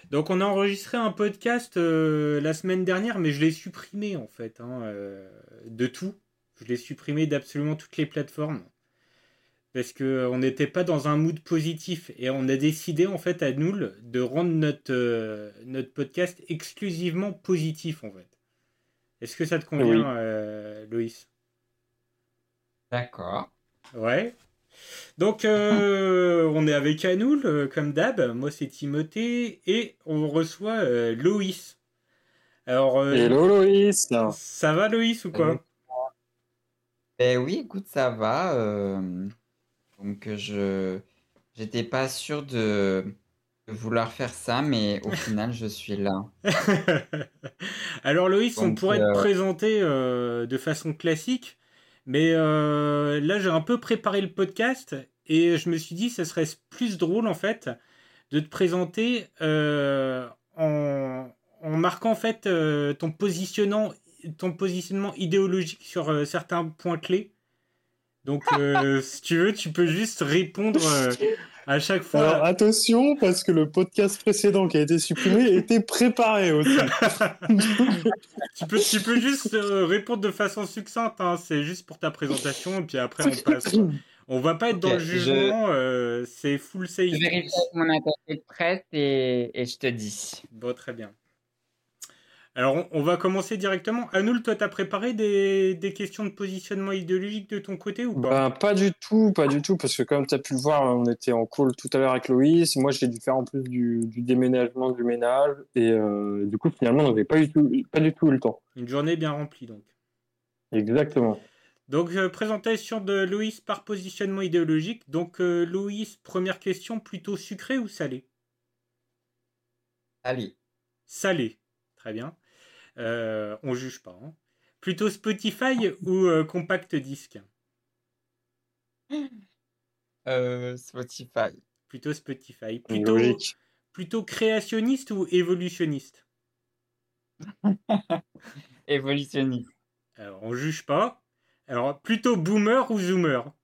Donc on a enregistré un podcast la semaine dernière, mais je l'ai supprimé en fait, de tout. Je l'ai supprimé d'absolument toutes les plateformes parce que on n'était pas dans un mood positif et on a décidé en fait à Noul de rendre notre podcast exclusivement positif en fait. Est-ce que ça te Oui. convient, Loïs? D'accord. Ouais. Donc on est avec Anoul comme d'hab. Moi c'est Timothée et on reçoit Loïs. Alors Hello Loïs. ça va Loïs ou Euh, quoi? oui, écoute, ça va. Donc, j'étais pas sûr de vouloir faire ça, mais au final, je suis là. Alors Loïs, on Donc, pourrait te présenter de façon classique, mais là j'ai un peu préparé le podcast et je me suis dit que ce serait plus drôle en fait de te présenter en marquant en fait ton positionnement idéologique sur certains points clés. Donc si tu veux, tu peux juste répondre à chaque Alors fois. attention, parce que le podcast précédent qui a été supprimé était préparé aussi. Tu peux juste répondre de façon succincte, hein. C'est juste pour ta présentation, et puis après on passe, quoi. On va pas être ok, dans le je, jugement, c'est full je safe vérifie speech. avec mon attaché de presse et je te dis. Bon, très bien. Alors on va commencer directement. Anoul, toi, t'as préparé des questions de positionnement idéologique de ton côté ou pas? Ben, pas du tout, parce que comme tu as pu le voir, on était en call tout à l'heure avec Loïs. Moi, j'ai dû faire en plus du déménagement du ménage. Et du coup, finalement, on n'avait pas du tout eu le temps. Une journée bien remplie, donc. Exactement. Donc, présentation de Loïs par positionnement idéologique. Donc, Loïs, première question, plutôt sucré ou salé? Allez. Salé. Très bien. On juge pas, hein. Plutôt Spotify ou compact disque? Spotify. Plutôt Spotify. Logique. Plutôt créationniste ou évolutionniste? Évolutionniste. Alors, on juge pas. Alors, plutôt boomer ou zoomer?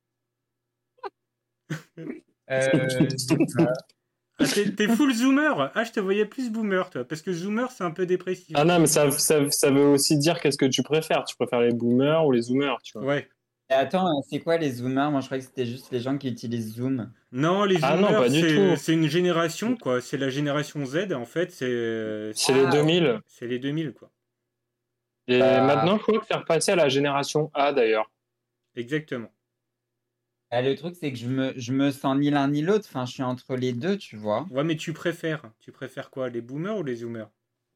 Zoomer. Ah, t'es full zoomer? Ah, je te voyais plus boomer, toi. Parce que zoomer, c'est un peu dépressif Ah non, aussi. mais ça veut aussi dire qu'est-ce que tu préfères. Tu préfères les boomers ou les zoomers, tu vois. Ouais. Et attends, c'est quoi les zoomers? Moi, je croyais que c'était juste les gens qui utilisent Zoom. Non, les Ah non, zoomers, pas du c'est tout. c'est une génération, quoi. C'est la génération Z, en fait. C'est les Ah, 2000. C'est les 2000, quoi. Et bah, maintenant, je crois que c'est repassé à la génération A d'ailleurs. Exactement. le truc, c'est que je me sens ni l'un ni l'autre. Enfin, je suis entre les deux, tu vois. Ouais, mais tu préfères. Tu préfères quoi? Les boomers ou les zoomers?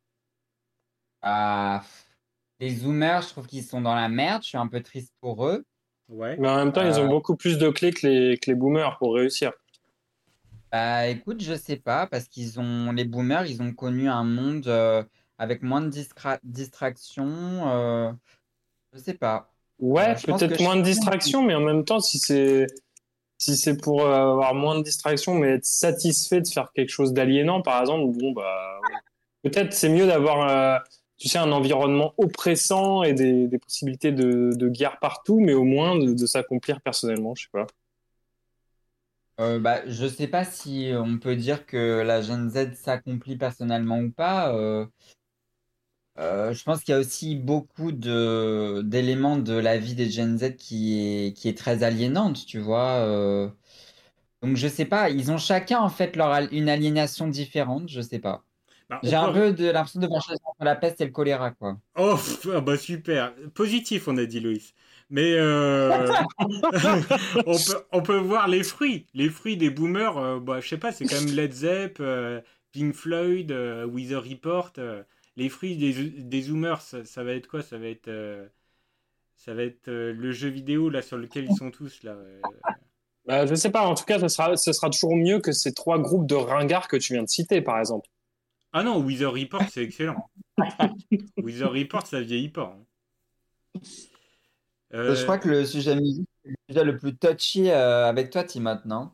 Ah, les zoomers, je trouve qu'ils sont dans la merde. Je suis un peu triste pour eux. Ouais. Mais en même temps, ils ont Euh, beaucoup plus de clés que les boomers pour réussir. Bah, écoute, je sais pas, parce les boomers, ils ont connu un monde avec moins de distractions. Je sais pas. Ouais, Je pense que peut-être moins de distractions, mais en même temps, si c'est pour avoir moins de distractions, mais être satisfait de faire quelque chose d'aliénant, par exemple, bon bah peut-être c'est mieux d'avoir, tu sais, un environnement oppressant et des possibilités de guerre partout, mais au moins de s'accomplir personnellement, je sais pas. bah, je sais pas si on peut dire que la Gen Z s'accomplit personnellement ou pas. Je pense qu'il y a aussi beaucoup d'éléments de la vie des Gen Z qui est très aliénante, tu vois. Donc je sais pas, ils ont chacun en fait une aliénation différente, je sais pas. Bah, on J'ai un peut. peu de l'impression de voir choisir entre la peste et le choléra, quoi. Oh, ah bah super. Positif, on a dit, Loïs. Mais on peut voir les fruits. Les fruits des boomers, bah, je sais pas, c'est quand même Led Zepp, Pink Floyd, Weather Report. Les fruits des zoomers, ça va être quoi? Ça va être le jeu vidéo là sur lequel ils sont tous là. Bah, je sais pas, en tout cas, ce sera toujours mieux que ces trois groupes de ringards que tu viens de citer, par exemple. Ah non, Weather Report, c'est excellent. Weather Report, ça vieillit pas, hein. Je Euh, crois que le sujet musique, c'est le sujet le plus touchy avec toi, Timoth, non?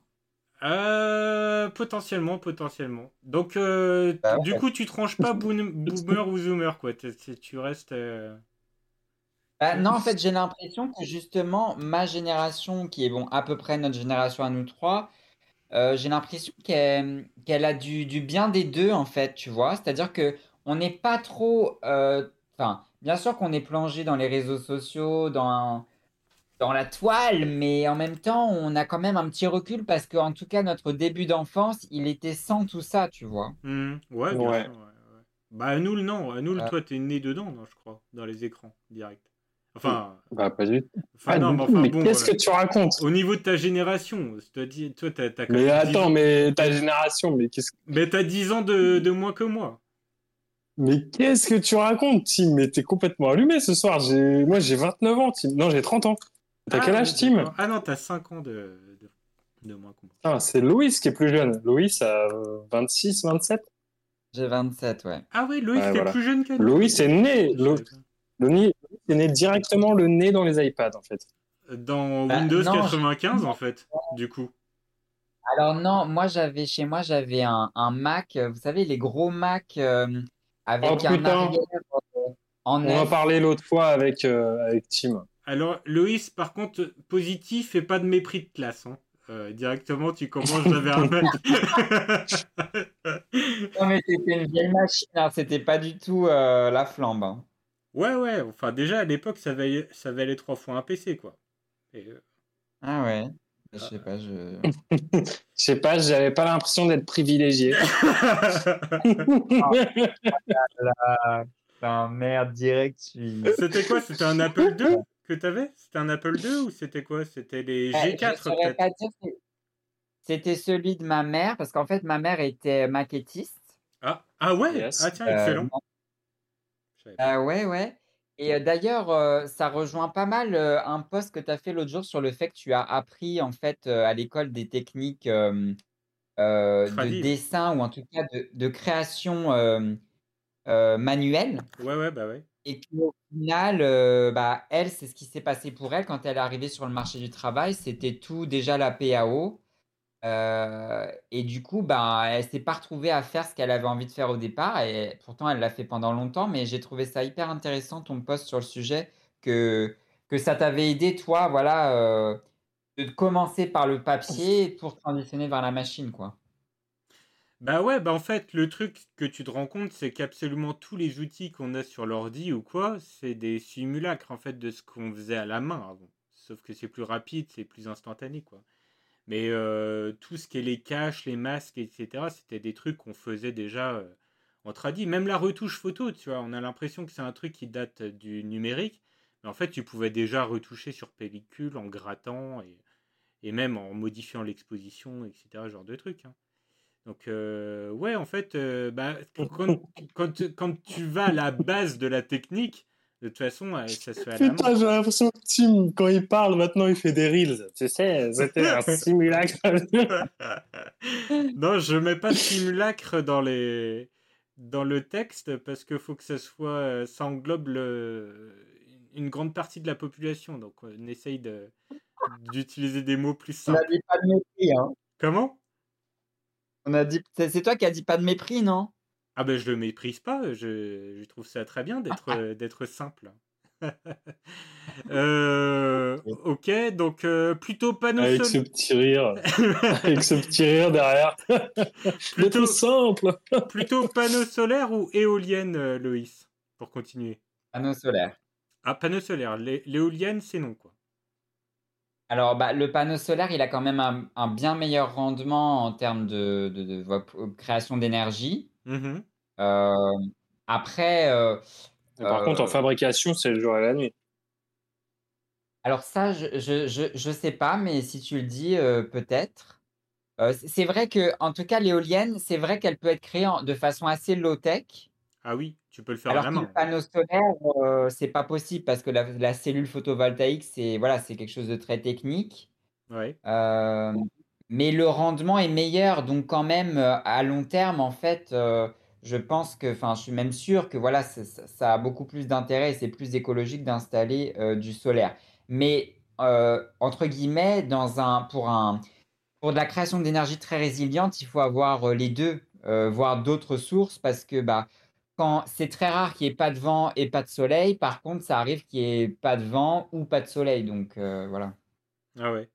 potentiellement. Donc, Bah du ouais. coup, tu tranches pas boomer ou zoomer, quoi. Tu restes. Bah, non, en fait, j'ai l'impression que justement, ma génération, qui est bon, à peu près notre génération à nous trois, j'ai l'impression qu'elle a du bien des deux, en fait, tu vois. C'est-à-dire que on n'est pas trop. Enfin, bien sûr qu'on est plongé dans les réseaux sociaux, dans la toile, mais en même temps, on a quand même un petit recul parce qu'en tout cas, notre début d'enfance, il était sans tout ça, tu vois. Ouais, bien Ouais. sûr. Ouais. Bah, Anoul, non. Anoul, Euh, toi, t'es né dedans, non, je crois, dans les écrans, direct. Mm. Enfin, Bah, pas du tout. enfin Pas non, du mais tout, enfin mais bon, qu'est-ce que tu racontes? au niveau de ta génération, toi, t'as quand Mais même 10 attends, ans. mais ta génération, mais qu'est-ce Mais t'as 10 ans de moins que moi. mais qu'est-ce que tu racontes, Tim? Mais t'es complètement allumé ce soir. Moi, j'ai 29 ans, Tim. Non, j'ai 30 ans. T'as quel Ah oui, âge, Tim? d'accord. Ah non, t'as 5 ans de moins que moi. Ah, c'est Loïs qui est plus jeune. Loïs a 26, 27. j'ai 27, ouais. Ah oui, Loïs, Ouais, t'es voilà. plus jeune qu'Anoul. Loïs est né. Je savais pas. Loïs est né directement le nez dans les iPads, en fait. Dans Bah, Windows non, 95, en fait, du coup. alors non, chez moi, j'avais un Mac, vous savez, les gros Mac Oh avec un putain, arrière en on en S. parlait l'autre fois avec Tim. Alors, Loïs, par contre, positif et pas de mépris de classe. Hein. Directement, tu commences, j'avais un Mac. Non, mais c'était une vieille machine, hein, c'était pas du tout la flambe, hein. Ouais, enfin déjà à l'époque ça valait 3 fois un PC quoi. Et, Ah ouais, je ah. sais pas, je... Je sais pas, j'avais pas l'impression d'être privilégié. Ah, putain, merde, direct, je suis... C'était quoi? C'était un Apple II que t'avais? C'était un Apple II ou c'était quoi? C'était les Je G4 saurais peut-être? pas dire si c'était celui de ma mère, parce qu'en fait, ma mère était maquettiste. Ah ouais? Ah Yes. tiens, excellent. Je savais pas. Ouais, ouais. Et d'ailleurs, ça rejoint pas mal un post que tu as fait l'autre jour sur le fait que tu as appris en fait à l'école des techniques de Tradi, ouais. dessin ou en tout cas de création manuelle. Ouais, bah ouais. Et qu'au final, bah, elle, c'est ce qui s'est passé pour elle quand elle est arrivée sur le marché du travail. C'était tout déjà la PAO. Et du coup, bah, elle s'est pas retrouvée à faire ce qu'elle avait envie de faire au départ. Et pourtant, elle l'a fait pendant longtemps. Mais j'ai trouvé ça hyper intéressant, ton post sur le sujet, que ça t'avait aidé, toi, voilà, de commencer par le papier pour transitionner vers la machine, quoi. Bah ouais, bah en fait, le truc que tu te rends compte, c'est qu'absolument tous les outils qu'on a sur l'ordi ou quoi, c'est des simulacres en fait de ce qu'on faisait à la main avant. Sauf que c'est plus rapide, c'est plus instantané quoi. Mais tout ce qui est les caches, les masques, etc., c'était des trucs qu'on faisait déjà en tradi. Même la retouche photo, tu vois, on a l'impression que c'est un truc qui date du numérique. Mais en fait, tu pouvais déjà retoucher sur pellicule en grattant et même en modifiant l'exposition, etc., genre de trucs. Hein. Donc, ouais, en fait, bah, quand tu vas à la base de la technique, de toute façon, ça se fait à la main. Putain, j'ai l'impression que Tim, quand il parle, maintenant, il fait des reels. Tu sais, c'était un simulacre. Non, je mets pas de simulacre dans le texte parce qu'il faut que ça soit, ça englobe une grande partie de la population. Donc, on essaye d'utiliser des mots plus On a simples. dit pas de mépris, hein. Comment? On a dit, c'est toi qui as dit pas de mépris, non? Ah ben, je le méprise pas. Je trouve ça très bien d'être simple. Ok, donc plutôt panneau Avec ce solaire. petit rire. Avec ce petit rire derrière. D'être plutôt, simple. plutôt panneau solaire ou éolienne, Loïs, pour continuer. Panneau solaire. Ah, panneau solaire. L'éolienne, c'est non, quoi. Alors, bah, le panneau solaire, il a quand même un bien meilleur rendement en termes de création d'énergie. Mhm. Euh, après, Par contre, en euh, fabrication, c'est le jour et la nuit. alors ça, je sais pas, mais si tu le dis, peut-être. C'est vrai que, en tout cas, l'éolienne, c'est vrai qu'elle peut être créée de façon assez low-tech, Ah oui, tu peux le faire à alors la que le main. panneau solaire, c'est pas possible parce que la cellule photovoltaïque, c'est voilà, c'est quelque chose de très technique. Ouais. Euh, mais le rendement est meilleur, donc quand même à long terme, en fait, je pense que, enfin, je suis même sûr que voilà, ça a beaucoup plus d'intérêt et c'est plus écologique d'installer du solaire. Mais entre guillemets, pour de la création d'énergie très résiliente, il faut avoir les deux, voire d'autres sources, parce que bah, quand c'est très rare qu'il n'y ait pas de vent et pas de soleil, par contre, ça arrive qu'il n'y ait pas de vent ou pas de soleil, donc voilà. Ah ouais.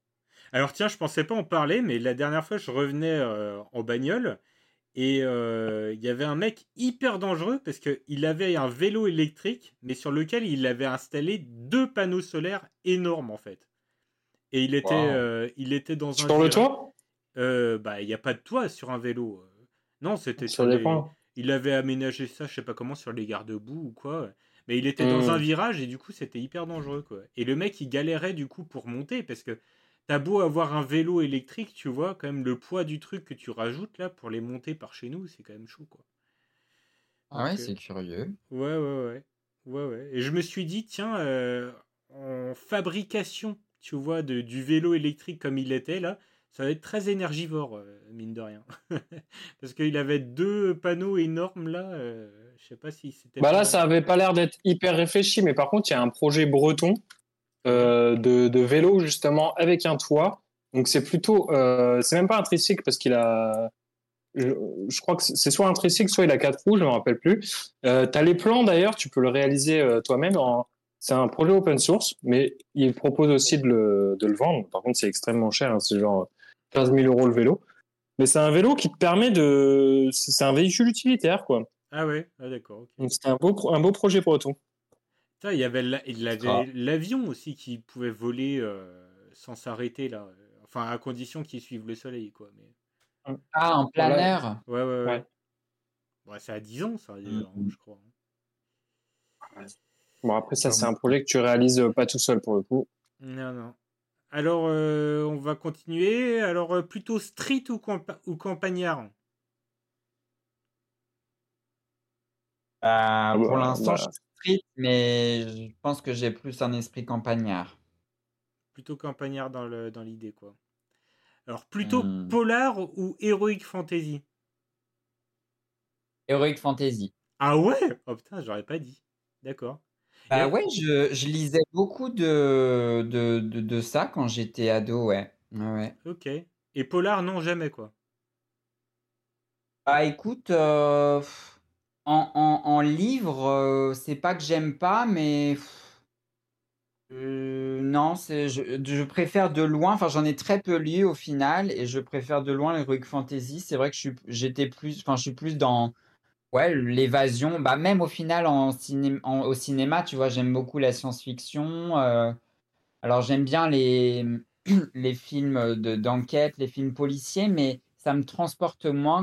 Alors tiens, je pensais pas en parler, mais la dernière fois, je revenais en bagnole et il y avait un mec hyper dangereux parce qu'il avait un vélo électrique, mais sur lequel il avait installé 2 panneaux solaires énormes en fait. Et Waouh. il était dans un Sur le virage. toit? Bah, il n'y a pas de toit sur un vélo. Non, c'était Ça sur les. dépend. Il avait aménagé ça, je sais pas comment, sur les garde-boue ou quoi. Mais il était dans un Hmm. virage et du coup, c'était hyper dangereux, quoi. Et le mec, il galérait du coup pour monter parce que t'as beau avoir un vélo électrique, tu vois, quand même le poids du truc que tu rajoutes là pour les monter par chez nous, c'est quand même chaud, quoi. Ah ouais, Donc, c'est curieux. ouais, ouais, ouais. Ouais, ouais. Et je me suis dit, tiens, en fabrication, tu vois, du vélo électrique comme il était là, ça va être très énergivore, mine de rien. Parce qu'il avait 2 panneaux énormes là, je sais pas si c'était Bah là, pas. ça avait pas l'air d'être hyper réfléchi, mais par contre, il y a un projet breton Ouais. de vélo justement avec un toit. Donc c'est plutôt, c'est même pas un tricycle parce qu'il a, je, je crois que c'est soit un tricycle, soit il a 4 roues, je me rappelle plus. T'as les plans d'ailleurs, tu peux le réaliser toi-même. C'est un projet open source, mais il propose aussi de le vendre. Par contre, c'est extrêmement cher, hein, c'est genre 15 000 euros le vélo. Mais c'est un vélo qui te permet de, c'est un véhicule utilitaire quoi. Ah ouais, ah d'accord, ok. Donc c'était un beau projet breton. Putain, il avait l'avion aussi qui pouvait voler sans s'arrêter là. Enfin, à condition qu'il suive le soleil, quoi. Mais. Ah, en Voilà. planeur. Ouais, ouais, Ouais. ouais. Ouais, ça a 10 ans, ça, déjà, hein, Mhm. je crois. Bon, après, ça, c'est Comme- un projet que tu réalises pas tout seul pour le coup. Non, non. Alors, on va continuer. Alors, plutôt street ou campagnard? Ah Pour bah, l'instant, je bah, suis street, mais je pense que j'ai plus un esprit campagnard. Plutôt campagnard dans l'idée, quoi. Alors, plutôt Hmm. polar ou heroic fantasy? Heroic Fantasy. Ah ouais? Oh putain, j'aurais pas dit. D'accord. Bah Et, ouais, je lisais beaucoup de ça quand j'étais ado, ouais. Ouais, ouais. ok. Et polar, non, jamais, quoi. Bah écoute, en livre, c'est pas que j'aime pas, mais non, je préfère de loin, enfin j'en ai très peu lu au final, et je préfère de loin l'Heroic Fantasy. C'est vrai que j'étais plus, enfin je suis plus dans ouais, l'évasion, bah même au final au cinéma, tu vois, j'aime beaucoup la science-fiction. Alors j'aime bien les films d'enquête, les films policiers, mais ça me transporte moins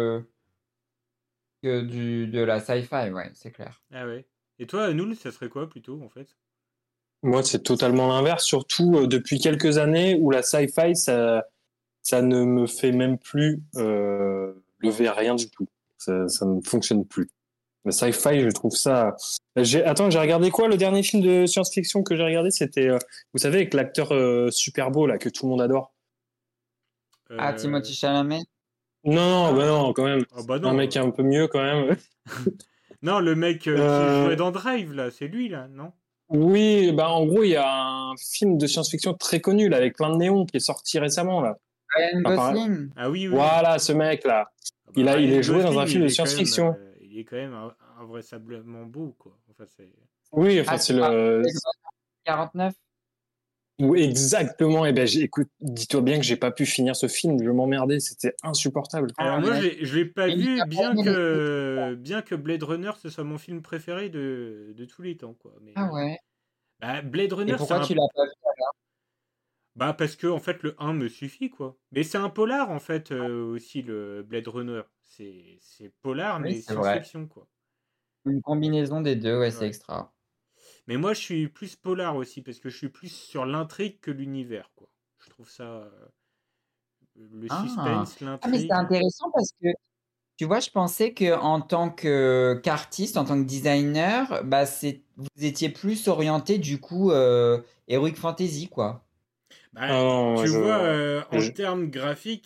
que de la sci-fi, ouais, c'est clair. Ah ouais. Et toi, Noul, ça serait quoi, plutôt, en fait? moi, c'est totalement l'inverse, surtout depuis quelques années où la sci-fi, ça ne me fait même plus lever à rien du tout. Ça ne fonctionne plus. La sci-fi, je trouve ça. Attends, j'ai regardé quoi? Le dernier film de science-fiction que j'ai regardé, c'était, vous savez, avec l'acteur super beau là que tout le monde adore. Ah, Euh... Timothée Chalamet? Non, bah Ah, non, quand même. ah bah Un non. mec un peu mieux quand même. Non, le mec qui jouait Euh, dans Drive, là, c'est lui, là, non? Oui, bah en gros, il y a un film de science-fiction très connu là, avec plein de néons qui est sorti récemment là. Ryan Enfin, Gosling? Ah oui, oui, oui. voilà, ce mec là. Ah bah, Il Ryan est joué dans un Gosling, film de science-fiction. il est quand même invraisemblablement beau, quoi. Enfin, c'est. Oui, enfin Ah, c'est tu parles le. de Blade Runner 49? Oui, exactement. Et ben, écoute, dis-toi bien que j'ai pas pu finir ce film. Je m'emmerdais, c'était insupportable. Alors Ah, moi, mais je l'ai pas mais il vu, a pas aimé les autres. bien que Blade Runner, ce soit mon film préféré de tous les temps, quoi. Mais Ah ouais. bah, Blade Et Runner, c'est pourquoi un. tu l'as pas vu? Bah, parce que, en fait, le un me suffit, quoi. Mais c'est un polar, en fait, aussi, le Blade Runner. C'est polar, Oui, mais c'est vrai. science-fiction, quoi. Une combinaison des deux, ouais, c'est Ouais. extra. Mais moi, je suis plus polar aussi, parce que je suis plus sur l'intrigue que l'univers, quoi. Je trouve ça. Le Ah. suspense, Ah, mais c'est l'intrigue. intéressant parce que tu vois, je pensais que en tant qu'artiste, en tant que designer, bah vous étiez plus orienté du coup Heroic Fantasy, quoi. Bah, Ah non, tu vois, en je- termes graphiques,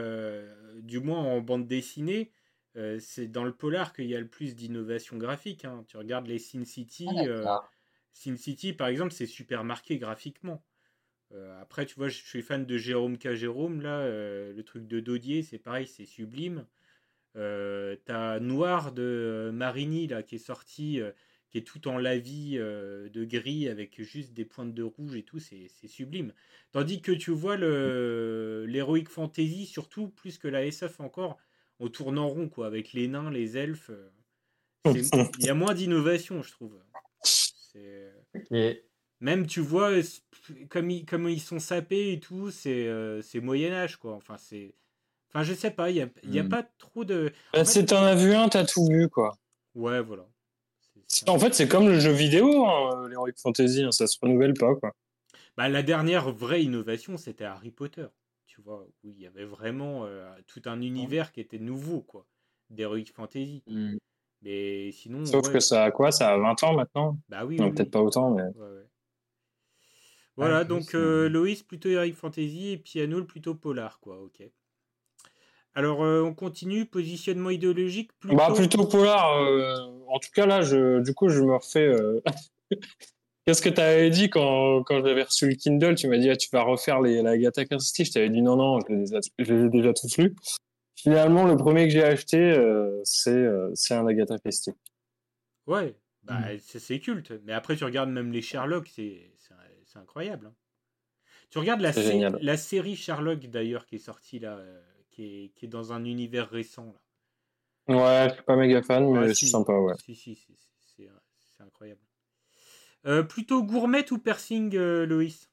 du moins en bande dessinée, c'est dans le polar qu'il y a le plus d'innovation graphique, hein. Tu regardes les Sin Ah, City, d'accord. Sin City par exemple, c'est super marqué graphiquement. Après, tu vois, je suis fan de Jérôme K. Jérôme, là, le truc de Dodier, c'est pareil, c'est sublime. T'as Noir de Marigny, là, qui est sorti, qui est tout en lavis de gris avec juste des pointes de rouge et tout, c'est sublime. Tandis que tu vois l'Heroic Fantasy, surtout plus que la SF encore, on tourne en rond, quoi, avec les nains, les elfes. Il y a moins d'innovation, je trouve. C'est... Ok. Même, tu vois, comme ils sont sapés et tout, c'est Moyen-Âge, quoi. Enfin, je sais pas, il y a Hmm. pas trop de... Bah, En fait, si t'en as vu un, t'as tout vu, quoi. ouais, voilà. En fait, c'est comme le jeu vidéo, hein, l'Heroic Fantasy, hein, ça se renouvelle pas, quoi. Bah, la dernière vraie innovation, c'était Harry Potter. Tu vois, où il y avait vraiment tout un univers qui était nouveau, quoi. D'Heroic Fantasy. Hmm. Mais sinon, Sauf que ouais. ça a quoi? Ça a 20 ans maintenant? Bah oui, oui, Non, peut-être oui. pas autant, mais... Ouais, ouais. Ouais, Voilà, donc plus, même. Loïs plutôt Heroic Fantasy et Piano plutôt Polar, quoi. Ok. Alors, on continue. Positionnement idéologique Bah, plutôt. plutôt polar. En tout cas, là, du coup, je me refais... Qu'est-ce que tu avais dit quand j'avais reçu le Kindle? Tu m'as dit, ah, tu vas refaire la Agatha Christie. Je t'avais dit, non, non, je les ai déjà tous lus. Finalement, le premier que j'ai acheté, c'est un Agatha Christie. Ouais, bah Hmm. c'est culte. Mais après, tu regardes même les Sherlock, c'est incroyable, hein. Tu regardes C'est génial. la série Sherlock d'ailleurs qui est sortie là, qui est dans un univers récent là. Ouais, je suis pas méga fan, Ah mais c'est si, sympa, ouais. si, c'est incroyable. Plutôt gourmet ou piercing, Loïs?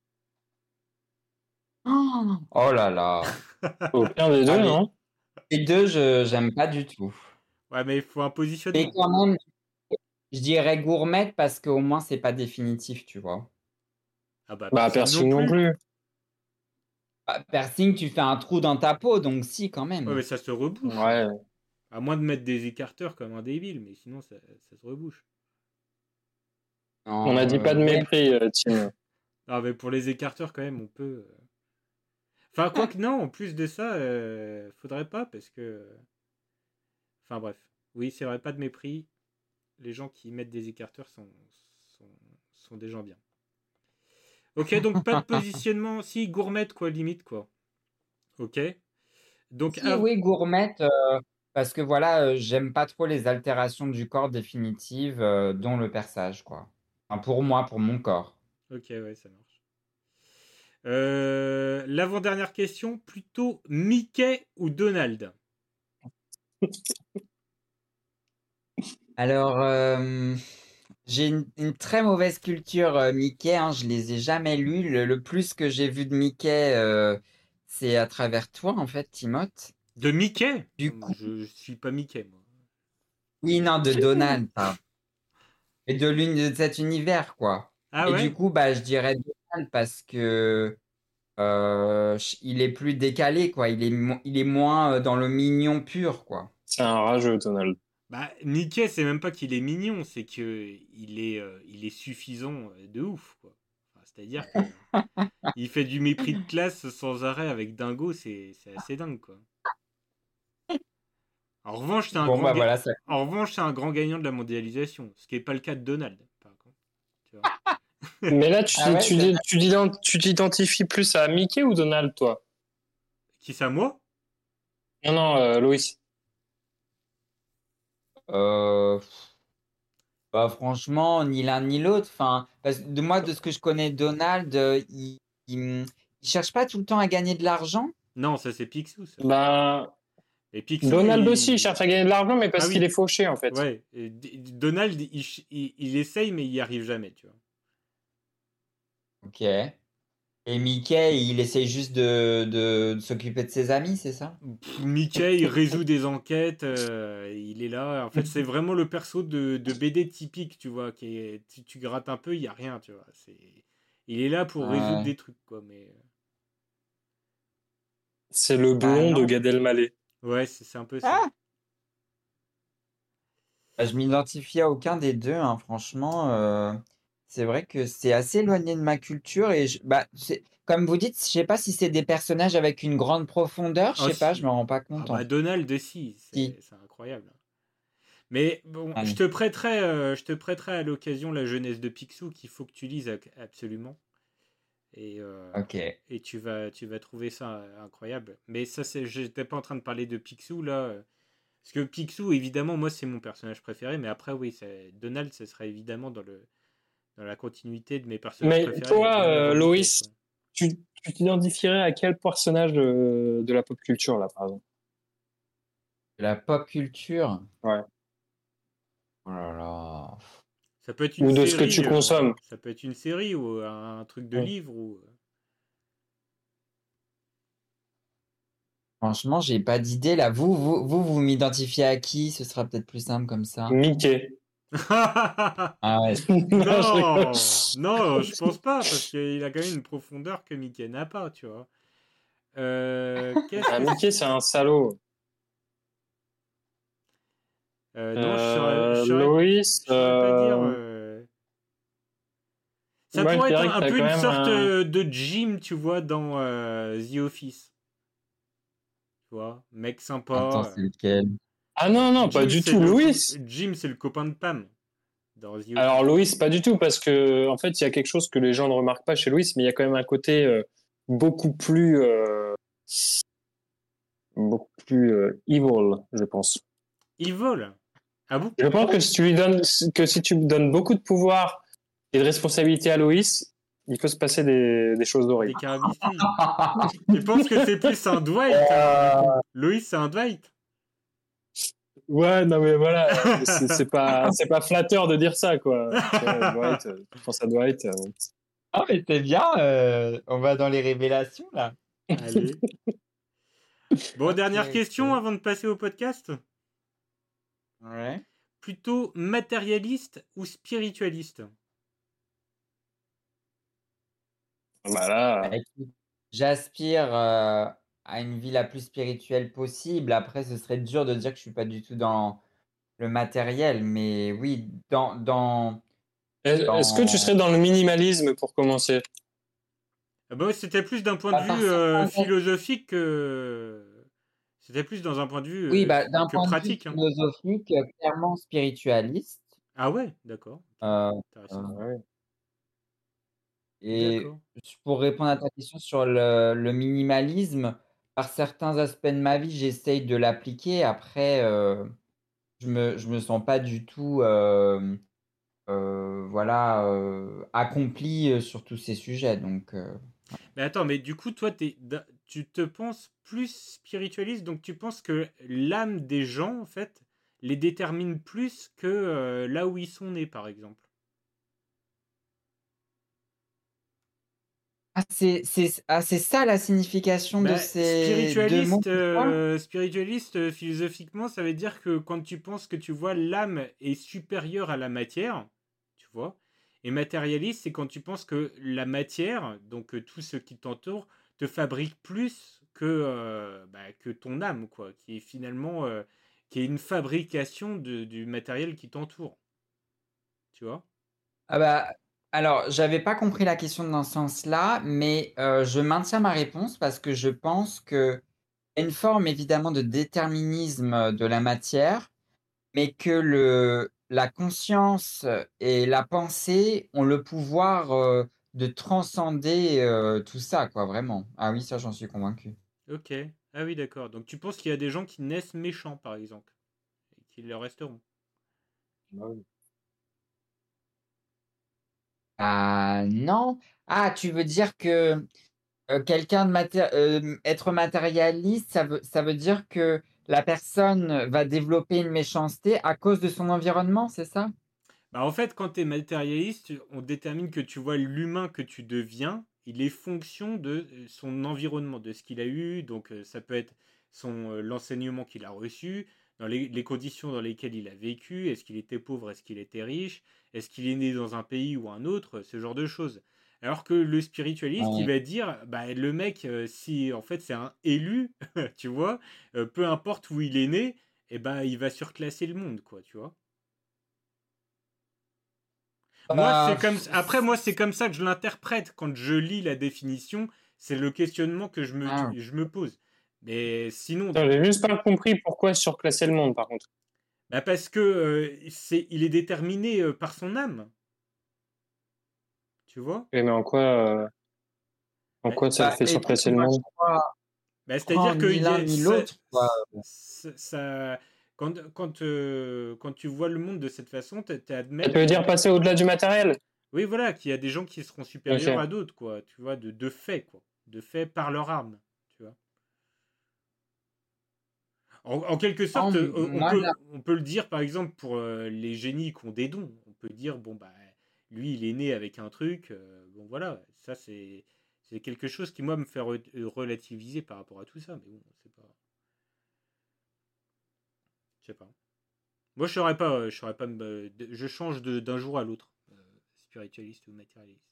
Oh là là. Aucun des Ah, deux, non? les deux, j'aime pas du tout. Ouais, mais il faut un Mais positionnement. quand même, je dirais gourmette parce qu'au moins, c'est pas définitif, tu vois. Ah bah Bah, piercing non piercing non plus. plus. Bah, piercing, tu fais un trou dans ta peau, donc si, quand Ouais, même. mais ça se rebouche. Ouais. À moins de mettre des écarteurs comme un débile, mais sinon ça se rebouche. On n'a dit pas de Ouais. mépris, Tim. Ah mais pour les écarteurs quand même, on peut. Enfin, quoi que non, en plus de ça, faudrait pas parce que. Enfin bref. Oui, c'est vrai, pas de mépris. Les gens qui mettent des écarteurs sont, sont des gens bien. Ok, donc pas de positionnement. Si, gourmette, quoi, limite, quoi. Ok. Donc, Si, oui, gourmette, parce que voilà, j'aime pas trop les altérations du corps définitives, dont le perçage, quoi. Enfin, pour moi, pour mon corps. ok, ouais, ça marche. L'avant-dernière question, plutôt Mickey ou Donald? Alors, j'ai une très mauvaise culture Mickey, hein, je les ai jamais lus. Le plus que j'ai vu de Mickey, c'est à travers toi, en fait, Timothée. De Mickey? Du Non, coup, je suis pas Mickey, moi. oui, non, de Donald, pardon. Et de cet univers, quoi. Ah Et du ouais? coup, bah, je dirais Donald parce que il est plus décalé, quoi. Il est moins dans le mignon pur, quoi. C'est un rageux, Donald. Bah, Mickey, c'est même pas qu'il est mignon, c'est que il est suffisant de ouf, quoi. Enfin, c'est-à-dire que il fait du mépris de classe sans arrêt avec Dingo, c'est assez dingue, quoi. En revanche, c'est un Bon, grand, bah voilà, ça. en revanche, c'est un grand gagnant de la mondialisation, ce qui n'est pas le cas de Donald, par contre. Tu vois. Mais là, Ah ouais, tu t'identifies plus à Mickey ou Donald, toi? Qui ça, moi? Non, non, Loïs. Euh, Bah, franchement, ni l'un ni l'autre. Enfin, parce que de moi, de ce que je connais, Donald, il cherche pas tout le temps à gagner de l'argent. Non, ça c'est Picsou, ça. Ben, Et Picsou, Donald aussi, il cherche à gagner de l'argent, mais ah parce qu'il est oui, fauché, en fait. ouais. Et Donald, il essaye, mais il y arrive jamais, tu vois. Ok. Et Mickey, il essaye juste de s'occuper de ses amis, c'est ça? Mickey, il résout des enquêtes, il est là. En fait, c'est vraiment le perso de BD typique, tu vois, tu grattes un peu, il y a rien, tu vois. Il est là pour résoudre Ouais. des trucs, quoi. Mais C'est le Ah blond de non. Gad Elmaleh. ouais, c'est un peu ça. Ah! Bah, je m'identifie à aucun des deux, hein, franchement. C'est vrai que c'est assez éloigné de ma culture et bah, comme vous dites, je sais pas si c'est des personnages avec une grande profondeur, je Ah sais pas, je me si. rends pas Ah compte bah en Donald, si, si. c'est incroyable. Mais bon, Ouais. je te prêterai à l'occasion la jeunesse de Picsou qu'il faut que tu lises absolument. Et, Ok. et tu vas trouver ça incroyable. Mais ça, j'étais pas en train de parler de Picsou là. Parce que Picsou, évidemment, moi, c'est mon personnage préféré, mais après, oui, Donald, ce serait évidemment dans la continuité de mes personnages Mais préférés, mais bien toi, avant Mickey, Loïs, quoi. tu t'identifierais à quel personnage de la pop culture, là, par exemple? La pop culture. Ouais. Oh là là. Ça peut être une Ou de ce que tu série, consommes. ça peut être une série ou un truc de Ouais. livre ou. Franchement, j'ai pas d'idée là. Vous m'identifiez à qui? Ce sera peut-être plus simple comme ça. Mickey. Ah ouais. Non, je rigole. Non, je pense pas, parce qu'il a quand même une profondeur que Mickey n'a pas, tu vois. Qu'est-ce Ah, que Mickey, c'est un salaud. non, Loïs, je saurais pas dire. Ça moi, je pourrait être dirais que un t'as peu quand une même sorte un... de Jim, tu vois, dans The Office. Tu vois, mec Attends, sympa. c'est lequel? Ah non, non, pas du tout. Loïs. Jim, c'est le copain de Pam dans The Alors, Office. Loïs, pas du tout, parce que, en fait, il y a quelque chose que les gens ne remarquent pas chez Loïs, mais il y a quand même un côté beaucoup plus evil, je pense. Il vole. Ah bon? Je pense que si tu lui donnes beaucoup de pouvoir et de responsabilité à Loïs, il peut se passer des choses Des horribles. carabistouilles. Tu penses que c'est plus un Dwight, du coup? Loïs, c'est un Dwight. Ouais, non mais voilà, c'est pas flatteur de dire ça quoi. Tu vois, Dwight, tu penses à Dwight. Ah, mais c'est bien. On va dans les révélations là. Allez. Bon, Ok, dernière question ok. avant de passer au podcast. Ouais. Plutôt matérialiste ou spiritualiste? Bah Bah, là, écoute, j'aspire à une vie la plus spirituelle possible. Après, ce serait dur de dire que je suis pas du tout dans le matériel, mais oui, est-ce que tu dans... serais dans le minimalisme pour commencer? Ah bah ouais, c'était plus d'un point de Bah, par vue certains philosophique que. C'était plus dans un point de vue Oui, bah, d'un que point de vue pratique, hein. philosophique, clairement spiritualiste. Ah ouais, d'accord. Ok. Euh, Intéressant. euh, Ouais. et D'accord. pour répondre à ta question sur le minimalisme, par certains aspects de ma vie, j'essaye de l'appliquer. Après, je me sens pas du tout voilà, accompli sur tous ces sujets. Donc, Mais attends, mais du coup, toi, tu te penses plus spiritualiste, donc tu penses que l'âme des gens, en fait, les détermine plus que là où ils sont nés, par exemple. c'est ça la signification de Bah, ces deux mots pour toi? spiritualiste, philosophiquement, ça veut dire que quand tu penses que tu vois l'âme est supérieure à la matière, tu vois, et matérialiste, c'est quand tu penses que la matière, donc tout ce qui t'entoure, te fabrique plus que ton âme, quoi, qui est finalement qui est une fabrication du matériel qui t'entoure, tu vois. Ah bah, alors, j'avais pas compris la question dans ce sens-là, mais je maintiens ma réponse parce que je pense que y a une forme évidemment de déterminisme de la matière, mais que la conscience et la pensée ont le pouvoir de transcender tout ça, quoi, vraiment. Ah oui, ça, j'en suis convaincu. Ok. Ah oui, d'accord. Donc tu penses qu'il y a des gens qui naissent méchants, par exemple, et qui le resteront. Ah non. Ah, tu veux dire que être matérialiste, ça veut dire que la personne va développer une méchanceté à cause de son environnement, c'est ça? Bah, en fait, quand tu es matérialiste, on détermine que tu vois l'humain que tu deviens, il est fonction de son environnement, de ce qu'il a eu. Donc, ça peut être l'enseignement qu'il a reçu, dans les conditions dans lesquelles il a vécu. Est-ce qu'il était pauvre, est-ce qu'il était riche, est-ce qu'il est né dans un pays ou un autre, ce genre de choses. Alors que le spiritualiste, il Ouais. va dire, bah, le mec, si en fait c'est un élu, tu vois, peu importe où il est né, et ben il va surclasser le monde, quoi, tu vois. Bah, Après, moi, c'est comme ça que je l'interprète. Quand je lis la définition, c'est le questionnement que ah, je me pose. Mais sinon, Attends, j'ai juste pas compris pourquoi surclasser le monde par contre. bah parce que il est déterminé par son âme, tu vois. Mais en Bah, quoi ça le bah, fait écoute, surclasser le moi, monde? je crois c'est-à-dire que ni l'un ni l'autre, quoi. ça, Quand tu vois le monde de cette façon, t'es à Tu admettre veux dire passer au-delà du matériel? oui, voilà, qu'il y a des gens qui seront supérieurs à Ok. d'autres, quoi, tu vois, de fait, quoi. De fait par leur arme, tu vois. En quelque Non, sorte, moi, on peut le dire, par exemple, pour les génies qui ont des dons. On peut dire, bon, bah, lui, il est né avec un truc, bon, voilà, ça, c'est quelque chose qui, moi, me fait relativiser par rapport à tout ça, mais bon, c'est pas. Je sais pas. Moi, je saurais pas je change d'un jour à l'autre, spiritualiste ou matérialiste.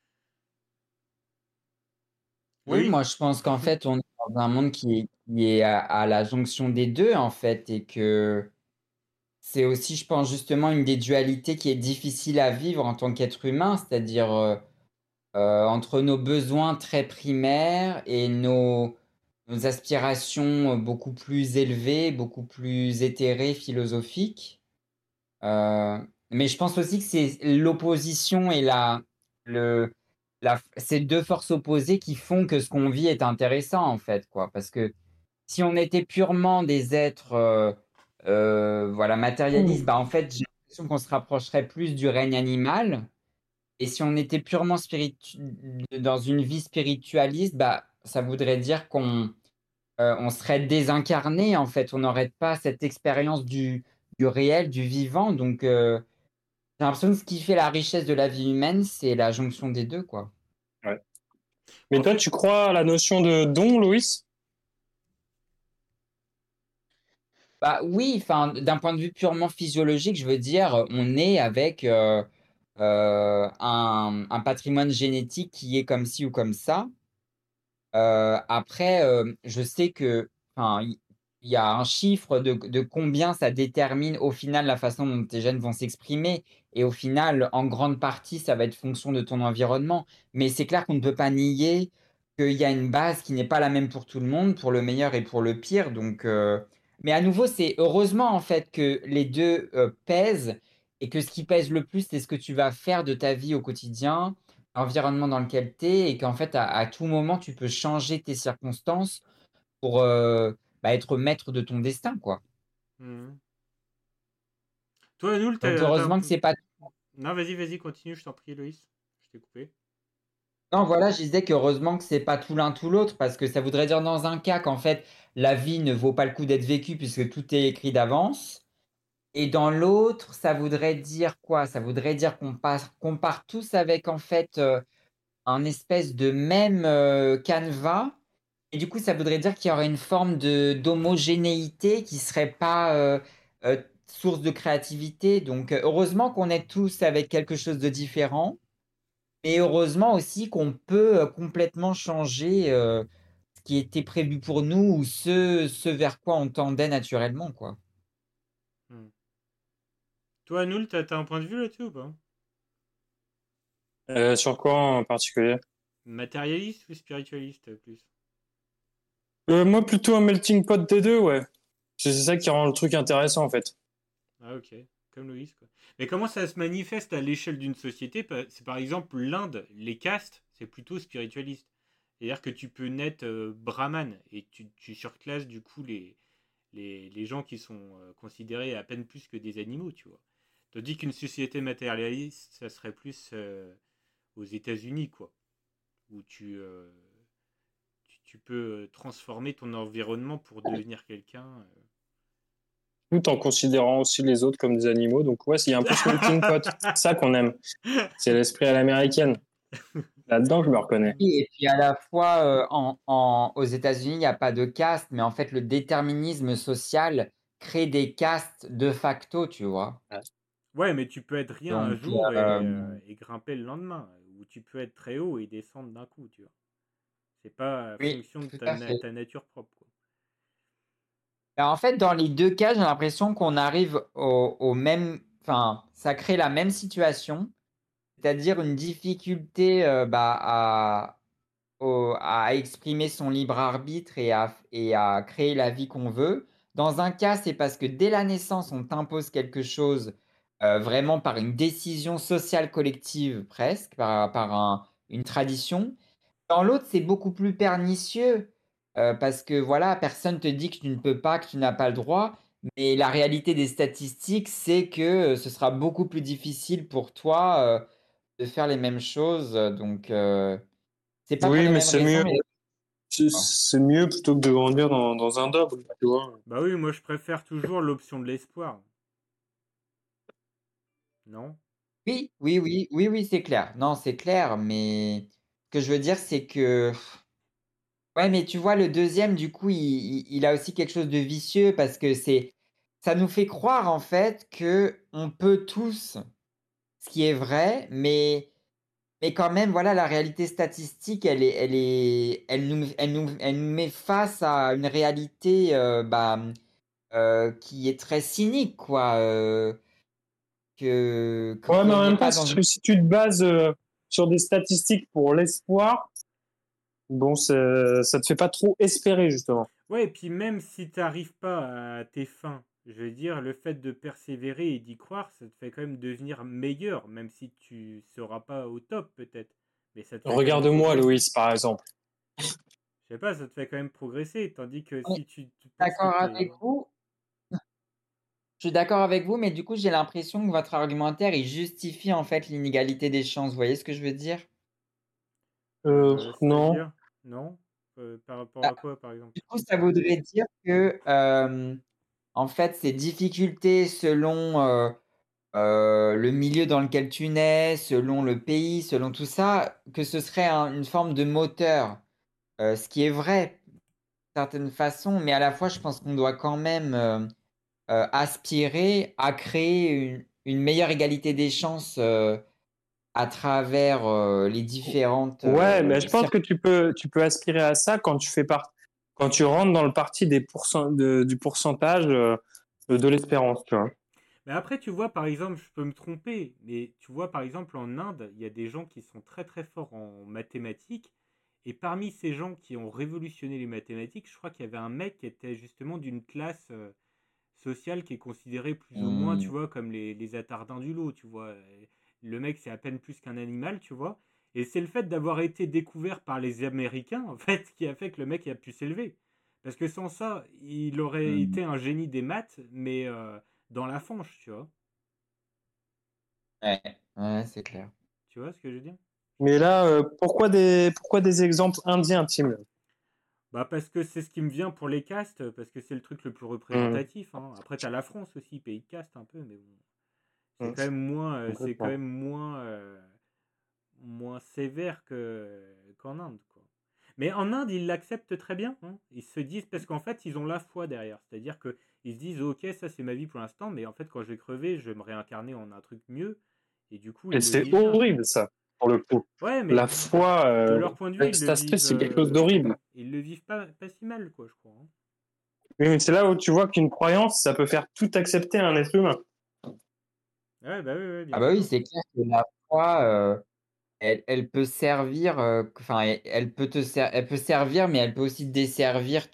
oui, Loïc? moi je pense qu'en fait on est dans un monde qui est à la jonction des deux en fait et que c'est aussi, je pense, justement une des dualités qui est difficile à vivre en tant qu'être humain, c'est-à-dire entre nos besoins très primaires et nos aspirations beaucoup plus élevées, beaucoup plus éthérées, philosophiques. Euh, mais je pense aussi que c'est l'opposition et le, ces deux forces opposées qui font que ce qu'on vit est intéressant, en fait, quoi. Parce que si on était purement des êtres voilà, matérialistes, bah, en fait, j'ai l'impression qu'on se rapprocherait plus du règne animal. Et si on était purement dans une vie spiritualiste, bah, ça voudrait dire on serait désincarné, en fait. On n'aurait pas cette expérience du réel, du vivant. Donc, j'ai l'impression que ce qui fait la richesse de la vie humaine, c'est la jonction des deux, quoi. Ouais. Mais En toi, fait, tu crois à la notion de don, Loïs? Bah oui, enfin, d'un point de vue purement physiologique, je veux dire, on est avec un patrimoine génétique qui est comme ci ou comme ça. Après, je sais que, enfin, il y a un chiffre de combien ça détermine au final la façon dont tes gènes vont s'exprimer. Et au final, en grande partie, ça va être fonction de ton environnement. Mais c'est clair qu'on ne peut pas nier qu'il y a une base qui n'est pas la même pour tout le monde, pour le meilleur et pour le pire. Donc, mais à nouveau, c'est heureusement en fait que les deux pèsent et que ce qui pèse le plus, c'est ce que tu vas faire de ta vie au quotidien, l'environnement dans lequel tu es et qu'en fait, à tout moment, tu peux changer tes circonstances pour bah, être maître de ton destin, quoi. mhm. Toi, Anoul, Donc, heureusement que c'est pas. non, vas-y, continue, je t'en prie, Loïs. Je t'ai coupé. Non, voilà, je disais qu'heureusement que c'est pas tout l'un tout l'autre, parce que ça voudrait dire dans un cas qu'en fait, la vie ne vaut pas le coup d'être vécue puisque tout est écrit d'avance. Et dans l'autre, ça voudrait dire quoi? Ça voudrait dire qu'on part tous avec en fait un espèce de même canevas. Et du coup, ça voudrait dire qu'il y aurait une forme de d'homogénéité qui serait pas source de créativité. Donc, heureusement qu'on est tous avec quelque chose de différent, mais heureusement aussi qu'on peut complètement changer ce qui était prévu pour nous ou ce vers quoi on tendait naturellement, quoi. Hmm. Toi, Anoul, t'as un point de vue là-dessus ou pas? Sur quoi en particulier? Matérialiste ou spiritualiste plus? Moi, plutôt un melting pot des deux, ouais. C'est ça qui rend le truc intéressant, en fait. Ah, ok, comme Loïs, quoi. Mais comment ça se manifeste à l'échelle d'une société? C'est par exemple l'Inde, les castes, c'est plutôt spiritualiste. C'est-à-dire que tu peux naître brahman et tu surclasses du coup les gens qui sont considérés à peine plus que des animaux, tu vois. Tandis qu'une société matérialiste, ça serait plus aux États-Unis, quoi, où tu peux transformer ton environnement pour devenir quelqu'un. Tout en considérant aussi les autres comme des animaux. Donc, ouais, il y a un peu ce melting pot. C'est ça qu'on aime. C'est l'esprit à l'américaine. Là-dedans, je me reconnais. Et puis à la fois, aux États-Unis, il n'y a pas de caste, mais en fait, le déterminisme social crée des castes de facto, tu vois. Ouais, mais tu peux être rien un Donc, jour euh, et grimper le lendemain, ou tu peux être très haut et descendre d'un coup, tu vois. C'est pas oui, fonction de tout à fait. ta nature propre, quoi. Alors, en fait, dans les deux cas, j'ai l'impression qu'on arrive au même, enfin, ça crée la même situation, c'est-à-dire une difficulté bah, à exprimer son libre arbitre et à créer la vie qu'on veut. Dans un cas, c'est parce que dès la naissance, on t'impose quelque chose vraiment par une décision sociale collective presque, par une tradition. Dans l'autre, c'est beaucoup plus pernicieux parce que voilà, personne te dit que tu ne peux pas, que tu n'as pas le droit. Mais la réalité des statistiques, c'est que ce sera beaucoup plus difficile pour toi de faire les mêmes choses. Donc, c'est pas pour Oui, les mais mêmes c'est raisons, mieux. mais C'est mieux plutôt que de grandir dans un double, tu vois. Bah oui, moi je préfère toujours l'option de l'espoir. Non? oui, oui, oui, oui, oui, c'est clair. Non, c'est clair, mais ce que je veux dire, c'est que ouais, mais tu vois, le deuxième, du coup, il a aussi quelque chose de vicieux parce que ça nous fait croire en fait que on peut tous, ce qui est vrai, mais quand même, voilà, la réalité statistique, elle nous met face à une réalité qui est très cynique, quoi. Ouais, mais Qu'on en n'est même temps, pas dans une. si tu te bases sur des statistiques pour l'espoir, bon, ça te fait pas trop espérer, justement. Ouais, et puis même si t'arrives pas à tes fins, je veux dire, le fait de persévérer et d'y croire, ça te fait quand même devenir meilleur, même si tu seras pas au top peut-être. Mais ça te fait quand même Regarde-moi, progresser. Loïs, par exemple. Je sais pas, ça te fait quand même progresser, tandis que Oui, si tu te penses que d'accord t'es... avec vous. Je suis d'accord avec vous, mais du coup, j'ai l'impression que votre argumentaire, il justifie en fait l'inégalité des chances. Vous voyez ce que je veux dire? Non. C'est-à-dire, non? Par rapport Bah, à quoi, par exemple? du coup, ça voudrait dire que en fait, ces difficultés selon le milieu dans lequel tu nais, selon le pays, selon tout ça, que ce serait une forme de moteur. Ce qui est vrai, d'une certaine façon, mais à la fois, je pense qu'on doit quand même aspirer à créer une meilleure égalité des chances à travers les différentes Ouais, mais je pense que tu peux aspirer à ça quand quand tu rentres dans le parti du pourcentage de l'espérance, tu vois. Mais après, tu vois, par exemple, je peux me tromper, mais tu vois, par exemple, en Inde, il y a des gens qui sont très très forts en mathématiques, et parmi ces gens qui ont révolutionné les mathématiques, je crois qu'il y avait un mec qui était justement d'une classe sociale qui est considérée plus ou moins, tu Hmm. vois, comme les attardants du lot, tu vois. Le mec, c'est à peine plus qu'un animal, tu vois. Et c'est le fait d'avoir été découvert par les Américains, en fait, qui a fait que le mec a pu s'élever. Parce que sans ça, il aurait Hmm. été un génie des maths, mais dans la fange, tu vois. Ouais, ouais, c'est clair. Tu vois ce que je veux dire? Mais là, pourquoi des exemples indiens, Tim? Bah parce que c'est ce qui me vient pour les castes, parce que c'est le truc le plus Hum, représentatif, hein. Après, t'as la France aussi, pays de caste un peu, mais bon. hum, C'est quand complètement. même moins sévère qu'en Inde, quoi. Mais en Inde, ils l'acceptent très bien, hein. Ils se disent, parce qu'en fait, ils ont la foi derrière. C'est-à-dire que ils se disent, ok, ça c'est ma vie pour l'instant, mais en fait, quand je vais crever, je vais me réincarner en un truc mieux. Et du coup, Et ils le c'est vivent bien, tu vois. horrible, ça, pour le coup. Ouais, mais La foi, de leur point de vue, cet aspect, c'est quelque chose d'horrible. ils le vivent pas si mal, quoi, je crois, hein. Oui, mais c'est là où tu vois qu'une croyance, ça peut faire tout accepter à un être humain. Ouais, bah oui, ouais, Ah bien bah oui, sûr. c'est clair que la foi, elle peut servir, enfin, elle peut servir, mais elle peut aussi desservir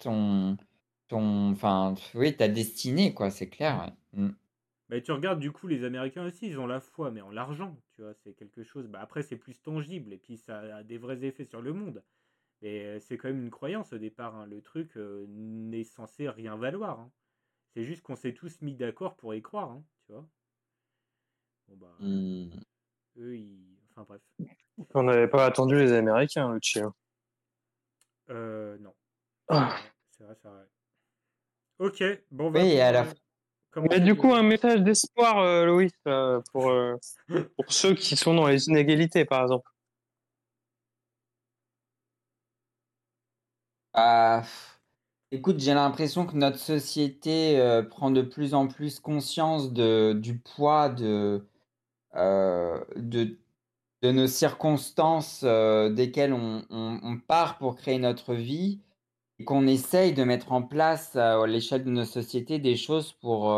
enfin, oui, ta destinée, quoi, c'est clair. Ouais. Mm. Bah, tu regardes du coup les Américains aussi, ils ont la foi, mais en l'argent, tu vois, c'est quelque chose. Bah, après, c'est plus tangible et puis ça a des vrais effets sur le monde. Mais c'est quand même une croyance au départ, hein. Le truc n'est censé rien valoir, hein. C'est juste qu'on s'est tous mis d'accord pour y croire, hein, tu vois. Bon bah, Mm. eux, ils. Enfin bref. On n'avait pas attendu les Américains, le chien. Non, c'est Ah. vrai, c'est vrai, c'est vrai. Ok, bon, on Oui, va et à la pouvoir fois. Mais commencer du coup, un les. message d'espoir, Loïs, pour ceux qui sont dans les inégalités, par exemple. Ah, écoute, j'ai l'impression que notre société prend de plus en plus conscience du poids euh, de, de nos circonstances desquelles on part pour créer notre vie et qu'on essaye de mettre en place à l'échelle de nos sociétés des choses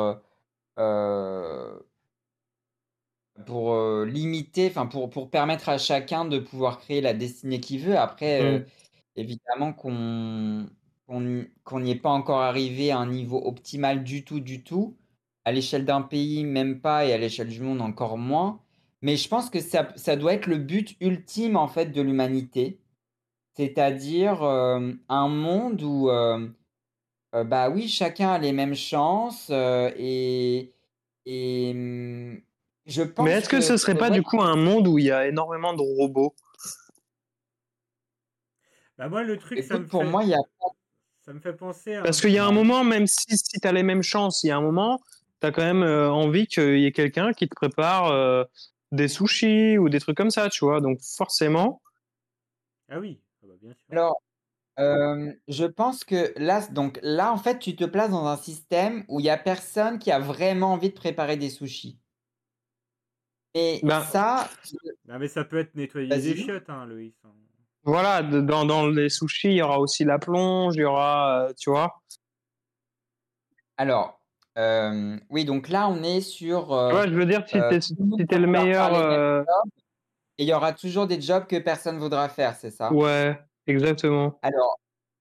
euh, pour limiter, enfin pour permettre à chacun de pouvoir créer la destinée qu'il veut. Après, Hmm. évidemment qu'on n'y est pas encore arrivé à un niveau optimal du tout. À l'échelle d'un pays, même pas, et à l'échelle du monde, encore moins. Mais je pense que ça doit être le but ultime, en fait, de l'humanité. C'est-à-dire un monde Bah oui, chacun a les mêmes chances et je Mais pense est-ce que que ce serait pas ouais, du coup un monde où il y a énormément de robots? Bah moi, le truc, écoute, pour moi, il y a ça me fait penser à un Parce qu'il y a un ouais. moment, même si tu as les mêmes chances, il y a un moment, tu as quand même envie qu'il y ait quelqu'un qui te prépare des sushis ou des trucs comme ça, tu vois. Donc forcément, Ah oui, ah bah, bien sûr. Alors, je pense que là, en fait, tu te places dans un système où il y a personne qui a vraiment envie de préparer des sushis. Et ben ça, Ah, mais ça peut être nettoyer des vas-y. chiottes, hein, Loïs, hein. voilà, dans les sushis, il y aura aussi la plonge, il y aura, tu vois. Alors, oui, donc là, on est sur Tu vois, je veux dire, tout le monde si va t'es le vouloir faire meilleur, les mêmes jobs et il y aura toujours des jobs que personne ne voudra faire, c'est ça? ouais, exactement. Alors,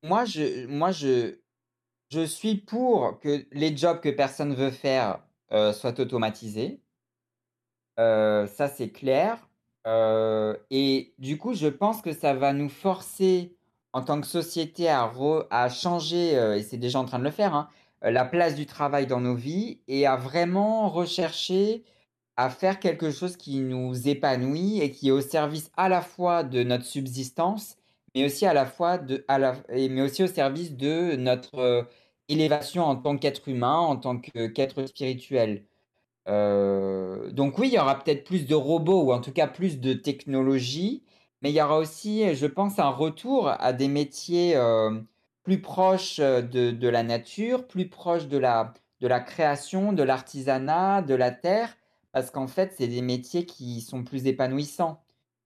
je suis pour que les jobs que personne veut faire soient automatisés. Ça, c'est clair. Et du coup, je pense que ça va nous forcer en tant que société à changer, et c'est déjà en train de le faire, hein, la place du travail dans nos vies et à vraiment rechercher à faire quelque chose qui nous épanouit et qui est au service à la fois de notre subsistance, mais aussi à la fois mais aussi au service de notre élévation en tant qu'être humain, en tant qu'être spirituel. Donc oui, il y aura peut-être plus de robots ou en tout cas plus de technologie, mais il y aura aussi, je pense, un retour à des métiers plus proches de la nature, plus proches de la création, de l'artisanat, de la terre, parce qu'en fait, c'est des métiers qui sont plus épanouissants.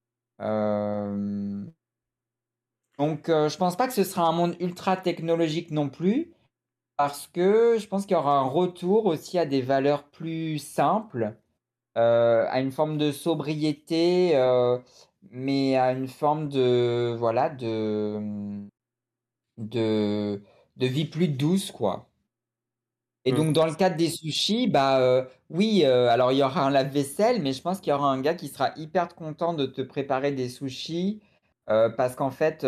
Euh, donc, je pense pas que ce sera un monde ultra technologique non plus, parce que je pense qu'il y aura un retour aussi à des valeurs plus simples à une forme de sobriété, mais à une forme de, voilà, de, de vie plus douce, quoi. Et Mm. donc, dans le cadre des sushis, bah oui, alors il y aura un lave-vaisselle, mais je pense qu'il y aura un gars qui sera hyper content de te préparer des sushis parce qu'en fait,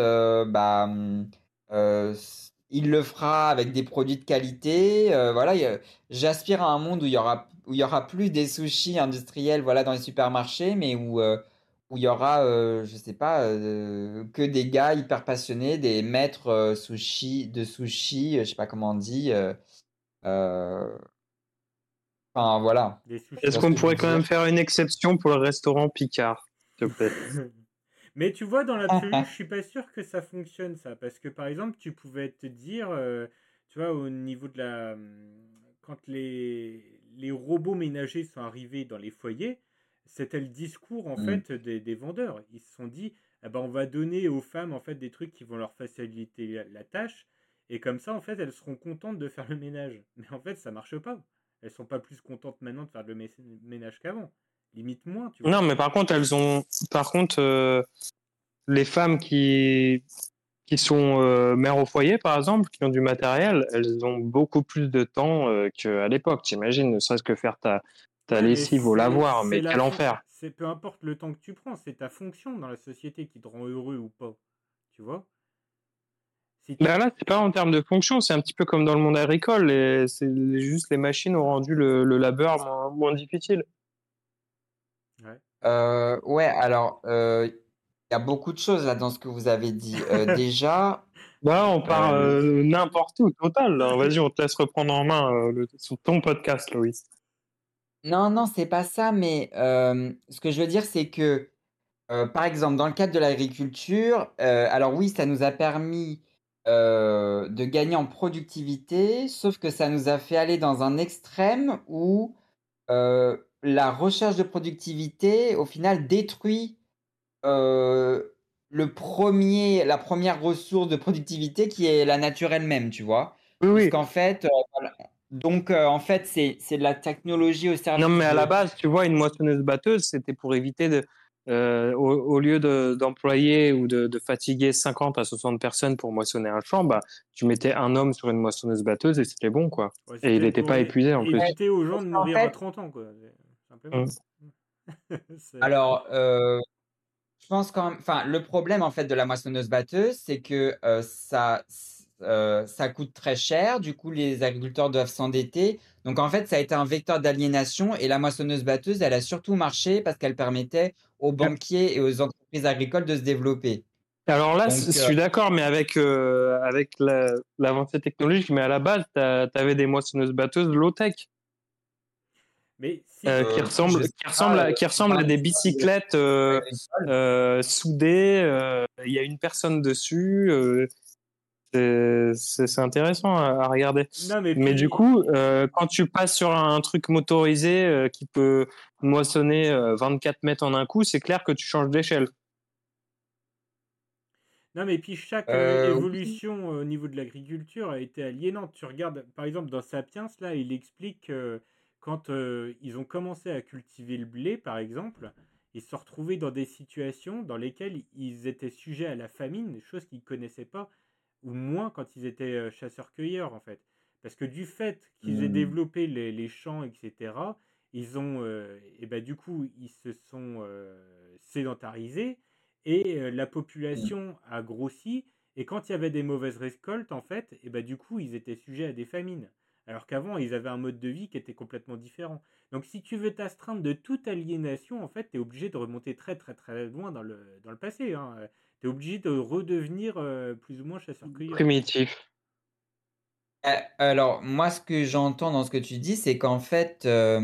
il le fera avec des produits de qualité. Voilà, j'aspire à un monde où il y aura plus des sushis industriels, voilà, dans les supermarchés, mais où il y aura, je sais pas, que des gars hyper passionnés, des maîtres de sushis, je sais pas comment on dit. Euh, Enfin, voilà. Des Tu Est-ce vois ce sushis. qu'on que je veux pourrait quand dire? même faire une exception pour le restaurant Picard, s'il te plaît? Mais tu vois, dans l'absolu, je suis pas sûr que ça fonctionne, ça. Parce que, par exemple, tu pouvais te dire, tu vois, au niveau de la... Quand les robots ménagers sont arrivés dans les foyers, c'était le discours, en Mm. fait, des vendeurs. Ils se sont dit, ah ben, on va donner aux femmes, en fait, des trucs qui vont leur faciliter la tâche. Et comme ça, en fait, elles seront contentes de faire le ménage. Mais en fait, ça marche pas. Elles sont pas plus contentes maintenant de faire le ménage qu'avant. Limite moins, tu vois. Non, mais par contre, par contre, les femmes qui sont mères au foyer, par exemple, qui ont du matériel, elles ont beaucoup plus de temps qu'à l'époque. T'imagines, ne serait-ce que faire ta Ouais, mais lessive au lavoir, mais quel enfer. c'est peu importe le temps que tu prends, c'est ta fonction dans la société qui te rend heureux ou pas. Tu vois? Si tu Ben là, c'est pas en termes de fonction, c'est un petit peu comme dans le monde agricole. C'est juste les machines ont rendu le labeur moins difficile. Ouais. Ouais, alors, il y a beaucoup de choses là dans ce que vous avez dit. Déjà, Voilà, on part le... n'importe où, total. Là. Vas-y, on te laisse reprendre en main sur ton podcast, Loïs. Non, non, c'est pas ça, mais ce que je veux dire, c'est que, par exemple, dans le cadre de l'agriculture, alors oui, ça nous a permis de gagner en productivité, sauf que ça nous a fait aller dans un extrême où la recherche de productivité, au final, détruit euh, la première ressource de productivité qui est la nature elle-même, tu vois. Oui, oui. Puisqu'en fait, voilà. Donc, en fait, c'est de la technologie au Non, mais service à la de... base, tu vois, une moissonneuse-batteuse, c'était pour éviter au lieu d'employer ou de fatiguer 50 à 60 personnes pour moissonner un champ, bah, tu mettais un homme sur une moissonneuse-batteuse et c'était bon, quoi. Ouais, Et il c'était n'était pour pas épuisé en plus. Ouais, éviter aux gens parce de qu'en mourir à fait, 30 ans, quoi. Simplement. Mm. C'est- alors, je pense quand même... Enfin, le problème, en fait, de la moissonneuse-batteuse, c'est que ça... ça coûte très cher. Du coup, les agriculteurs doivent s'endetter. Donc, en fait, ça a été un vecteur d'aliénation. Et la moissonneuse-batteuse, elle a surtout marché parce qu'elle permettait aux banquiers et aux entreprises agricoles de se développer. Alors là, je Donc, suis d'accord, mais avec l'avancée technologique, mais à la base, tu avais des moissonneuses-batteuses low-tech Mais si, je sais pas, qui ressemblent à des bicyclettes soudées. Il y a une personne dessus. C'est intéressant à regarder. non, mais Mais du puis, coup, quand tu passes sur un truc motorisé qui peut moissonner 24 mètres en un coup, c'est clair que tu changes d'échelle. non, mais puis chaque Oui. évolution au niveau de l'agriculture a été aliénante. Tu regardes, par exemple, dans Sapiens, là, il explique que quand ils ont commencé à cultiver le blé, par exemple, ils se sont retrouvés dans des situations dans lesquelles ils étaient sujets à la famine, chose qu'ils ne connaissaient pas, ou moins quand ils étaient chasseurs-cueilleurs, en fait. Parce que du fait qu'ils aient Hmm. développé les champs, etc., ils ont, et ben, du coup, ils se sont sédentarisés et la population a grossi. Et quand il y avait des mauvaises récoltes, en fait, et ben, du coup, ils étaient sujets à des famines. Alors qu'avant, ils avaient un mode de vie qui était complètement différent. Donc, si tu veux t'astreindre de toute aliénation, en fait, tu es obligé de remonter très, très, très loin dans le passé. Hein. Tu es obligé de redevenir plus ou moins chasseur-cueilleur. Primitif. Alors, moi, ce que j'entends dans ce que tu dis, c'est qu'en fait,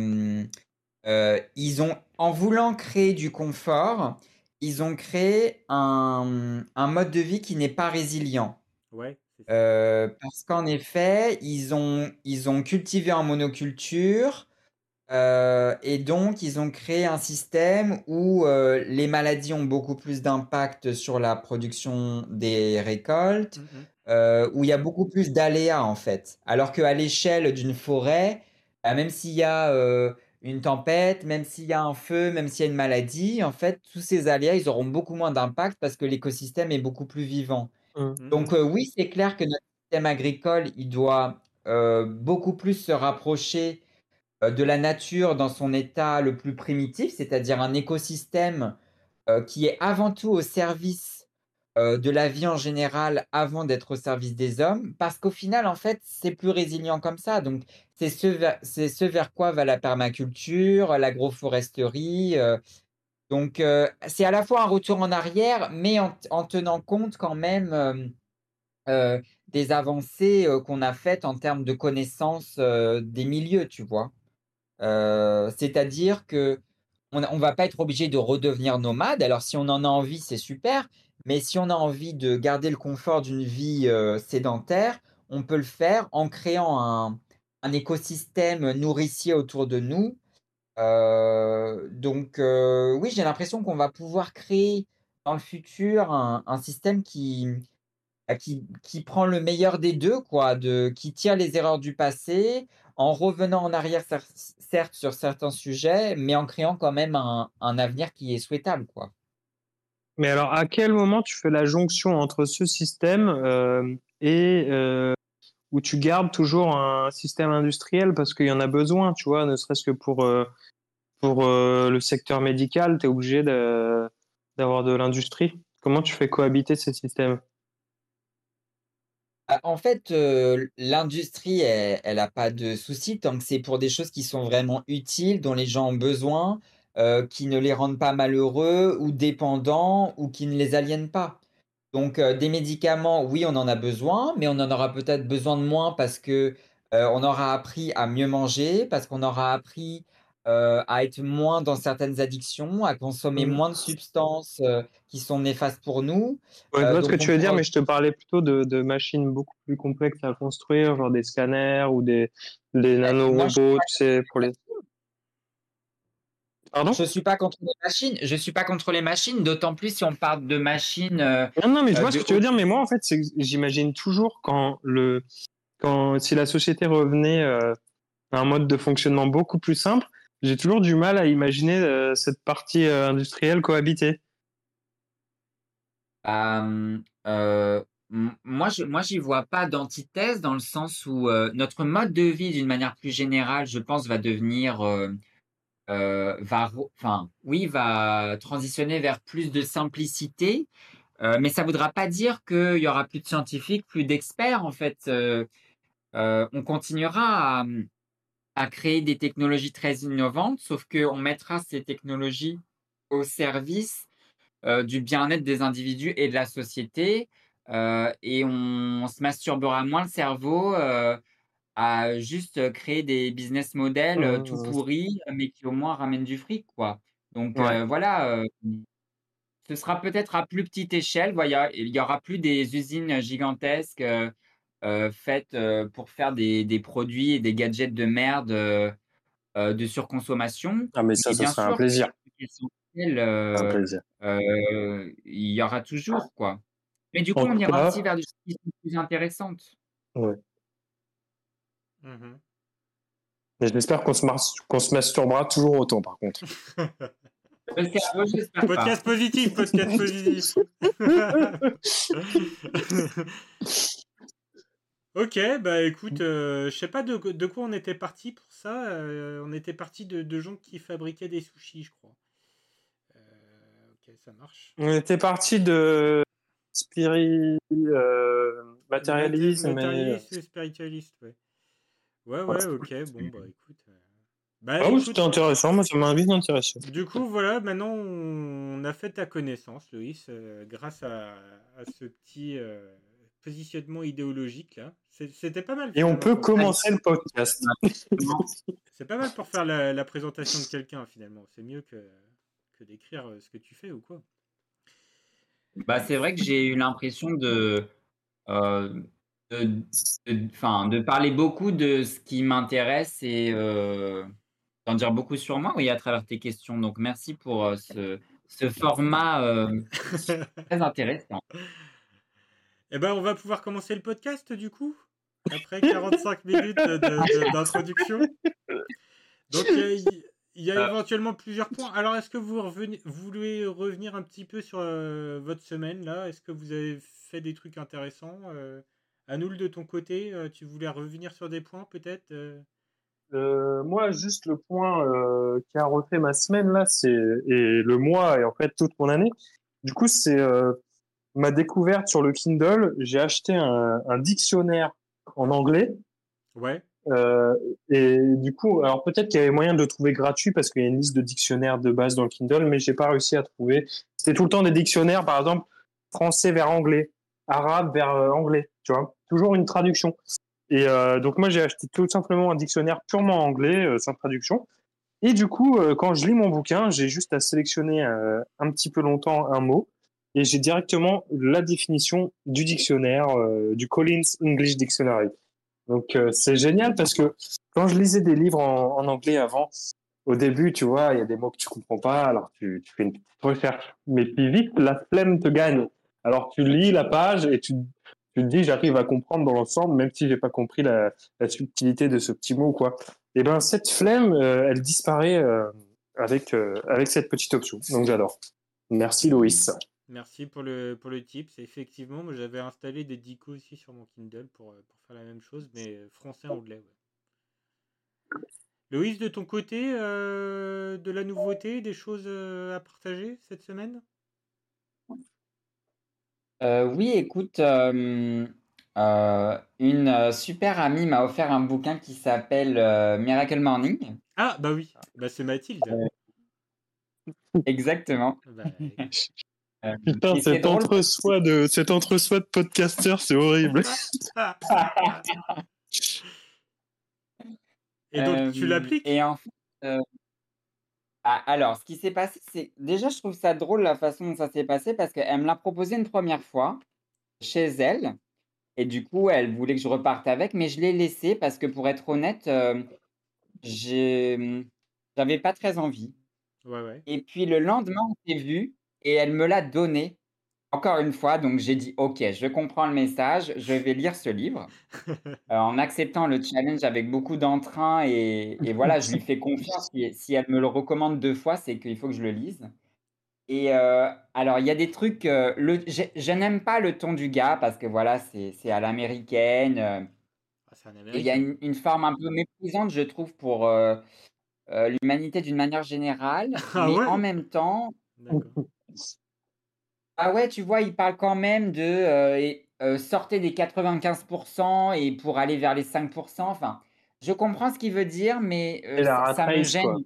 ils ont, en voulant créer du confort, ils ont créé un mode de vie qui n'est pas résilient. Ouais, c'est ça. Parce qu'en effet, ils ont cultivé en monoculture, et donc ils ont créé un système où les maladies ont beaucoup plus d'impact sur la production des récoltes, Mhm. où il y a beaucoup plus d'aléas en fait. Alors qu'à l'échelle d'une forêt, même s'il y a une tempête, même s'il y a un feu, même s'il y a une maladie, en fait, tous ces aléas, ils auront beaucoup moins d'impact parce que l'écosystème est beaucoup plus vivant. Donc Mhm. oui, c'est clair que notre système agricole, il doit beaucoup plus se rapprocher de la nature dans son état le plus primitif, c'est-à-dire un écosystème qui est avant tout au service de la vie en général avant d'être au service des hommes, parce qu'au final, en fait, c'est plus résilient comme ça. Donc, c'est ce vers quoi va la permaculture, l'agroforesterie. Donc, c'est à la fois un retour en arrière, mais en tenant compte quand même des avancées qu'on a faites en termes de connaissance des milieux, tu vois. C'est-à-dire que on va pas être obligé de redevenir nomade. Alors, si on en a envie, c'est super. Mais si on a envie de garder le confort d'une vie sédentaire, on peut le faire en créant un écosystème nourricier autour de nous. Donc, oui, j'ai l'impression qu'on va pouvoir créer dans le futur un système qui prend le meilleur des deux, quoi, qui tire les erreurs du passé en revenant en arrière, certes, sur certains sujets, mais en créant quand même un avenir qui est souhaitable, quoi. Mais alors, à quel moment tu fais la jonction entre ce système et où tu gardes toujours un système industriel parce qu'il y en a besoin, tu vois, ne serait-ce que pour le secteur médical, tu es obligé d'avoir de l'industrie. Comment tu fais cohabiter ces systèmes? En fait, l'industrie, elle a pas de souci tant que c'est pour des choses qui sont vraiment utiles, dont les gens ont besoin, qui ne les rendent pas malheureux ou dépendants ou qui ne les aliènent pas. Donc, des médicaments, oui, on en a besoin, mais on en aura peut-être besoin de moins parce que on aura appris à mieux manger, parce qu'on aura appris à être moins dans certaines addictions, à consommer Mhm. moins de substances qui sont néfastes pour nous. Ouais, je vois ce que Donc, on tu veux dire, pourra mais je te parlais plutôt de machines beaucoup plus complexes à construire, genre des scanners ou des Moi, nanorobots, tu sais, pour les... Pardon? je suis pas contre les machines. Je suis pas contre les machines, d'autant plus si on parle de machines Non, non, mais je vois ce de que tu veux haute. dire, mais moi, en fait, j'imagine toujours si la société revenait à un mode de fonctionnement beaucoup plus simple, j'ai toujours du mal à imaginer cette partie industrielle cohabiter. Euh, moi, j'y vois pas d'antithèse dans le sens où notre mode de vie, d'une manière plus générale, je pense, va devenir, enfin, oui, va transitionner vers plus de simplicité. Mais ça voudra pas dire qu'il y aura plus de scientifiques, plus d'experts. En fait, on continuera à créer des technologies très innovantes, sauf qu'on mettra ces technologies au service du bien-être des individus et de la société. Et on se masturbera moins le cerveau à juste créer des business models tout pourris, mais qui au moins ramènent du fric, quoi. Donc Ouais. voilà, ce sera peut-être à plus petite échelle. Voilà, il y aura plus des usines gigantesques faites pour faire des produits et des gadgets de merde de surconsommation. Ah, mais ça Mais bien serait un sûr, les plaisir. trucs essentiels, Un plaisir. il y aura toujours, quoi. Mais du coup, En on tout ira aussi cas, vers des choses qui sont plus intéressantes. ouais. Mhm. Mais j'espère qu'on se masturbera toujours autant, par contre. Le cerveau, j'espère pas. Podcast positif, podcast positif. Ok, bah écoute, je sais pas de quoi on était parti pour ça. On était parti de gens qui fabriquaient des sushis, je crois. Ok, ça marche. On était parti de matérialisme, mais... Matérialiste ou spiritualiste, ouais. Ouais, ok, bon, bah écoute. Bah Ah oui, écoute, c'était intéressant, moi ça m'a bien intéressé. du coup, voilà, maintenant on a fait ta connaissance, Loïs, grâce à ce petit positionnement idéologique là. C'était pas mal Et on finalement peut pour faire. commencer le podcast. C'est pas mal pour faire la présentation de quelqu'un finalement. C'est mieux que d'écrire ce que tu fais ou quoi. Bah, c'est vrai que j'ai eu l'impression euh, de, enfin, de parler beaucoup de ce qui m'intéresse et d'en dire beaucoup sur moi, oui, à travers tes questions. Donc, merci pour ce format très intéressant. Eh ben, on va pouvoir commencer le podcast du coup, après 45 minutes d'introduction. Donc, il y a Euh, éventuellement plusieurs points. Alors, est-ce que vous voulez revenir un petit peu sur votre semaine là? Est-ce que vous avez fait des trucs intéressants? Anoul, de ton côté, tu voulais revenir sur des points peut-être? Moi, juste le point qui a refait ma semaine là, et le mois et en fait toute mon année. Du coup, c'est ma découverte sur le Kindle. J'ai acheté un dictionnaire en anglais. Ouais. Euh, et du coup, alors peut-être qu'il y avait moyen de le trouver gratuit parce qu'il y a une liste de dictionnaires de base dans le Kindle, mais j'ai pas réussi à trouver. C'était tout le temps des dictionnaires, par exemple, français vers anglais, arabe vers anglais, tu vois, toujours une traduction. Et donc moi, j'ai acheté tout simplement un dictionnaire purement anglais, sans traduction. Et du coup, quand je lis mon bouquin, j'ai juste à sélectionner un petit peu longtemps un mot. Et j'ai directement la définition du dictionnaire, du Collins English Dictionary. Donc c'est génial parce que quand je lisais des livres en anglais avant, au début, tu vois, il y a des mots que tu comprends pas, alors tu fais une petite recherche. Mais puis vite, la flemme te gagne. Alors tu lis la page et tu te dis, j'arrive à comprendre dans l'ensemble, même si j'ai pas compris la subtilité de ce petit mot, quoi. Et ben cette flemme, elle disparaît avec cette petite option. Donc j'adore. Merci Loïs. Merci pour le tip. C'est effectivement, moi j'avais installé des dicos aussi sur mon Kindle pour faire la même chose, mais français-anglais. Ouais. Loïs, de ton côté, de la nouveauté, des choses à partager cette semaine? Oui, écoute, une super amie m'a offert un bouquin qui s'appelle Miracle Morning. Ah, bah oui, bah c'est Mathilde. Exactement. Bah, Putain, Et c'est drôle. cet entre-soi de podcasteur, c'est horrible. Et donc, tu l'appliques? Et en fait, alors, ce qui s'est passé, c'est déjà, je trouve ça drôle la façon dont ça s'est passé parce qu'elle me l'a proposé une première fois chez elle. Et du coup, elle voulait que je reparte avec, mais je l'ai laissé parce que pour être honnête, j'ai, j'avais pas très envie. Ouais, ouais. Et puis le lendemain, on s'est vu et elle me l'a donné encore une fois. Donc j'ai dit, OK, je comprends le message, je vais lire ce livre. En acceptant le challenge avec beaucoup d'entrain et voilà, je lui fais confiance. Si elle me le recommande 2 fois, c'est qu'il faut que je le lise. Et alors, il y a des trucs. Je n'aime pas le ton du gars parce que voilà, c'est à l'américaine. Ah, c'est un Et il y a américain. une forme un peu méprisante, je trouve, pour l'humanité d'une manière générale. Ah Mais en ouais? même temps, D'accord. Ah ouais, tu vois, il parle quand même de sortez des 95% et pour aller vers les 5%. Enfin, je comprends ce qu'il veut dire, mais Et la rat ça me race, gêne. quoi.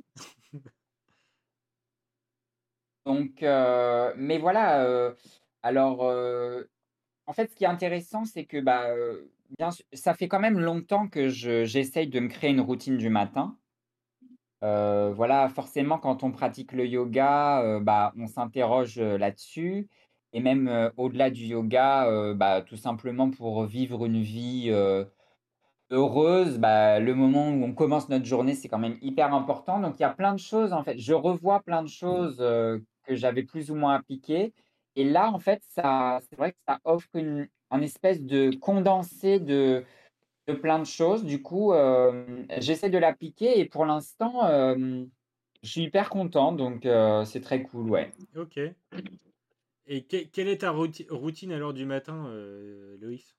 Donc, mais voilà. Alors, en fait, ce qui est intéressant, c'est que bah, bien sûr, ça fait quand même longtemps que j'essaye de me créer une routine du matin. Voilà, forcément, quand on pratique le yoga, bah, on s'interroge là-dessus. Et même au-delà du yoga, bah, tout simplement pour vivre une vie heureuse, bah, le moment où on commence notre journée, c'est quand même hyper important. Donc, il y a plein de choses, en fait. Je revois plein de choses que j'avais plus ou moins appliquées. Et là, en fait, c'est vrai que ça offre un espèce de condensé de plein de choses. Du coup, j'essaie de l'appliquer et pour l'instant, je suis hyper content. Donc, c'est très cool, ouais. Ok. Et quelle est ta routine alors du matin, Loïs?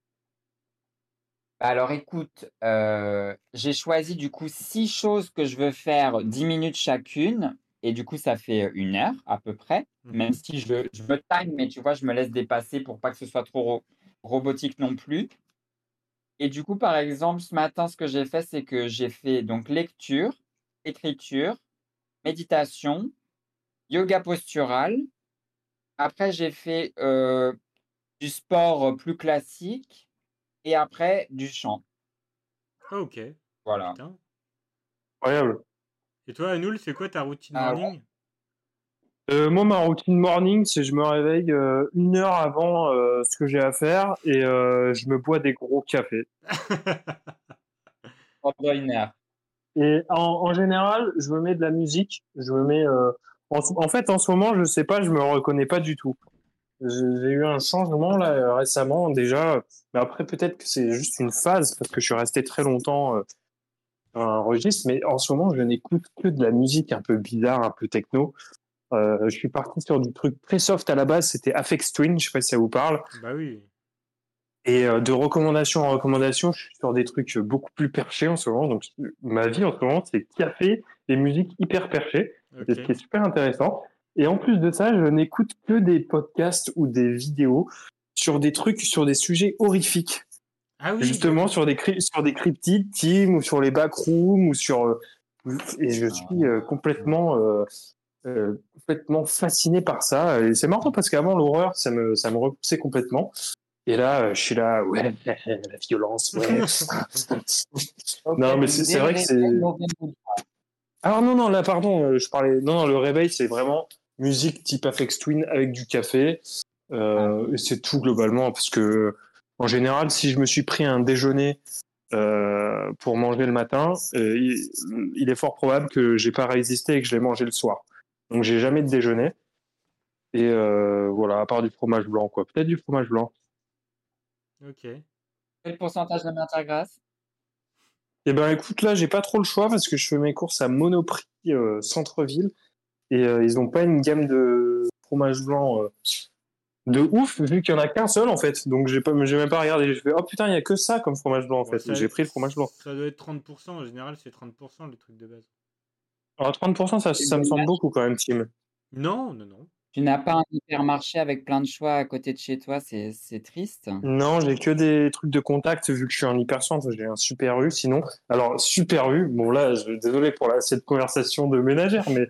Alors écoute, j'ai choisi du coup 6 choses que je veux faire 10 minutes chacune et du coup ça fait 1 heure à peu près, même Mhm. si je me time, mais tu vois, je me laisse dépasser pour pas que ce soit trop robotique non plus. Et du coup, par exemple, ce matin, ce que j'ai fait, c'est que j'ai fait donc lecture, écriture, méditation, yoga postural. Après, j'ai fait du sport plus classique et après du chant. Ah, ok. Voilà. Putain. Incroyable. Et toi, Anoul, c'est quoi ta routine Ah ouais. morning? Moi, ma routine morning, c'est je me réveille 1 heure avant ce que j'ai à faire et je me bois des gros cafés. Pendant 1 heure. Et en général, je me mets de la musique. Je me mets. En fait, en ce moment, je sais pas, je me reconnais pas du tout. J'ai eu un changement là récemment déjà, mais après peut-être que c'est juste une phase parce que je suis resté très longtemps dans un registre. Mais en ce moment, je n'écoute que de la musique un peu bizarre, un peu techno. Je suis parti sur du truc très soft à la base. C'était Aphex Twin, je sais pas si ça vous parle. Bah oui. Et de recommandation en recommandation, je suis sur des trucs beaucoup plus perchés en ce moment. Donc, ma vie en ce moment, c'est café et musique hyper perchée. Et ce qui Ok. est super intéressant. Et en plus de ça, je n'écoute que des podcasts ou des vidéos sur des trucs, sur des sujets horrifiques. Ah oui, Justement, d'accord. sur des cryptides, team, ou sur les backrooms, ou sur. Et je suis complètement fasciné par ça. Et c'est marrant parce qu'avant, l'horreur, ça me repoussait complètement. Et là, je suis là, ouais, la violence, ouais. Ok, Non, mais donc c'est dès le vrai que réveil, c'est. mauvais mood. Alors non, non, là, pardon, je parlais. Non, non, le réveil, c'est vraiment musique type Aphex Twin avec du café. Ah, Et c'est tout globalement, parce que en général, si je me suis pris un déjeuner pour manger le matin, il est fort probable que j'ai pas résisté et que je l'ai mangé le soir. Donc j'ai jamais de déjeuner. Et voilà, à part du fromage blanc, quoi. Peut-être du fromage blanc. Ok. quel pourcentage de matière grasse? Eh ben écoute, là, j'ai pas trop le choix parce que je fais mes courses à Monoprix centre-ville et ils ont pas une gamme de fromage blanc de ouf vu qu'il y en a qu'un seul en fait. Donc j'ai même pas regardé. Je fais oh putain, il y a que ça comme fromage blanc en Bon, fait. Et j'ai pris le fromage blanc. ça doit être 30%. En général, c'est 30% le truc de base. Alors 30%, ça me semble beaucoup quand même, Tim. Non, non, non. Tu n'as pas un hypermarché avec plein de choix à côté de chez toi, c'est triste. Non, j'ai que des trucs de contact vu que je suis en hypercentre. J'ai un Super U sinon. Alors Super U, bon là, désolé pour cette conversation de ménagère, mais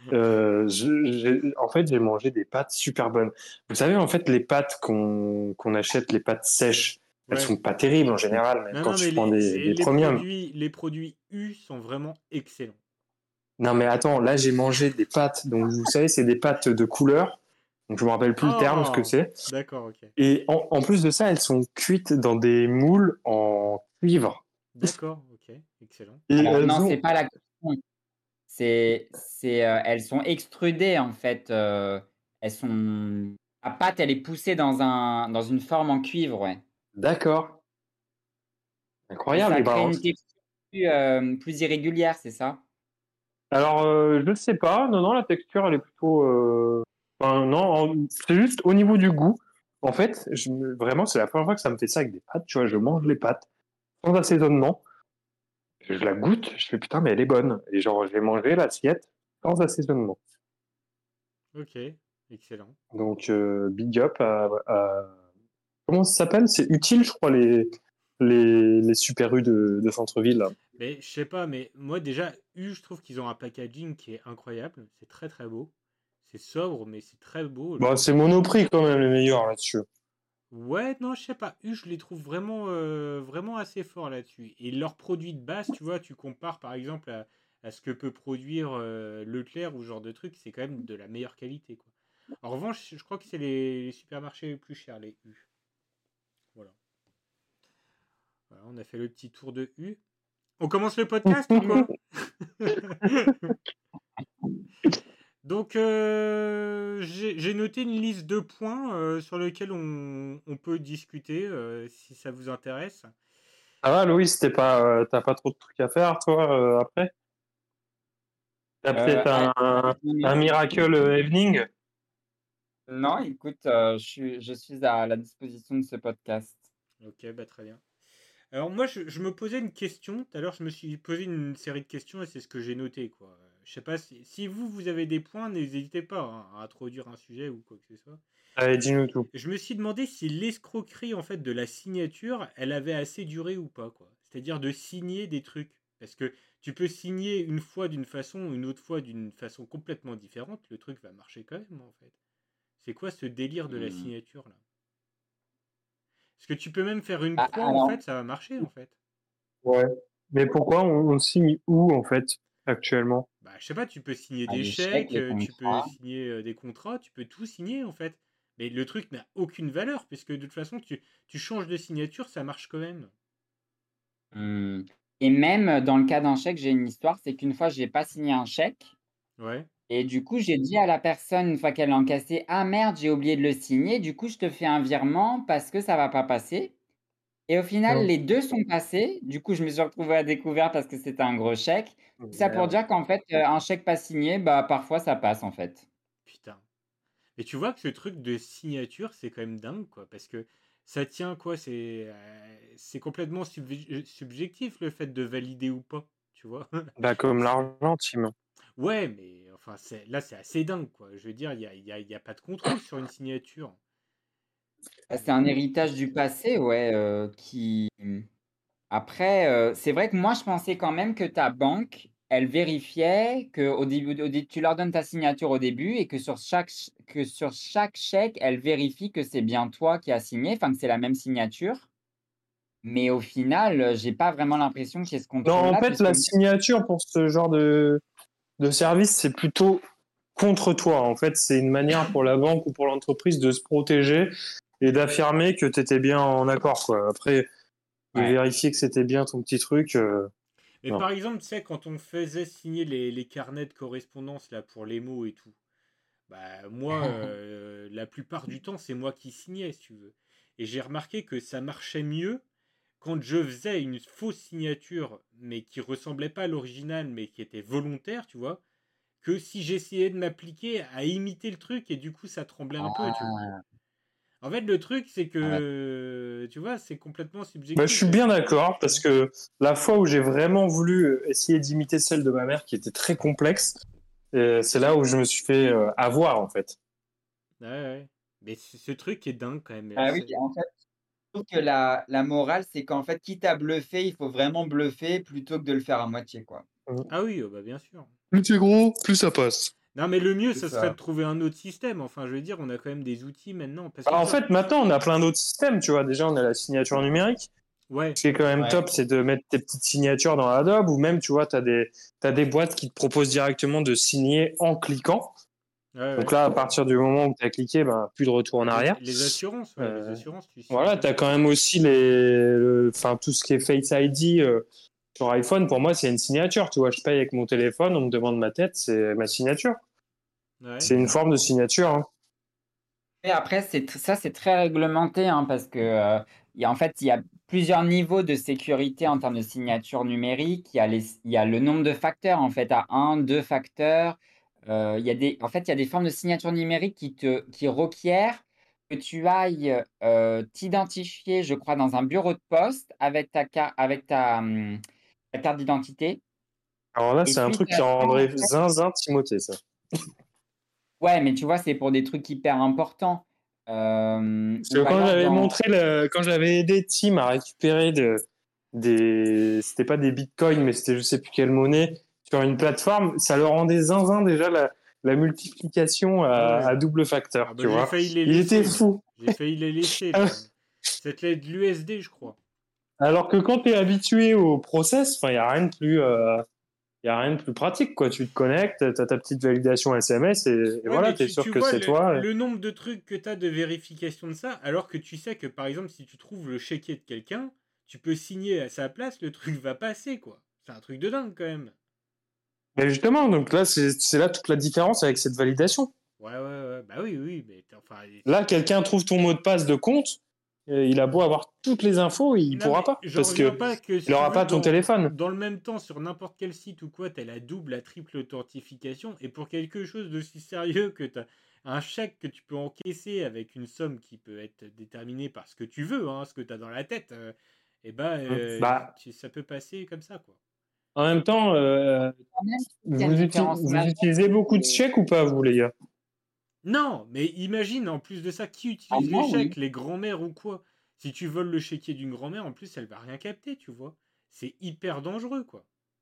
en fait, j'ai mangé des pâtes super bonnes. Vous savez, en fait, les pâtes qu'on achète, les pâtes sèches, elles Ouais. sont pas terribles en général, même Non, quand non, tu mais prends des premiums. les produits U sont vraiment excellents. Non, mais attends, là, j'ai mangé des pâtes. Donc, vous savez, c'est des pâtes de couleur. Donc, je me rappelle plus le terme, ce que Oh, c'est. d'accord, ok. Et en plus de ça, elles sont cuites dans des moules en cuivre. D'accord, ok, excellent. Et Alors non, elles c'est ont. pas la question. Elles sont extrudées en fait. Elles sont la pâte, elle est poussée dans une forme en cuivre, ouais. D'accord. Et Incroyable. ça Et ben, crée alors, une texture plus irrégulière, c'est ça? je ne sais pas. Non, non, la texture, elle est plutôt. Enfin, non, c'est juste au niveau du goût. En fait, vraiment, c'est la première fois que ça me fait ça avec des pâtes. Tu vois, je mange les pâtes sans assaisonnement. Je la goûte. Je fais putain, mais elle est bonne. Et genre, je vais manger l'assiette sans assaisonnement. Ok. Excellent. Donc, big up comment ça s'appelle? C'est Utile, je crois, les Super U de centre-ville, là. Mais je sais pas, mais moi déjà, je trouve qu'ils ont un packaging qui est incroyable. C'est très très beau. C'est sobre, mais c'est très beau. Bah, c'est Monoprix quand même les meilleurs là-dessus. Ouais, non, je sais pas. Je les trouve vraiment, vraiment assez forts là-dessus. Et leurs produits de base, tu vois, tu compares par exemple à ce que peut produire Leclerc ou ce genre de truc, c'est quand même de la meilleure qualité, quoi. En revanche, je crois que c'est les supermarchés les plus chers, les U. Voilà. Voilà, on a fait le petit tour de U. On commence le podcast ou quoi? Donc, j'ai noté une liste de points sur lesquels on peut discuter si ça vous intéresse. Ça va, Louis, t'as pas trop de trucs à faire, toi, après? T'as peut-être un miracle evening? Non, écoute, je suis à la disposition de ce podcast. Ok, bah très bien. Alors moi, je me posais une question. Tout à l'heure, je me suis posé une série de questions et c'est ce que j'ai noté, quoi. Je sais pas si vous avez des points, n'hésitez pas hein, à introduire un sujet ou quoi que ce soit. Allez, dis-nous tout. Je me suis demandé si l'escroquerie en fait de la signature, elle avait assez duré ou pas, quoi. C'est-à-dire de signer des trucs. Parce que tu peux signer une fois d'une façon, une autre fois d'une façon complètement différente. Le truc va marcher quand même, en fait. C'est quoi ce délire de la Hmm. signature là? Parce que tu peux même faire une Ah, croix, en alors, fait, ça va marcher, en fait. Ouais. Mais pourquoi on signe où, en fait, actuellement? Bah, je sais pas, tu peux signer des les chèques, chèques, les tu peux contrats. signer des contrats, tu peux tout signer en fait. Mais le truc n'a aucune valeur, puisque de toute façon, tu changes de signature, ça marche quand même. Hmm. Et même dans le cas d'un chèque, j'ai une histoire, c'est qu'une fois, j'ai pas signé un chèque. Ouais. Et du coup, j'ai dit à la personne, une fois qu'elle l'a encaissé, ah merde, j'ai oublié de le signer. Du coup, je te fais un virement parce que ça va pas passer. Et au final, Non. les deux sont passés. Du coup, je me suis retrouvé à découvert parce que c'était un gros chèque. Tout ça pour Merde. dire qu'en fait, un chèque pas signé, bah, parfois ça passe en fait. Putain. Et tu vois que ce truc de signature, c'est quand même dingue, quoi. Parce que ça tient, quoi. C'est complètement subjectif, le fait de valider ou pas. Tu vois. Bah, comme l'argent, Tim. Ouais, mais enfin, là, c'est assez dingue, quoi. Je veux dire, il y a pas de contrôle sur une signature. Bah, c'est un héritage du passé, ouais, qui. Après, c'est vrai que moi, je pensais quand même que ta banque, elle vérifiait que tu leur donnes ta signature au début et que sur chaque chèque, elle vérifie que c'est bien toi qui as signé, enfin que c'est la même signature. Mais au final, j'ai pas vraiment l'impression qu'il y ait ce Non, en contrôle-là, fait, puisque la signature pour ce genre de service, c'est plutôt contre toi. En fait, c'est une manière pour la banque ou pour l'entreprise de se protéger et d'affirmer que tu étais bien en accord, quoi. Après, de ouais. vérifier que c'était bien ton petit truc, Mais non. par exemple, tu sais, quand on faisait signer les carnets de correspondance là pour les mots et tout, bah moi, la plupart du temps, c'est moi qui signais, si tu veux. Et j'ai remarqué que ça marchait mieux quand je faisais une fausse signature, mais qui ressemblait pas à l'original, mais qui était volontaire, tu vois, que si j'essayais de m'appliquer à imiter le truc et du coup ça tremblait un peu, tu vois. Ah, En fait, le truc, c'est ouais. que, tu vois, c'est complètement Bah, je subjectif suis la bien signature, d'accord tu parce vois. que la fois où j'ai vraiment voulu essayer d'imiter celle de ma mère qui était très complexe, c'est là où je me suis fait avoir en fait. Ouais, ouais. Mais ce truc est dingue quand même. Ah oui, en fait, je trouve que la morale, c'est qu'en fait, quitte à bluffer, il faut vraiment bluffer plutôt que de le faire à moitié, quoi. Ah oui, bah bien sûr. Plus c'est gros, plus ça passe. Non, mais le mieux, C'est ça serait ça. de trouver un autre système. Enfin, je veux dire, on a quand même des outils maintenant. Parce que Alors, tu en vois, fait, maintenant, on a plein d'autres systèmes. Tu vois, déjà, on a la signature numérique. ouais, Ce qui est quand même Ouais. top, c'est de mettre tes petites signatures dans Adobe ou même, tu vois, t'as des boîtes qui te proposent directement de signer en cliquant. ouais, Donc ouais. là, à partir du moment où tu as cliqué, ben, plus de retour en arrière. Les assurances, ouais, les Euh, assurances, tu signes voilà, comme tu as ça. quand même aussi enfin, tout ce qui est Face ID sur iPhone. Pour moi, c'est une signature. Tu vois, je paye avec mon téléphone, on me demande ma tête, c'est ma signature. Ouais. C'est une forme de signature, hein. Et après, ça, c'est très réglementé, hein, parce que, en fait, il y a plusieurs niveaux de sécurité en termes de signature numérique. Il y a le nombre de facteurs, en fait, à un, deux facteurs. En fait, il y a des formes de signature numérique qui requièrent que tu ailles t'identifier, je crois, dans un bureau de poste avec ta carte d'identité. Alors là, Et c'est un suite truc à qui ça, rendrait zinzin Timothée, ça. Ouais, mais tu vois, c'est pour des trucs hyper importants. Parce que Ou quand alors j'avais dans. montré quand j'avais aidé Tim à récupérer c'était pas des bitcoins, mais c'était je sais plus quelle monnaie sur une plateforme, ça leur rendait zinzin déjà la multiplication Ah à ouais. double Ah facteur, bah tu j'ai vois. failli les Il était laisser. fou. J'ai failli les laisser. C'était de l'USD, je crois. Alors que quand tu es habitué au process, enfin, il y a rien de plus, y a rien de plus pratique, quoi. Tu te connectes, t'as ta petite validation SMS et Ouais, voilà, mais t'es tu sûr que vois c'est toi. le nombre de trucs que tu as de vérification de ça, alors que tu sais que par exemple, si tu trouves le chéquier de quelqu'un, tu peux signer à sa place, le truc va passer, quoi. C'est un truc de dingue quand même. Mais justement, donc là, c'est là toute la différence avec cette validation. Ouais, ouais, ouais. Bah oui, oui, mais enfin. Là, quelqu'un trouve ton mot de passe de compte, il a beau avoir toutes les infos, il Non, pourra mais pas j'en parce reviens que pas que il si tu aura veux, pas ton téléphone. dans le même temps, sur n'importe quel site ou quoi, t'as la double, la triple authentification. Et pour quelque chose d'aussi sérieux que t'as un chèque que tu peux encaisser avec une somme qui peut être déterminée par ce que tu veux, hein, ce que t'as dans la tête, et bah, Bah, ça peut passer comme ça, quoi. en même temps, Quand même, je trouve qu'il y a une différence vous majeure. utilisez beaucoup de chèques ou pas, vous, les gars? Non, mais imagine, en plus de ça, qui Ah, utilise les moi, oui. chèques, les grands-mères ou quoi? Si tu voles le chéquier d'une grand-mère, en plus, elle va rien capter, tu vois. C'est hyper dangereux, quoi.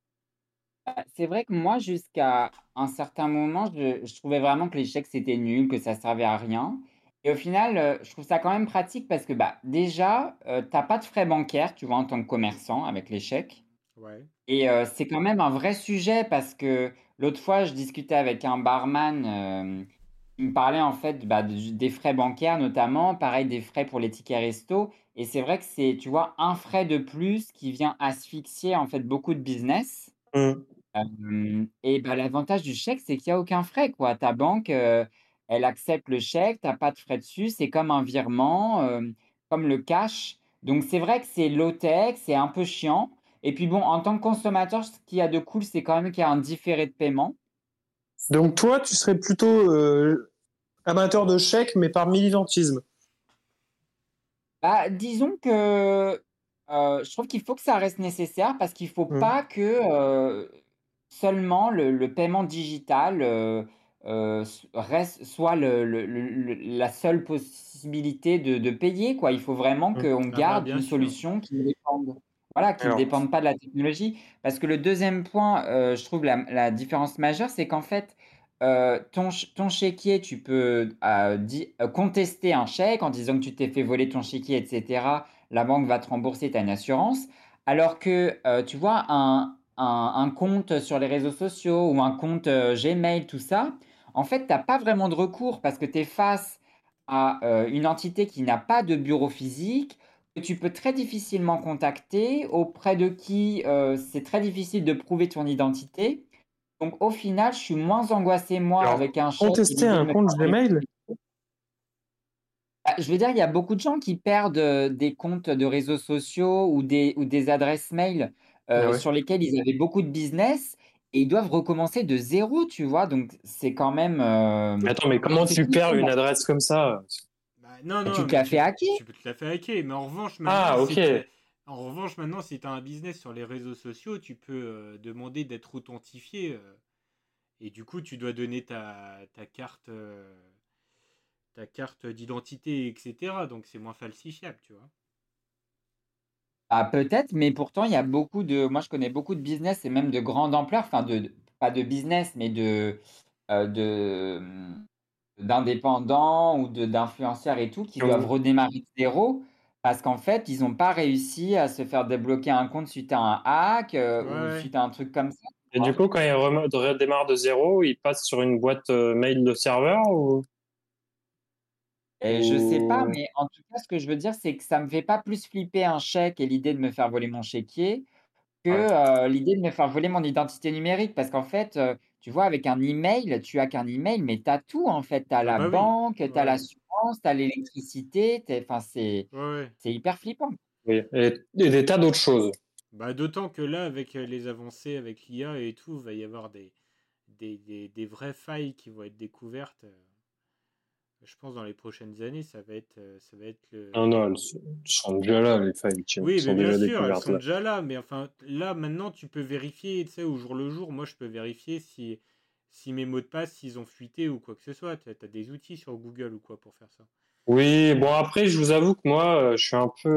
C'est vrai que moi, jusqu'à un certain moment, je trouvais vraiment que les chèques, c'était nul, que ça servait à rien. Et au final, je trouve ça quand même pratique parce que bah, déjà, t'as pas de frais bancaires, tu vois, en tant que commerçant avec les chèques. Ouais. Et c'est quand même un vrai sujet parce que l'autre fois, je discutais avec un barman qui me parlait en fait bah, des frais bancaires notamment, pareil des frais pour les tickets resto. Et c'est vrai que c'est, tu vois, un frais de plus qui vient asphyxier en fait beaucoup de business. Hum. Et bah, l'avantage du chèque, c'est qu'il y a aucun frais, quoi. Ta banque, elle accepte le chèque, tu pas de frais dessus, c'est comme un virement, comme le cash. Donc c'est vrai que c'est low tech, c'est un peu chiant et puis bon, en tant que consommateur, ce qu'il y a de cool, c'est quand même qu'il y a un différé de paiement. Donc toi, tu serais plutôt amateur de chèques, mais par militantisme. Bah, disons que, je trouve qu'il faut que ça reste nécessaire parce qu'il faut Hum. pas que, seulement le paiement digital, reste soit la seule possibilité de payer, quoi. Il faut vraiment Hum. qu'on Ah bah garde bien une sûr. solution qui ne dépende voilà, qui ne Alors, dépende pas de la technologie. Parce que le deuxième point, je trouve la différence majeure, c'est qu'en fait, ton chéquier, tu peux, contester un chèque en disant que tu t'es fait voler ton chéquier et cetera. La banque va te rembourser, tu as une assurance. Alors que, tu vois, un compte sur les réseaux sociaux ou un compte Gmail, tout ça, en fait, tu as pas vraiment de recours parce que tu es face à une entité qui n'a pas de bureau physique, que tu peux très difficilement contacter, auprès de qui c'est très difficile de prouver ton identité. Donc au final, je suis moins angoissé, moi, alors, avec un chèque et contester l'idée de un me faire compte voler. Gmail, Bah, je veux dire, il y a beaucoup de gens qui perdent des comptes de réseaux sociaux ou des adresses mail ah ouais. sur lesquelles ils avaient beaucoup de business et ils doivent recommencer de zéro, tu vois. Donc, c'est quand même Mais attends, mais comment c'est tu perds difficile. une adresse comme ça? Bah, non, Bah, non, tu te mais la fais hacker. tu peux te la faire hacker. Mais en revanche, maintenant, Ah, ok. si t'as un business sur les réseaux sociaux, tu peux demander d'être authentifié. Et du coup, tu dois donner ta carte d'identité, etc. Donc c'est moins falsifiable, tu vois. Ah, peut-être, mais pourtant, il y a beaucoup de. Moi, je connais beaucoup de business et même de grande ampleur, enfin, pas de business, mais d'indépendants ou d'influenceurs et tout qui doivent Donc, redémarrer de zéro parce qu'en fait, ils n'ont pas réussi à se faire débloquer un compte suite à un hack Ouais, ou ouais. suite à un truc comme ça. Tu et du vois. coup, quand il redémarre de zéro, il passe sur une boîte mail de serveur Et je sais pas, ou... mais en tout cas, ce que je veux dire, c'est que ça me fait pas plus flipper un chèque et l'idée de me faire voler mon chéquier que Ouais. l'idée de me faire voler mon identité numérique. Parce qu'en fait, tu vois, avec un email, tu as qu'un email, mais tu as tout en fait. Tu as Ah la bah oui. banque, tu as Ouais, l'assurance, tu as l'électricité. Enfin, ouais, ouais. c'est hyper flippant. Oui. Et des tas d'autres choses. Bah d'autant que là, avec les avancées, avec l'IA et tout, va y avoir des vraies failles qui vont être découvertes. Je pense dans les prochaines années, ça va être Non, le. non, elles sont déjà là, les failles qui Oui, mais sont bien déjà sûr, elles découvertes sont là. déjà là. Mais enfin, là, maintenant, tu peux vérifier, tu sais, au jour le jour. Moi, je peux vérifier si mes mots de passe, s'ils ont fuité ou quoi que ce soit. Tu as des outils sur Google ou quoi pour faire ça. Oui, bon après, je vous avoue que moi, je suis un peu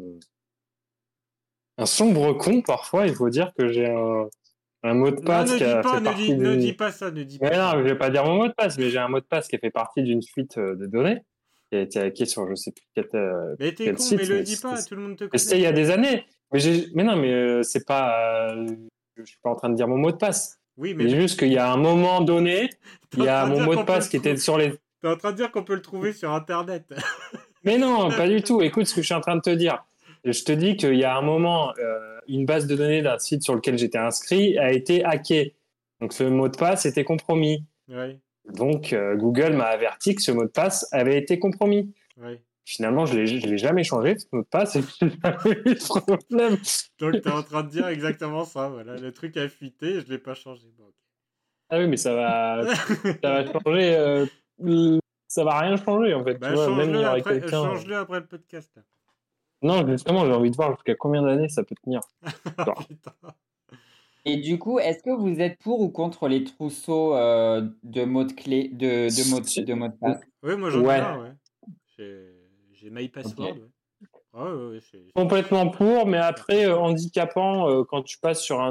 un sombre con parfois. Il faut dire que j'ai un mot de Non, passe qui a fait partie ne dis d'une. pas ça, ne dis Mais pas non, ça. je vais pas dire mon mot de passe, mais j'ai un mot de passe qui a fait partie d'une suite de données qui a été hacké sur je sais plus Mais t'es quel con, mais site, le mais dis pas, tout le monde te c'était il y connaît. a des années. Mais non, mais c'est pas. Je suis pas en train de dire mon mot de passe. Oui, mais C'est juste qu'il y a un moment donné, t'es il en y a train de mon dire mot de qu'on peut passe le qui était trouver. sur les. T'es en train de dire qu'on peut le trouver sur Internet. Mais non, pas du tout. Écoute ce que je suis en train de te dire. Je te dis qu'il y a un moment, une base de données d'un site sur lequel j'étais inscrit a été hackée. Donc ce mot de passe était compromis. Ouais, Donc Google m'a averti que ce mot de passe avait été compromis. ouais. Finalement, je l'ai jamais changé, ce mot de passe, et j'ai jamais eu de problème. Donc t'es en train de dire exactement ça, voilà. Le truc a fuité, je l'ai pas changé. Bon, ok. Ah oui, mais ça va changer. Ça va rien changer en fait. Tu Bah vois, même il y aurait quelqu'un. change-le après le podcast. Là. Non, justement, j'ai envie de voir jusqu'à combien d'années ça peut tenir. Ah, Genre, putain. Et du coup, est-ce que vous êtes pour ou contre les trousseaux de mots de clé, de mots de passe? Oui, moi j'en ai Ouais, un, ouais. J'ai My Password, Ok. ouais. Ah ouais, ouais, complètement pour, mais après handicapant quand tu passes sur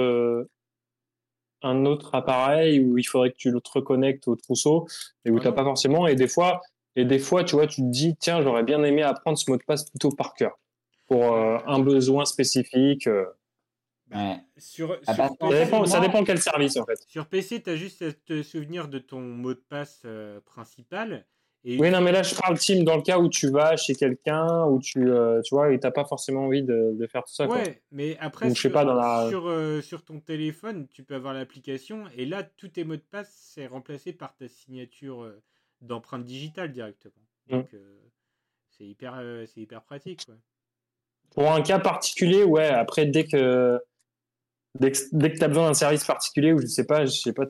un autre appareil où il faudrait que tu te reconnectes au trousseau et où Ah t'as pas non. forcément. Et des fois, tu vois, tu te dis, tiens, j'aurais bien aimé apprendre ce mot de passe plutôt par cœur pour un besoin spécifique. Bah, Ouais. Ah, sur parce qu'en Ça fait, dépend, ça moi, dépend quel service en fait. sur PC, tu as juste à te souvenir de ton mot de passe principal. Et Oui, non, mais là, je parle, Tim, dans le cas où tu vas chez quelqu'un, où tu vois, et t'as pas forcément envie de faire tout ça, quoi. ouais, mais après, Ou je sais pas, dans la. sur ton téléphone, tu peux avoir l'application. Et là, tous tes mots de passe, c'est remplacé par ta signature d'empreinte digitale directement. Hmm. Donc, c'est hyper pratique, quoi. Pour un cas particulier, ouais, après, dès que tu as besoin d'un service particulier, ou je sais pas,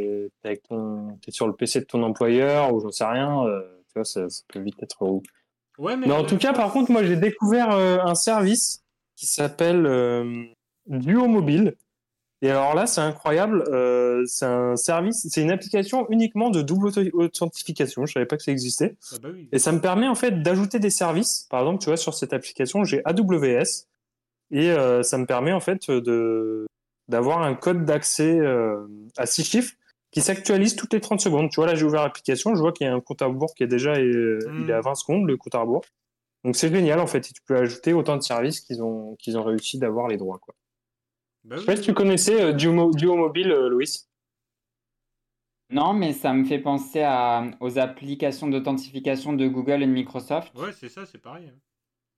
t'es sur le PC de ton employeur, ou j'en sais rien, tu vois, ça peut vite être relou. Ouais, mais Mais à en la tout cas, fois, par contre, moi, j'ai découvert un service qui s'appelle Duo Mobile. Et alors là, c'est incroyable. C'est un service, c'est une application uniquement de double authentification. Je savais pas que ça existait. ah bah oui. Et ça me permet en fait d'ajouter des services. Par exemple, tu vois, sur cette application, j'ai AWS et ça me permet en fait d'avoir un code d'accès à 6 chiffres qui s'actualise toutes les 30 secondes. Tu vois, là, j'ai ouvert l'application, je vois qu'il y a un compte à rebours qui est déjà, il est à 20 secondes, le compte à rebours. Donc c'est génial en fait. Et tu peux ajouter autant de services qu'ils ont réussi d'avoir les droits, quoi. Bah Je sais oui, pas si tu oui. connaissais Duo Mobile, Louis. non, mais ça me fait penser aux applications d'authentification de Google et de Ouais, Microsoft. c'est ça, c'est pareil. Hein.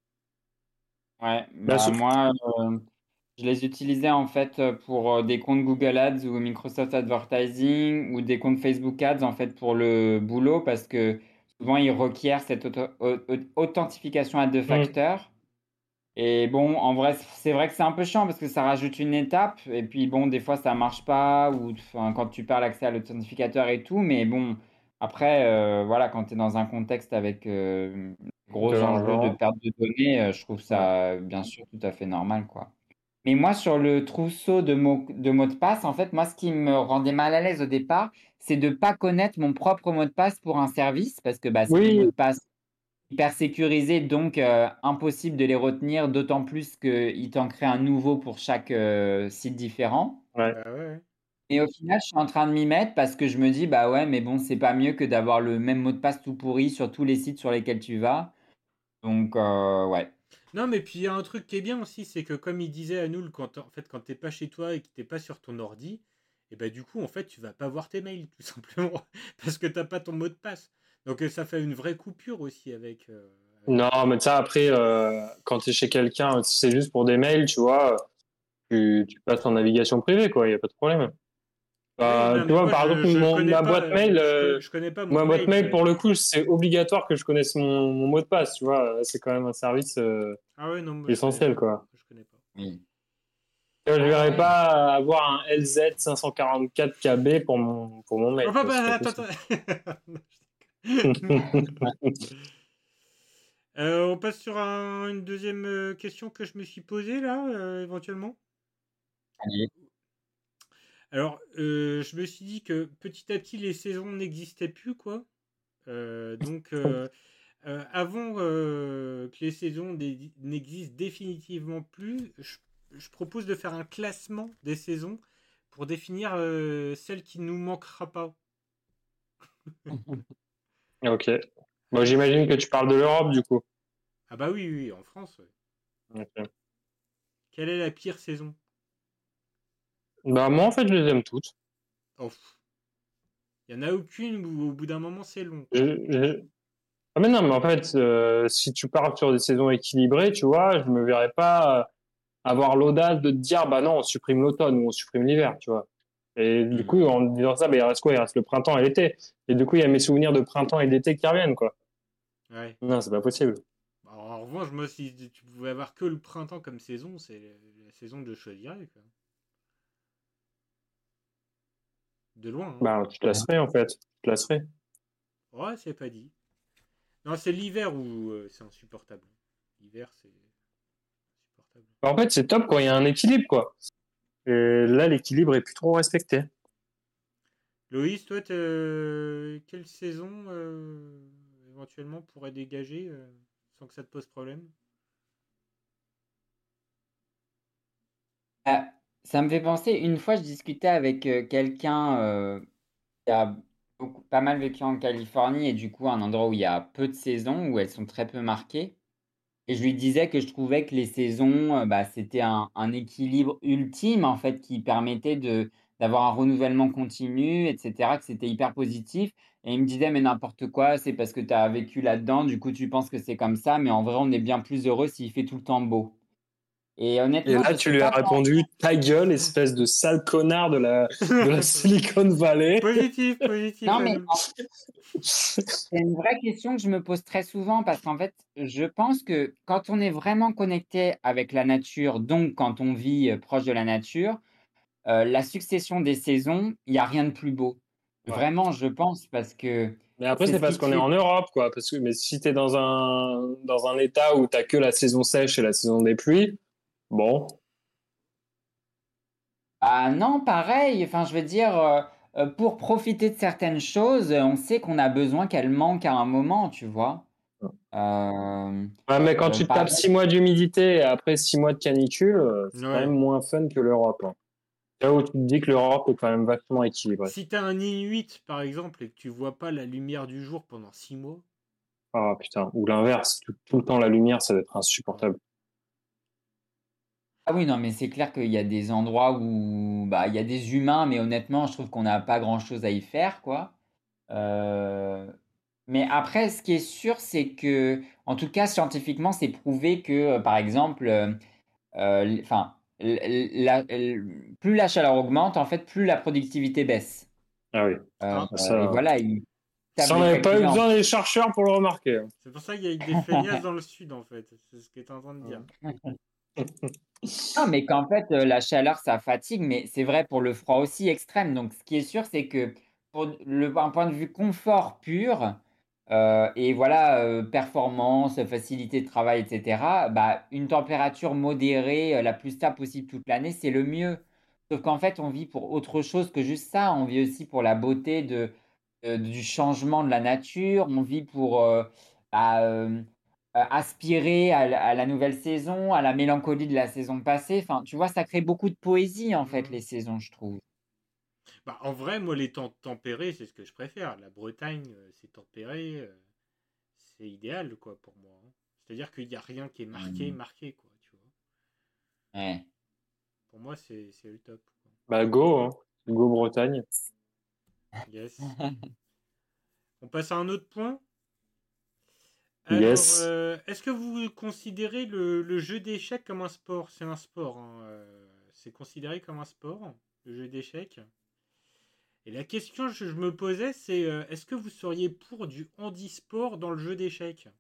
Ouais, Bah, bah moi, je les utilisais en fait pour des comptes Google Ads ou Microsoft Advertising ou des comptes Facebook Ads en fait pour le boulot parce que souvent ils requièrent cette authentification à deux hmm. facteurs. Et bon, en vrai, c'est vrai que c'est un peu chiant parce que ça rajoute une étape. Et puis bon, des fois ça marche pas ou enfin, quand tu perds l'accès à l'authentificateur et tout. Mais bon, après, voilà, quand tu es dans un contexte avec De gros enjeux de l'argent. perte de données, je trouve Ouais. ça bien sûr tout à fait normal, quoi. Mais moi, sur le trousseau de mots de passe, en fait, moi, ce qui me rendait mal à l'aise au départ, c'est de ne pas connaître mon propre mot de passe pour un service, parce que bah, c'est des mots Oui, de passe hyper sécurisés, donc impossible de les retenir, d'autant plus qu'ils t'en créent un nouveau pour chaque site différent. ouais. Bah ouais, ouais. Et au final, je suis en train de m'y mettre parce que je me dis, bah ouais, mais bon, c'est pas mieux que d'avoir le même mot de passe tout pourri sur tous les sites sur lesquels tu vas. Donc, ouais. Non, mais puis il y a un truc qui est bien aussi, c'est que comme il disait à nous, quand t'es pas chez toi et que t'es pas sur ton ordi, et bah du coup, en fait, tu vas pas voir tes mails, tout simplement, parce que t'as pas ton mot de passe. Donc ça fait une vraie coupure aussi avec Non, mais ça, après, quand tu es chez quelqu'un, si c'est juste pour des mails, tu vois, tu passes en navigation privée, quoi, il n'y a pas de problème. Oui, non, Tu mais vois, moi, par exemple, ma boîte mail, je connais pas mon ma boîte mail, mail, mais... pour le coup, c'est obligatoire que je connaisse mon mot de passe, tu vois, c'est quand même un service Ah ouais, non, moi, essentiel, quoi. je connais pas. Oui. Tu vois, je Ah verrais ouais. pas avoir un LZ 544 KB pour mon mail, Enfin, quoi, c'est bah, pas attends, possible. attends. On passe sur une deuxième question que je me suis posée, là, éventuellement. Allez. Alors, je me suis dit que petit à petit, les saisons n'existaient plus, quoi. Donc, avant que les saisons n'existent définitivement plus, je propose de faire un classement des saisons pour définir celle qui nous manquera pas. Ok. Bon, j'imagine que tu parles de l'Europe, du coup. Ah bah oui, oui, en France, ouais. Ok. Quelle est la pire saison? Bah, moi, en fait, je les aime toutes. Oh, il y en a aucune où au bout d'un moment c'est long, Je, quoi. je- Ah, mais non, mais en fait, si tu pars sur des saisons équilibrées, tu vois, je me verrais pas avoir l'audace de te dire, bah non, on supprime l'automne ou on supprime l'hiver, tu vois. Et du coup, Mhm. en disant ça, bah, il reste quoi? Il reste le printemps et l'été. Et du coup, il y a mes souvenirs de printemps et d'été qui reviennent, quoi. Ouais. Non, c'est pas possible. Alors, en revanche, moi, si tu pouvais avoir que le printemps comme saison, c'est la saison que je choisirais, quoi. De loin, hein. Bah, tu te lasserais, en fait. Tu te lasserais. Ouais, c'est pas dit. Non, c'est l'hiver où c'est insupportable. L'hiver, c'est insupportable. Bah, en fait, c'est top quand il y a un équilibre, quoi. Et là, l'équilibre est plus trop respecté. Loïs, toi, quelle saison éventuellement pourrait dégager sans que ça te pose problème? Ah, ça me fait penser, une fois je discutais avec quelqu'un qui a pas mal vécu en Californie et du coup un endroit où il y a peu de saisons, où elles sont très peu marquées. Et je lui disais que je trouvais que les saisons, bah, c'était un équilibre ultime en fait qui permettait d'avoir un renouvellement continu, etc., que c'était hyper positif. Et il me disait, mais n'importe quoi, c'est parce que tu as vécu là-dedans, du coup tu penses que c'est comme ça, mais en vrai on est bien plus heureux s'il fait tout le temps beau. Et Et honnêtement, là, je tu sais lui as pas. répondu, ta gueule, espèce de sale connard de la Silicon Valley. Positif, positif, Non, mais Adou. c'est une vraie question que je me pose très souvent parce qu'en fait, je pense que quand on est vraiment connecté avec la nature, donc quand on vit proche de la nature, la succession des saisons, il y a rien de plus beau. Ouais. Vraiment, je pense parce que Mais après, c'est c'est ce qui parce te qu'on est fait. en Europe, quoi. Parce que, mais si t'es dans un état où t'as que la saison sèche et la saison des pluies, bon. Ah non, pareil. Enfin, je veux dire, pour profiter de certaines choses, on sait qu'on a besoin qu'elles manquent à un moment, tu vois. Euh, Ouais, mais quand tu te Par tapes 6 mois d'humidité et après 6 mois de canicule, c'est quand même Ouais. moins fun que l'Europe, hein. Là où tu te dis que l'Europe est quand même vachement équilibrée. Si t'as un Inuit, par exemple, et que tu vois pas la lumière du jour pendant 6 mois, Ah, putain. Ou l'inverse. Tout le temps la lumière, ça va être ouais. insupportable. Ah oui, non, mais c'est clair qu'il y a des endroits où bah, il y a des humains, mais honnêtement, je trouve qu'on n'a pas grand-chose à y faire, quoi. Euh, Mais après, ce qui est sûr, c'est que, en tout cas, scientifiquement, c'est prouvé que, par exemple, enfin, plus la chaleur augmente, en fait, plus la productivité baisse. Ah oui. Ah, Et Ça, voilà, ils savent ça, on le n'avait pas eu calculer en. besoin des chercheurs pour le remarquer, hein. c'est pour ça qu'il y a eu des feignasses dans le sud, en fait. C'est ce que tu es en train de dire. Non, mais qu'en fait, la chaleur, ça fatigue, mais c'est vrai pour le froid aussi extrême. Donc, ce qui est sûr, c'est que un point de vue confort pur, et voilà, performance, facilité de travail, etc., bah, une température modérée, la plus stable possible toute l'année, c'est le mieux. Sauf qu'en fait, on vit pour autre chose que juste ça. On vit aussi pour la beauté du changement de la nature. On vit pour bah, aspirer à la nouvelle saison, à la mélancolie de la saison passée. Enfin, tu vois, ça crée beaucoup de poésie, en fait, Hmm. les saisons, je trouve. Bah, en vrai, moi, les temps tempérés, c'est ce que je préfère. La Bretagne, c'est tempéré, c'est idéal, quoi, pour moi, hein. C'est-à-dire qu'il n'y a rien qui est marqué, Mm. marqué, quoi, tu vois. Ouais. Pour moi, c'est le top, quoi. Bah, go, hein. Go Bretagne. Yes. On passe à un autre point. Alors, Yes. est-ce que vous considérez le jeu d'échecs comme un sport? C'est un sport, hein, c'est considéré comme un sport, le jeu d'échecs. Et la question que je me posais, c'est est-ce que vous seriez pour du handisport dans le jeu d'échecs?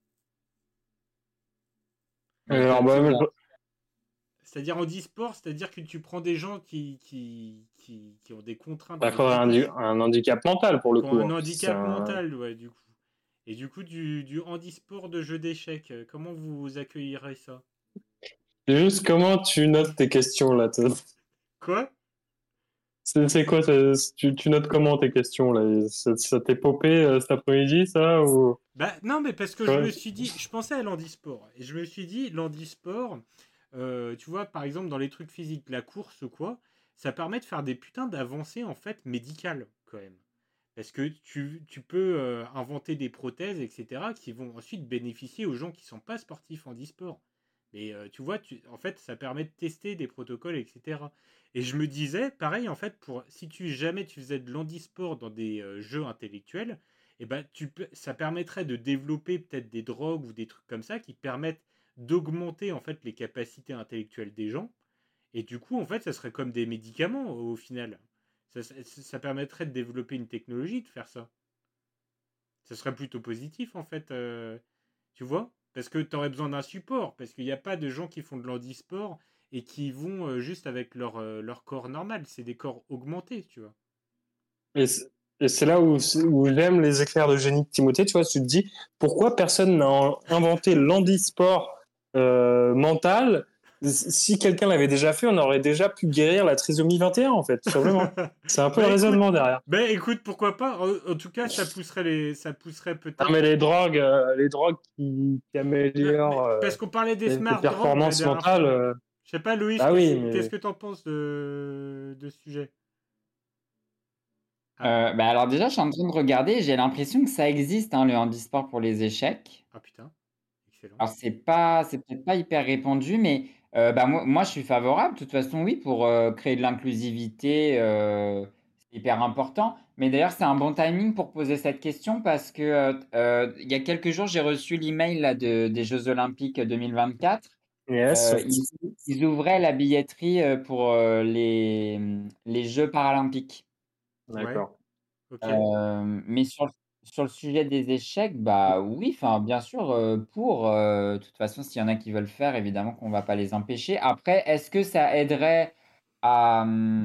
Alors, bah, C'est moi, quoi? C'est-à-dire handisport, c'est-à-dire que tu prends des gens qui ont des contraintes il faudrait physiques, un handicap mental pour le qui ont coup, un hein. handicap mental, ouais, du coup. Et du coup, du handisport de jeu d'échecs, comment vous accueillerez ça? C'est juste comment tu notes tes questions là, toi. Quoi? C'est quoi tu notes comment tes questions là? Ça t'est popé cet après-midi, ça ou... Bah non, mais parce que je Ouais. me suis dit, je pensais à l'handisport. Et je me suis dit, l'handisport, tu vois, par exemple, dans les trucs physiques, la course ou quoi, ça permet de faire des putains d'avancées, en fait, médicales, quand même. Parce que tu peux inventer des prothèses, etc., qui vont ensuite bénéficier aux gens qui sont pas sportifs handisport. Mais tu vois, en fait, ça permet de tester des protocoles, etc. Et je me disais, pareil, en fait, si jamais tu faisais de l'handisport dans des jeux intellectuels, eh ben, ça permettrait de développer peut-être des drogues ou des trucs comme ça qui permettent d'augmenter en fait les capacités intellectuelles des gens. Et du coup, en fait, ça serait comme des médicaments au final. Ça permettrait de développer une technologie de faire ça. Ça serait plutôt positif en fait, tu vois? Parce que tu aurais besoin d'un support, parce qu'il n'y a pas de gens qui font de l'handisport et qui vont juste avec leur corps normal. C'est des corps augmentés, tu vois. Et c'est là où j'aime les éclairs de génie de Timothée, tu vois, tu te dis, pourquoi personne n'a inventé l'handisport mental? Si quelqu'un l'avait déjà fait, on aurait déjà pu guérir la trisomie 21, en fait, tout simplement. C'est un peu le raisonnement derrière. Écoute, pourquoi pas? En tout cas, ça pousserait Non, peut-être. mais les drogues qui Non, mais améliorent parce qu'on parlait des tes smart drogues la performances dernière mentales, fois. Je sais pas, Loïs, bah oui, qu'est-ce mais que t'en penses de ce sujet? Ah, Bah alors déjà, je suis en train de regarder, j'ai l'impression que ça existe, hein, le handisport pour les échecs. ah putain, excellent. Alors c'est peut-être pas hyper répandu, mais bah moi je suis favorable. De toute façon, oui, pour créer de l'inclusivité, c'est hyper important. Mais d'ailleurs, c'est un bon timing pour poser cette question parce que il y a quelques jours, j'ai reçu l'email là des Jeux Olympiques 2024. yes, Ils ouvraient la billetterie pour les Jeux paralympiques. Ouais, d'accord. ok. Mais sur le sujet des échecs, bah oui, enfin bien sûr, de toute façon, s'il y en a qui veulent faire, évidemment qu'on va pas les empêcher. Après, est-ce que ça aiderait à,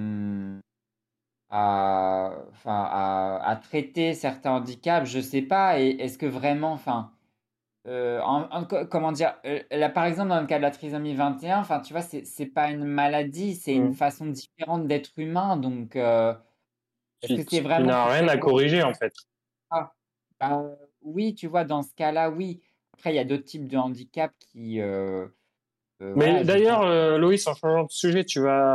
à traiter certains handicaps? Je sais pas. Et est-ce que vraiment, enfin, comment dire, là, par exemple, dans le cas de la trisomie 21, enfin, tu vois, c'est pas une maladie, c'est une Mm. façon différente d'être humain. Donc, est-ce que c'est Tu vraiment n'as quelque rien chose à corriger, en fait. ah, oui, tu vois, dans ce cas-là, oui. Après, il y a d'autres types de handicaps qui, Mais voilà, je d'ailleurs, pense. Loïs, en changeant de sujet,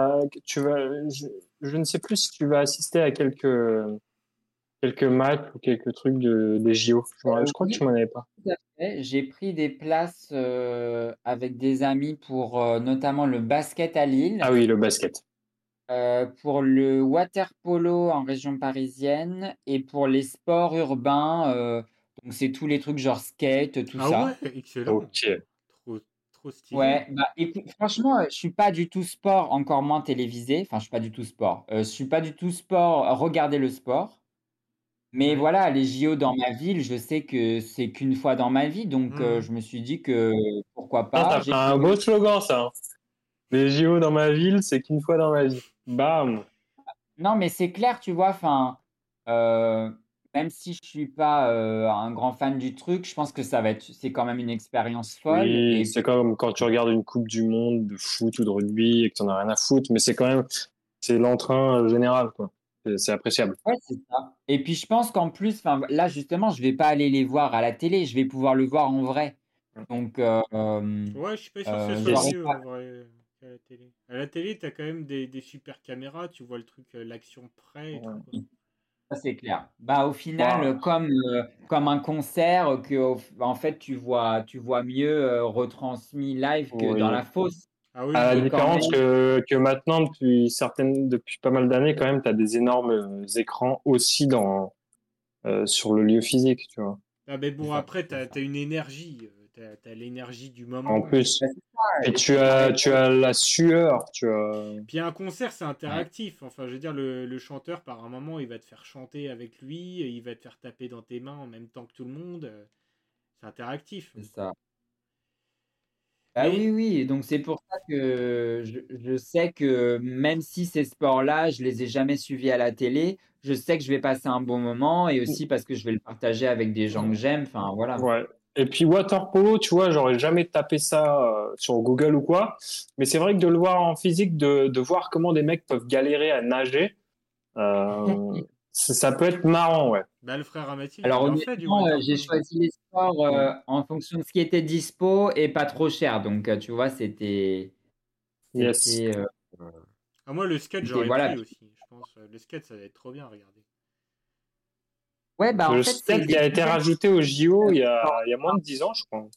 je ne sais plus si tu vas assister à quelques matchs ou quelques trucs des JO. Je crois que tu Oui, m'en avais pas. tout à fait. J'ai pris des places avec des amis pour notamment le basket à Ah Lille, oui, le basket. pour le water polo en région parisienne et pour les sports urbains. Donc, c'est tous les trucs genre skate, tout Ah ouais, ça. excellent. Ok. Trop, trop stylé. Ouais, bah écoute, franchement, je suis pas du tout sport, encore moins télévisé. Enfin, je suis pas du tout sport. Je suis pas du tout sport, regarder le sport. Mais Ouais. voilà, les JO dans ma ville, je sais que c'est qu'une fois dans ma vie, donc Mhm. je me suis dit que pourquoi Ça, pas. ça fait un beau slogan, ça, hein. Les JO dans ma ville, c'est qu'une fois dans ma vie. Bam. Non, mais c'est clair, tu vois. Enfin, euh, même si je suis pas un grand fan du truc, je pense que c'est quand même une expérience folle. Oui, Et c'est puis, comme quand tu regardes une Coupe du Monde de foot ou de rugby et que tu n'en as rien à foutre, mais c'est quand même, c'est l'entrain général, quoi. C'est appréciable. ouais, c'est ça. Et puis, je pense qu'en plus, enfin, là, justement, je vais pas aller les voir à la télé, je vais pouvoir le voir en vrai. Donc, Ouais, je suis pas sûr que ce soit Et j'aurais mieux en pas. vrai qu'à la télé. À la télé, t'as quand même des super caméras, tu vois le truc, l'action près et tout, quoi. Ça, c'est clair. Bah, au final, Bah, comme un concert en fait, tu vois mieux retransmis live que dans oui. la fosse. Ah oui, À la Et bah quand oui. différence même, que maintenant, depuis pas mal d'années, quand même, tu as des énormes écrans aussi sur le lieu physique, tu vois. Ah, mais c'est bon, ça, après, c'est ça. t'as une énergie. T'as l'énergie du En moment. plus, Bah, c'est ça. et Et puis, ça tu répond. as la sueur, tu as. Puis un concert, c'est Ouais, interactif. Enfin, je veux dire, le chanteur, par un moment, il va te faire chanter avec lui, et il va te faire taper dans tes mains en même temps que tout le monde. C'est interactif. c'est ça. Ah Mais oui, oui. Donc, c'est pour ça que je sais que même si ces sports-là, je les ai jamais suivis à la télé, je sais que je vais passer un bon moment et aussi parce que je vais le partager avec des gens que j'aime. Enfin, voilà. Ouais. Et puis water polo, tu vois, j'aurais jamais tapé ça sur Google ou quoi. Mais c'est vrai que de le voir en physique, de voir comment des mecs peuvent galérer à nager, Ça peut être marrant, ouais. Bah, le frère à Mathilde, Alors il en fait du honnêtement, water j'ai polo. choisi les sports Ouais. en fonction de ce qui était dispo et pas trop cher. Donc tu vois, Yes. c'était Ah, moi, le skate, c'était j'aurais voilà. pris aussi. Je pense le skate, ça va être trop bien à regarder. Ouais, bah en Le fait, c'est skate qui les a plus été jeunes rajouté au JO sports. il y a moins de 10 ans, je crois.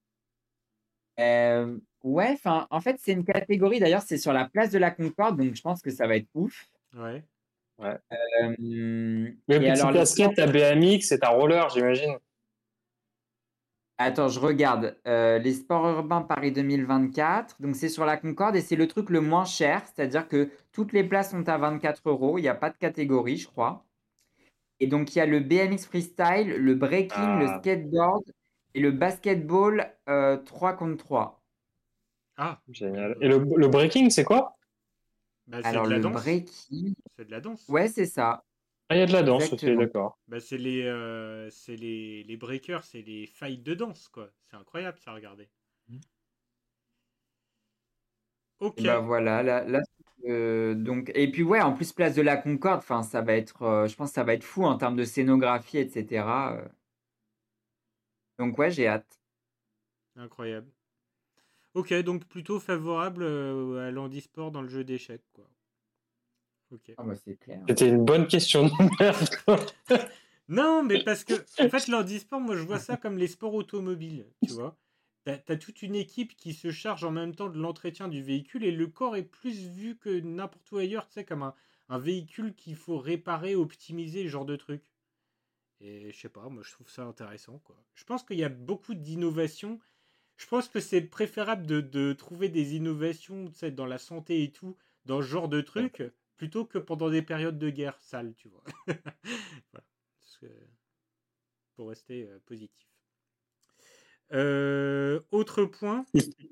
Ouais, enfin, en fait, c'est une catégorie. D'ailleurs, c'est sur la place de la Concorde, donc je pense que ça va être ouf. Ouais. Ouais. Et Mais alors, c'est les ta sports. skate, ta BMX, c'est ta roller, j'imagine. Attends, je regarde. Les sports urbains Paris 2024. Donc, c'est sur la Concorde et c'est le truc le moins cher. C'est-à-dire que toutes les places sont à 24 euros. Il n'y a pas de catégorie, je crois. Et donc, il y a le BMX freestyle, le breaking, le Ah, skateboard et le basketball 3 contre 3. Ah, génial. Et le breaking, c'est quoi? bah, c'est Alors, de la le danse. breaking, C'est de la danse. ouais, c'est ça. Ah, il y a de la danse aussi, Exactement. d'accord. Bah, c'est les breakers, c'est les fights de danse, quoi. C'est incroyable, ça, regardez. Et Ok. ben voilà, là, donc, et puis ouais, en plus, place de la Concorde, enfin, ça va être, je pense que ça va être fou en termes de scénographie, etc. Donc ouais, j'ai hâte. Incroyable. Ok, donc plutôt favorable à l'handisport dans le jeu d'échecs, quoi. Ok. Ah bah, c'est clair. C'était une bonne question de merde, quoi. Non, mais parce que, en fait, l'handisport, moi, je vois ça comme les sports automobiles, tu vois. T'as toute une équipe qui se charge en même temps de l'entretien du véhicule et le corps est plus vu que n'importe où ailleurs, tu sais, comme un véhicule qu'il faut réparer, optimiser, ce genre de truc. Et je sais pas, moi, je trouve ça intéressant, quoi. Je pense qu'il y a beaucoup d'innovations. Je pense que c'est préférable de trouver des innovations, tu sais, dans la santé et tout, dans ce genre de truc, plutôt que pendant des périodes de guerre sale, tu vois. Voilà. Pour rester positif. Autre point.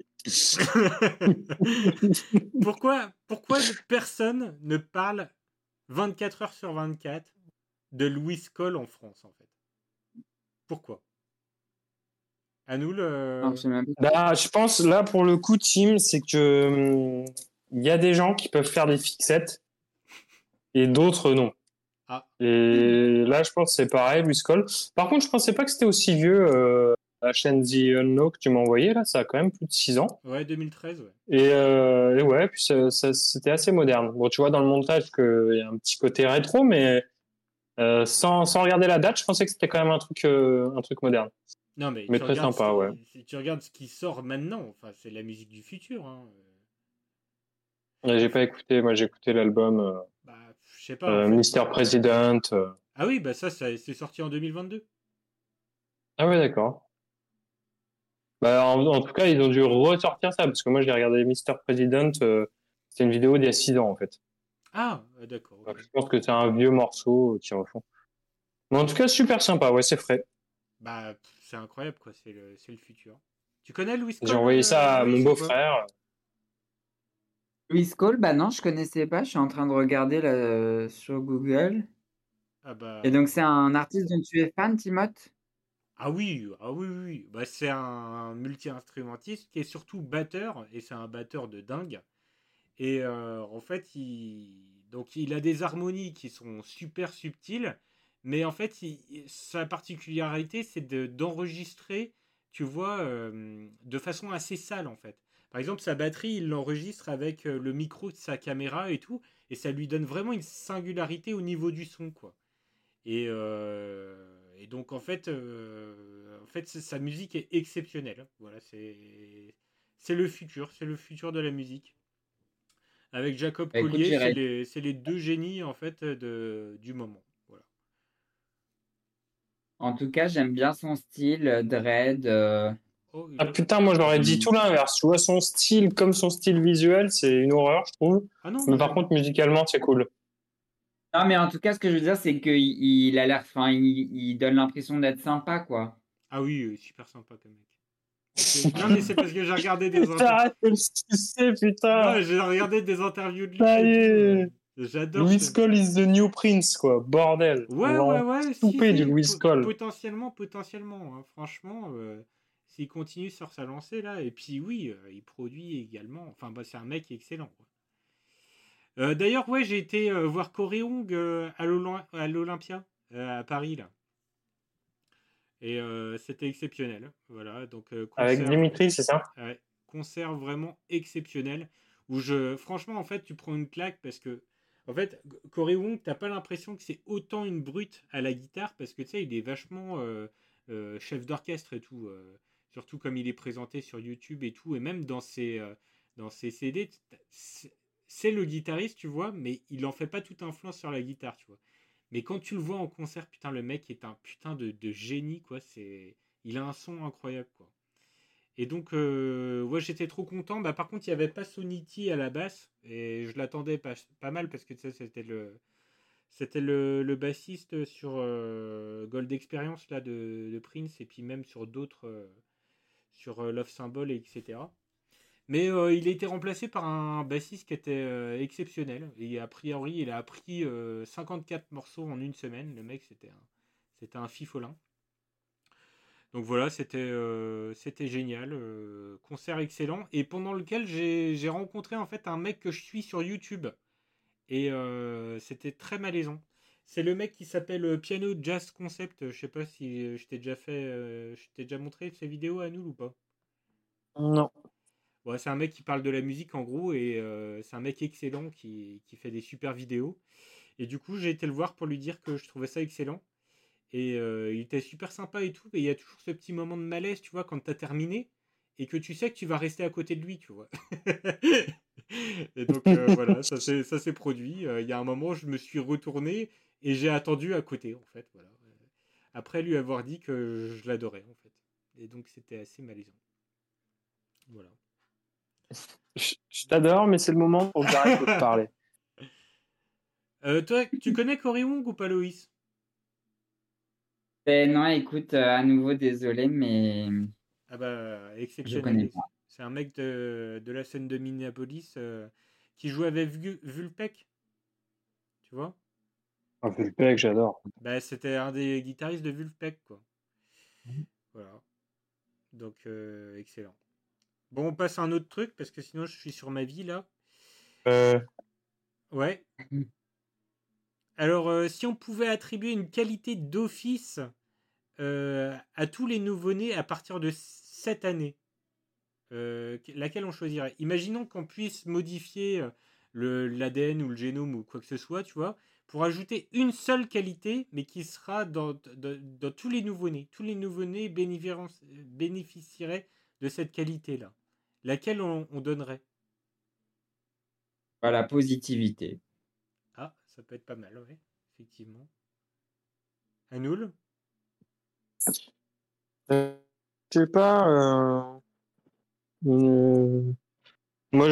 pourquoi personne ne parle 24 heures sur 24 de Louis Cole en France, en fait? Pourquoi? À nous Non, je le. sais même pas. Bah, je pense, là, pour le coup, Tim, c'est que il y a des gens qui peuvent faire des fixettes et d'autres non. Ah, Et là, je pense que c'est pareil, Luscol. Par contre, je pensais pas que c'était aussi vieux, la chaîne The Unknown que tu m'as envoyé, là, ça a quand même plus de 6 ans. ouais, 2013, ouais. Et ouais, puis c'était assez moderne. Bon, tu vois dans le montage qu'il y a un petit côté rétro, mais sans regarder la date, je pensais que c'était quand même un truc moderne. Non, mais Mais très sympa, ouais. tu regardes ce qui sort maintenant, enfin, c'est la musique du futur, hein. Et j'ai pas écouté, moi j'ai écouté l'album Bah, je sais pas, en fait. Mister President. Ah oui, bah c'est sorti en 2022. Ah ouais, d'accord. Bah, en tout cas, ils ont dû ressortir ça, parce que moi j'ai regardé Mister President, c'était une vidéo d'il y a 6 ans en fait. Ah, d'accord, Donc ok. je pense que c'est un vieux morceau qui refont. Mais en tout cas, super sympa, ouais, c'est frais. Bah, c'est incroyable, quoi, c'est le futur. Tu connais Louis J'ai Cole, envoyé ça à mon Loïs, ou pas? beau-frère. Louis Cole, bah non, je connaissais pas. Je suis en train de regarder là, sur Google. Ah Et bah. donc, c'est un artiste dont tu es fan, Timothée? Ah oui, ah oui, oui, oui. Bah, c'est un multi-instrumentiste qui est surtout batteur, et c'est un batteur de dingue. Et en fait, donc, il a des harmonies qui sont super subtiles, mais en fait, sa particularité, c'est d'enregistrer, tu vois, de façon assez sale, en fait. Par exemple, sa batterie, il l'enregistre avec le micro de sa caméra et tout, et ça lui donne vraiment une singularité au niveau du son, quoi. Et donc, en fait, sa musique est exceptionnelle. Voilà, c'est le futur de la musique. Avec Jacob Bah, écoute, Collier, c'est j'irai. les deux génies en fait du moment. Voilà. En tout cas, j'aime bien son style, dread. Oh, Ah putain, moi j'aurais dit tout l'inverse. Tu vois, son style, comme son style visuel, c'est une horreur, je trouve. ah non, Mais moi par j'aime contre, bien. musicalement, c'est cool. Non, mais en tout cas, ce que je veux dire, c'est qu'il il a l'air, enfin, il donne l'impression d'être sympa, quoi. Ah oui, super sympa comme mec. Non mais c'est parce que j'ai regardé des Arrête de le sucer, putain. non, j'ai regardé des interviews de lui Ça et y tout. est. J'adore Louis ce. Cole is the new prince, quoi. Bordel. On Ouais, va ouais, en ouais, si, souper du si, Louis Cole. potentiellement, hein. Franchement, s'il continue sur sa lancée là, et puis oui, il produit également. Enfin, bah, c'est un mec excellent, quoi. D'ailleurs, ouais, j'ai été voir Corey Hong à l'Olympia, à Paris, là. Et c'était exceptionnel. Voilà, donc Avec concert, Dimitri, c'est ça? ouais, concert vraiment exceptionnel. Franchement, en fait, tu prends une claque parce que, en fait, Corey Wong, t'as pas l'impression que c'est autant une brute à la guitare parce que tu sais, il est vachement chef d'orchestre et tout. Surtout comme il est présenté sur YouTube et tout, et même dans ses CD, c'est le guitariste, tu vois, mais il en fait pas toute influence sur la guitare, tu vois. Mais quand tu le vois en concert, putain, le mec est un putain de génie, quoi. Il a un son incroyable, quoi. Et donc, ouais, j'étais trop content. Bah, par contre, il n'y avait pas Sonity à la basse. Et je l'attendais pas mal parce que tu sais, c'était le bassiste sur Gold Experience là, de Prince. Et puis même sur d'autres, sur Love Symbol, etc. Mais il a été remplacé par un bassiste qui était exceptionnel. Et a priori, il a appris 54 morceaux en une semaine. Le mec, c'était un fifolin. Donc voilà, c'était génial. Concert excellent. Et pendant lequel j'ai rencontré en fait un mec que je suis sur YouTube. Et c'était très malaisant. C'est le mec qui s'appelle Piano Jazz Concept. Je sais pas si je t'ai déjà montré ses vidéos à nous ou pas. Non. Ouais, c'est un mec qui parle de la musique en gros et c'est un mec excellent qui fait des super vidéos. Et du coup, j'ai été le voir pour lui dire que je trouvais ça excellent. Et il était super sympa et tout. Et il y a toujours ce petit moment de malaise, tu vois, quand t'as terminé et que tu sais que tu vas rester à côté de lui, tu vois. Et donc voilà, ça s'est produit. Il y a un moment, je me suis retourné et j'ai attendu à côté, en fait. Voilà. Après lui avoir dit que je l'adorais, en fait. Et donc c'était assez malaisant. Voilà. Je t'adore, mais c'est le moment pour que j'arrête de te parler. Toi, tu connais Cory Wong ou pas, Loïs? Non, écoute, à nouveau, désolé, mais Ah bah, je connais exceptionnel. pas. C'est un mec de la scène de Minneapolis qui joue avec Vulpec, tu vois? Un peu le pec, j'adore. Bah, c'était un des guitaristes de Vulpec, quoi. Voilà. Donc, excellent. Bon, on passe à un autre truc parce que sinon je suis sur ma vie là. Euh, Ouais. Alors, si on pouvait attribuer une qualité d'office à tous les nouveau-nés à partir de cette année, laquelle on choisirait? Imaginons qu'on puisse modifier l'ADN ou le génome ou quoi que ce soit, tu vois, pour ajouter une seule qualité, mais qui sera dans tous les nouveau-nés. Tous les nouveau-nés bénéficieraient de cette qualité-là. Laquelle on donnerait? Voilà, positivité. Ah, ça peut être pas mal, ouais, effectivement. Anoul? je sais pas. Moi,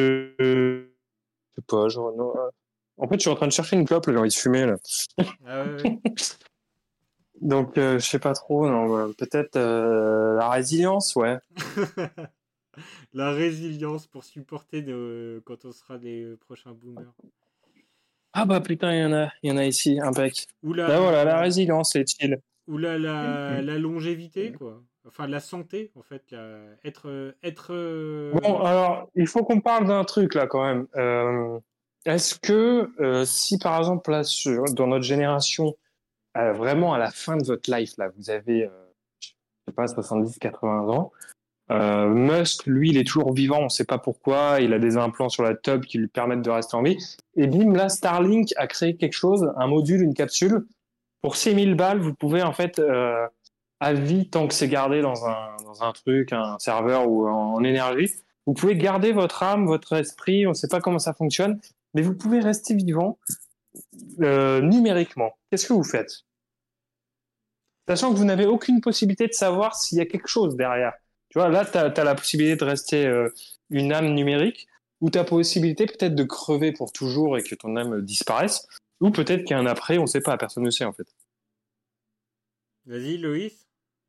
je sais pas. Genre, non, en fait, je suis en train de chercher une clope, là, j'ai envie de fumer, là. Ah ouais, Donc, je sais pas trop. Non, peut-être la résilience, ouais. ouais. La résilience pour supporter quand on sera des prochains boomers. Ah bah putain, il y en a ici, impec. Ou Là, voilà, la la, résilience, les chill. ou la longévité, quoi. Enfin, la santé, en fait. Être Bon, alors, il faut qu'on parle d'un truc, là, quand même. Est-ce que, si par exemple, là, dans notre génération, vraiment à la fin de votre life, là, vous avez, je sais pas, 70, 80 ans, Musk, lui, il est toujours vivant, on sait pas pourquoi, il a des implants sur la tube qui lui permettent de rester en vie. Et bim, là, Starlink a créé quelque chose, un module, une capsule. Pour 6000 balles, vous pouvez, en fait, à vie, tant que c'est gardé dans un truc, un serveur ou en énergie, vous pouvez garder votre âme, votre esprit, on ne sait pas comment ça fonctionne, mais vous pouvez rester vivant numériquement. Qu'est-ce que vous faites? Sachant que vous n'avez aucune possibilité de savoir s'il y a quelque chose derrière. Tu vois, là, tu as la possibilité de rester une âme numérique, ou tu as possibilité peut-être de crever pour toujours et que ton âme disparaisse, ou peut-être qu'il y a un après, on ne sait pas, personne ne sait en fait. Vas-y, Loïs.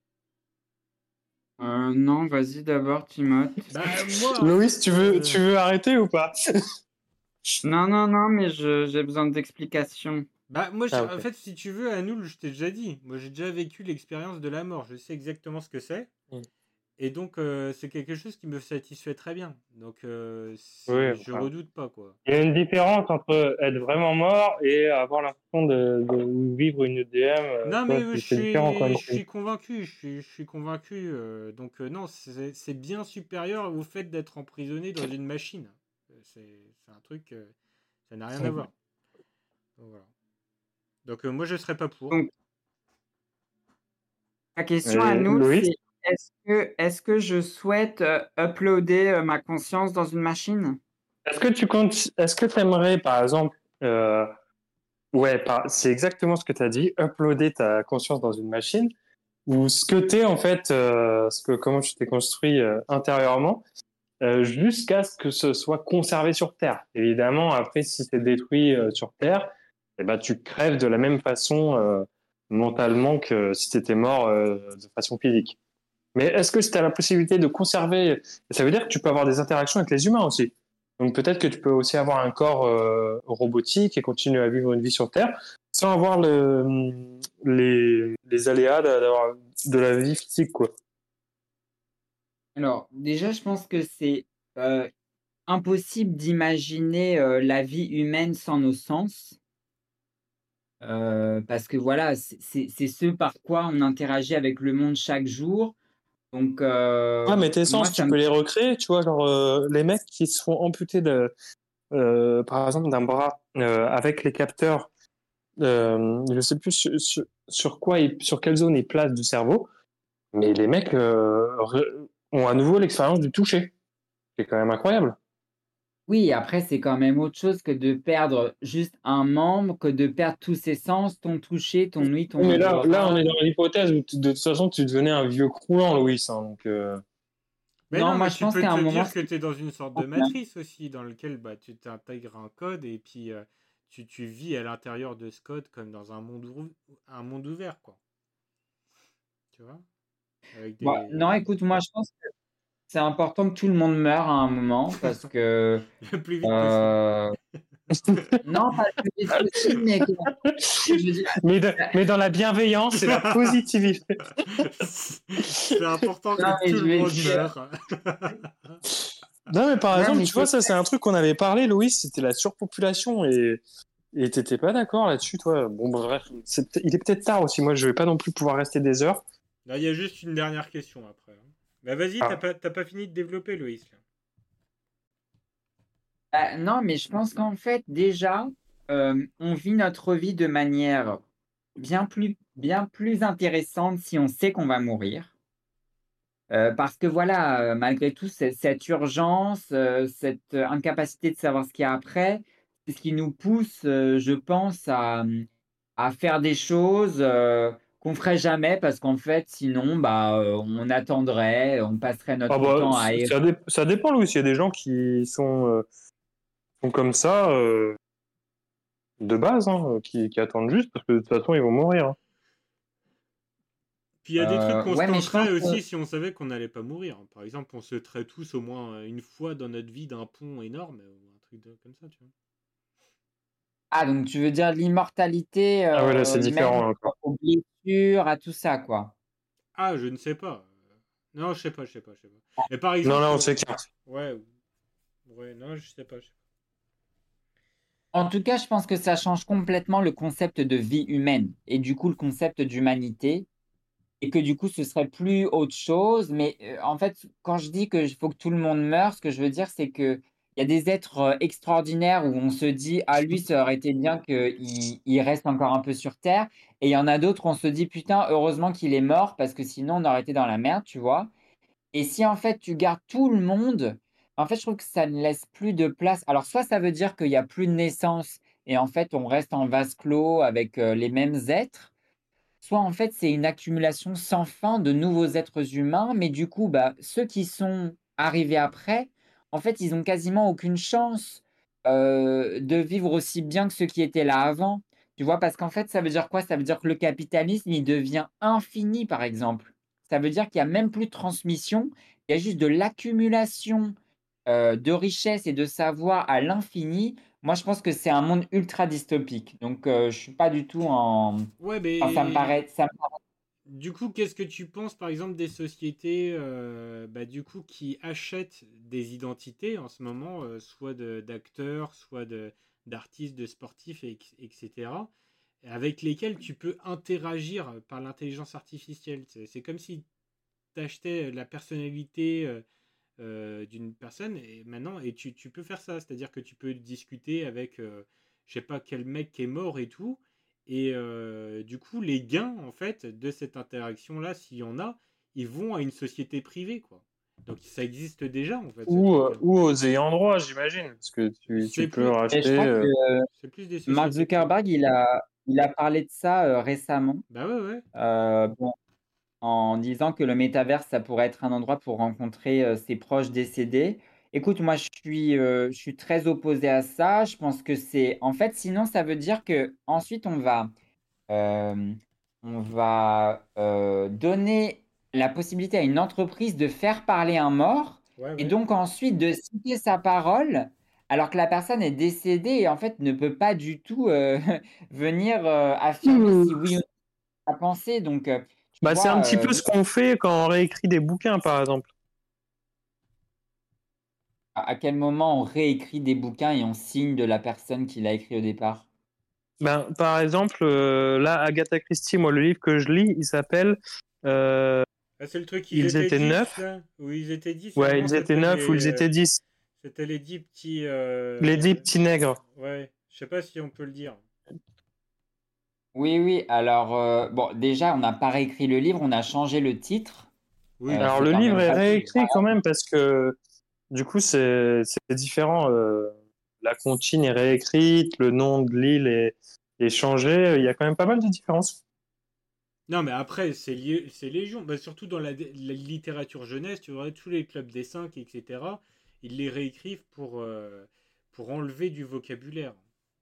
Non, vas-y d'abord, Timothée. Bah, moi, en Loïs, fait. tu veux arrêter ou pas? Non, non, non, mais j'ai besoin d'explications. Bah, moi, Ah, en ok. fait, si tu veux, Anoul, je t'ai déjà dit. Moi, j'ai déjà vécu l'expérience de la mort. Je sais exactement ce que c'est. Mm. Et donc, c'est quelque chose qui me satisfait très bien. Donc, Oui, je enfin, redoute pas, quoi. il y a une différence entre être vraiment mort et avoir l'impression de vivre une EDM. Non, Tu vois, mais c'est différent quand je même. suis convaincu. Je suis convaincu. Donc, non, c'est bien supérieur au fait d'être emprisonné dans une machine. C'est un truc. Ça n'a rien à voir. Donc, voilà. Donc, moi, je serais pas pour. Donc, la question à Et nous, Loïs, c'est est-ce que je souhaite uploader ma conscience dans une machine? est-ce que tu aimerais, par exemple, ouais, c'est exactement ce que tu as dit, uploader ta conscience dans une machine, ou ce que t'es en fait, comment tu t'es construit intérieurement, jusqu'à ce que ce soit conservé sur Terre. Évidemment, après, si c'est détruit sur Terre, eh ben, tu crèves de la même façon mentalement que si tu étais mort de façon physique. Mais est-ce que si tu as la possibilité de conserver, ça veut dire que tu peux avoir des interactions avec les humains aussi. Donc peut-être que tu peux aussi avoir un corps robotique et continuer à vivre une vie sur Terre sans avoir les aléas d'avoir de la vie physique, quoi. Alors, déjà, je pense que c'est euh, impossible d'imaginer la vie humaine sans nos sens. Parce que voilà, c'est ce par quoi on interagit avec le monde chaque jour. Donc, Ah, mais tes moi, sens, tu peux les recréer, tu vois, genre les mecs qui se font amputer par exemple, d'un bras avec les capteurs, je sais plus sur quoi, sur quelle zone ils placent du cerveau, mais les mecs ont à nouveau l'expérience du toucher. C'est quand même incroyable. Oui, après, c'est quand même autre chose que de perdre juste un membre, que de perdre tous ses sens, ton toucher, ton ouïe, ton Oui, mais là, on odorat. est dans l'hypothèse où de toute façon, tu devenais un vieux croulant, Louis. Hein, donc, Mais Non, non, moi, mais je tu pense peux qu'à un te moment, dire que tu es dans une sorte de matrice aussi, dans lequel bah, tu t'intègres un code et puis tu vis à l'intérieur de ce code comme dans un monde ouvert, quoi. Tu vois? Avec Non, des... écoute, moi, je pense que c'est important que tout le monde meure à un moment parce que le plus vite possible. euh, non, pas le plus vite possible, mais je veux dire, mais dans la bienveillance et la positivité. C'est important que non, mais tout je le veux monde dire, meure. Non, mais par non, exemple, mais tu vois, ça, c'est un truc qu'on avait parlé, Louis, c'était la surpopulation et t'étais pas d'accord là-dessus, toi. Bon, bref, il est peut-être tard aussi. Moi, je vais pas non plus pouvoir rester des heures. Là, il y a juste une dernière question après. Hein. Bah vas-y, Ah. t'as pas fini de développer, Loïs. Là. non, mais je pense qu'en fait, déjà, on vit notre vie de manière bien plus intéressante si on sait qu'on va mourir. Parce que voilà, malgré tout, cette urgence, cette incapacité de savoir ce qu'il y a après, c'est ce qui nous pousse, je pense, à faire des choses qu'on ferait jamais parce qu'en fait, sinon, bah, on attendrait, on passerait Ah notre bah, temps à errer. ça dépend, Louis. Il y a des gens qui sont comme ça de base, hein, qui attendent juste parce que de toute façon, ils vont mourir. Hein. Puis il y a des trucs qu'on se Ouais, mais je pense tenterait que aussi si on savait qu'on n'allait pas mourir. Par exemple, on se traite tous au moins une fois dans notre vie d'un pont énorme ou un truc comme ça, tu vois. ah, donc tu veux dire l'immortalité, Ah ouais, là, c'est même différent encore. aux blessures, à tout ça, quoi. Ah, je ne sais pas. Non, je sais pas. Mais par Non, exemple, là, on s'écarte. ouais, ouais, non, je sais pas. En tout cas, je pense que ça change complètement le concept de vie humaine et du coup le concept d'humanité et que du coup ce serait plus autre chose. Mais en fait, quand je dis que faut que tout le monde meure, ce que je veux dire, c'est que il y a des êtres extraordinaires où on se dit, ah lui, ça aurait été bien qu'il reste encore un peu sur Terre. Et il y en a d'autres, on se dit, putain, heureusement qu'il est mort parce que sinon on aurait été dans la merde, tu vois. Et si en fait tu gardes tout le monde, en fait je trouve que ça ne laisse plus de place. Alors soit ça veut dire qu'il n'y a plus de naissance et en fait on reste en vase clos avec les mêmes êtres, soit en fait c'est une accumulation sans fin de nouveaux êtres humains, mais du coup bah, ceux qui sont arrivés après, en fait ils ont quasiment aucune chance de vivre aussi bien que ceux qui étaient là avant. Tu vois, parce qu'en fait ça veut dire quoi? Ça veut dire que le capitalisme il devient infini par exemple. Ça veut dire qu'il n'y a même plus de transmission, il y a juste de l'accumulation de richesses et de savoir à l'infini. Moi, je pense que c'est un monde ultra dystopique. Donc, je suis pas du tout en. Ouais, Enfin, mais du coup, qu'est-ce que tu penses, par exemple, des sociétés du coup, qui achètent des identités en ce moment, soit d'acteurs, soit d'artistes, de sportifs, etc., avec lesquels tu peux interagir par l'intelligence artificielle. C'est comme si tu achetais la personnalité d'une personne et maintenant et tu peux faire ça, c'est-à-dire que tu peux discuter avec je sais pas quel mec qui est mort et tout et du coup les gains en fait de cette interaction là s'il y en a, ils vont à une société privée quoi. Donc ça existe déjà en fait ce truc là. Ou aux ayants droit, j'imagine, parce que tu C'est peux plus Et je racheter. crois que c'est plus des Mark sociétés privées. Zuckerberg, il a parlé de ça récemment, Bah ouais ouais. bon, en disant que le métaverse, ça pourrait être un endroit pour rencontrer ses proches décédés. Écoute, moi, je suis très opposé à ça. Je pense que c'est, en fait, sinon, ça veut dire que ensuite euh, on va donner la possibilité à une entreprise de faire parler un mort Ouais et ouais. donc ensuite de citer sa parole alors que la personne est décédée et en fait ne peut pas du tout venir affirmer si oui ou non sa pensée. Donc, tu Bah, c'est un vois, petit peu ce qu'on fait quand on réécrit des bouquins, par exemple. à quel moment on réécrit des bouquins et on signe de la personne qui l'a écrit au départ? Ben, par exemple, là, Agatha Christie, moi, le livre que je lis, il s'appelle euh, Ah, c'est le truc ils Ils étaient étaient 10 neuf. là où ils étaient 10 et Ouais, avant ils étaient neuf ou ils étaient 10. c'était les 10 petits Les 10 petits nègres. ouais, je sais pas si on peut le dire. Oui, oui. Alors, bon, déjà, on n'a pas réécrit le livre, on a changé le titre. Oui, bah Alors, ça le C'est quand livre même est pas tout. réécrit quand même parce que, du coup, c'est différent. La comptine est réécrite, le nom de l'île est changé. Il y a quand même pas mal de différences. non, mais après, c'est légion. Bah, surtout dans la littérature jeunesse, tu vois, tous les clubs des 5, etc., ils les réécrivent pour enlever du vocabulaire.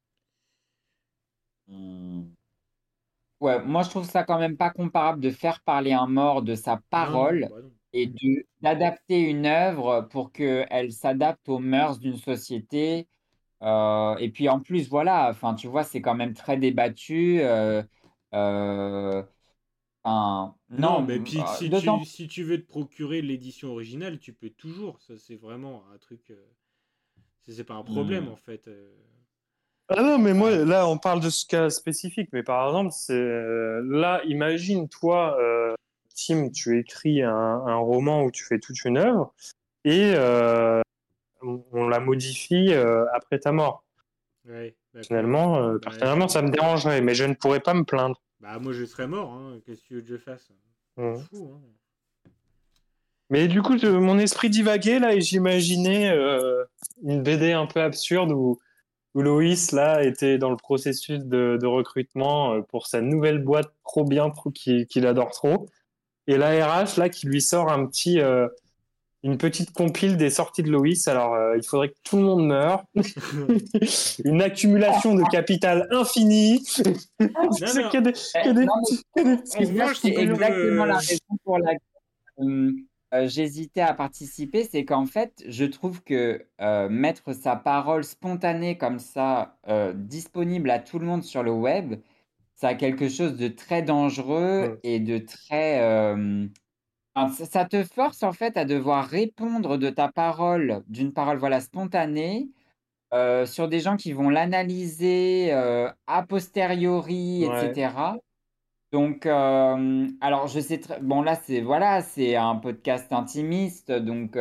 Hmm. Ouais, moi, je trouve ça quand même pas comparable de faire parler un mort de sa Non, parole bah non. et d'adapter une œuvre pour qu'elle s'adapte aux mœurs d'une société. Et puis en plus, voilà, enfin, tu vois, c'est quand même très débattu. Euh, enfin, Non, mais non, puis d'autant. si tu veux te procurer l'édition originale, tu peux toujours. Ça, c'est vraiment un truc. C'est pas un problème, Hmm. en fait. Ah non, mais moi, Ouais. là, on parle de ce cas spécifique. Mais par exemple, là, imagine, toi, Tim, tu écris un roman où tu fais toute une œuvre et on la modifie après ta mort. Ouais, d'accord. Finalement, Bah, personnellement, ça me dérangerait, mais je ne pourrais pas me plaindre. bah, moi, je serais mort, hein. Qu'est-ce que tu veux que je fasse? Je m'en Mm. fous, hein. Mais du coup, mon esprit divaguait là et j'imaginais une BD un peu absurde où Loïs là était dans le processus de recrutement pour sa nouvelle boîte trop bien, qu'il adore trop. Et la RH là qui lui sort une petite compile des sorties de Loïs. Alors, il faudrait que tout le monde meure. Une accumulation de capital infini. Non, mais C'est que des Non, mais petits, que des en petits c'est revanche, c'est si tu bouquins. exactement la veux. raison pour laquelle euh, j'hésitais à participer. C'est qu'en fait, je trouve que mettre sa parole spontanée comme ça, disponible à tout le monde sur le web, ça a quelque chose de très dangereux Mm. et de très. Enfin, ça te force en fait à devoir répondre de ta parole, d'une parole voilà, spontanée, sur des gens qui vont l'analyser a posteriori, Ouais. etc. Donc, alors je sais très bon là c'est voilà c'est un podcast intimiste donc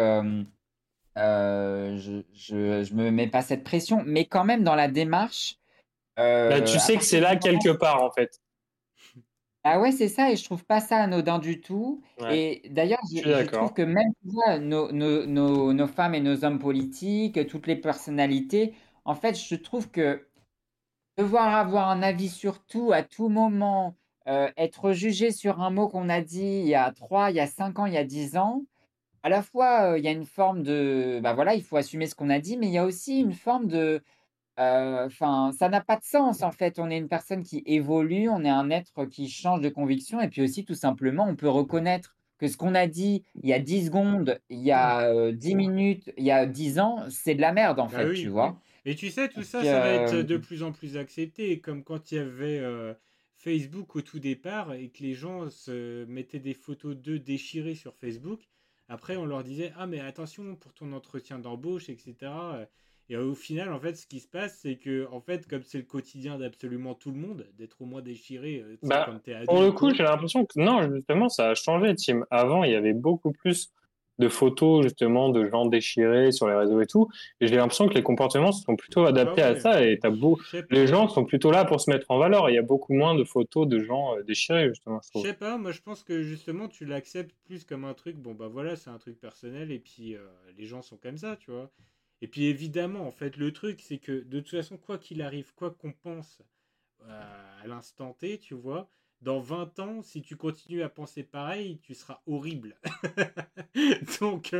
je me mets pas cette pression mais quand même dans la démarche Bah, tu à sais que partir c'est du là moment quelque part, en fait. ah ouais c'est ça et je trouve pas ça anodin du tout Ouais, et d'ailleurs je suis je trouve d'accord. que même tu vois, nos femmes et nos hommes politiques toutes les personnalités en fait je trouve que devoir avoir un avis sur tout à tout moment, être jugé sur un mot qu'on a dit il y a 3, il y a 5 ans, il y a 10 ans, à la fois, il y a une forme de bah, voilà, il faut assumer ce qu'on a dit, mais il y a aussi une forme de, enfin, ça n'a pas de sens, en fait. On est une personne qui évolue, on est un être qui change de conviction et puis aussi, tout simplement, on peut reconnaître que ce qu'on a dit il y a 10 secondes, il y a, 10 minutes, il y a 10 ans, c'est de la merde, en Bah fait, tu oui, oui. vois? Et tu sais, tout Donc, ça, ça va être de plus en plus accepté, comme quand il y avait Facebook au tout départ et que les gens se mettaient des photos d'eux déchirées sur Facebook. Après, on leur disait, ah mais attention pour ton entretien d'embauche, etc. Et au final, en fait, ce qui se passe, c'est que, en fait, comme c'est le quotidien d'absolument tout le monde, d'être au moins déchiré, tu sais, Bah, quand t'es pour ado le ou coup, quoi. j'ai l'impression que non, justement, ça a changé, Tim. Avant, il y avait beaucoup plus de photos, justement, de gens déchirés sur les réseaux et tout. Et j'ai l'impression que les comportements se sont plutôt Ah adaptés à ouais, ça. Et je sais les pas. gens sont plutôt là pour se mettre en valeur. Il y a beaucoup moins de photos de gens déchirés, justement, je Je trouve. sais pas, moi je pense que justement tu l'acceptes plus comme un truc, bon bah voilà, c'est un truc personnel et puis les gens sont comme ça, tu vois. Et puis évidemment, en fait, le truc c'est que de toute façon, quoi qu'il arrive, quoi qu'on pense à l'instant T, tu vois, dans 20 ans, si tu continues à penser pareil, tu seras horrible. Donc,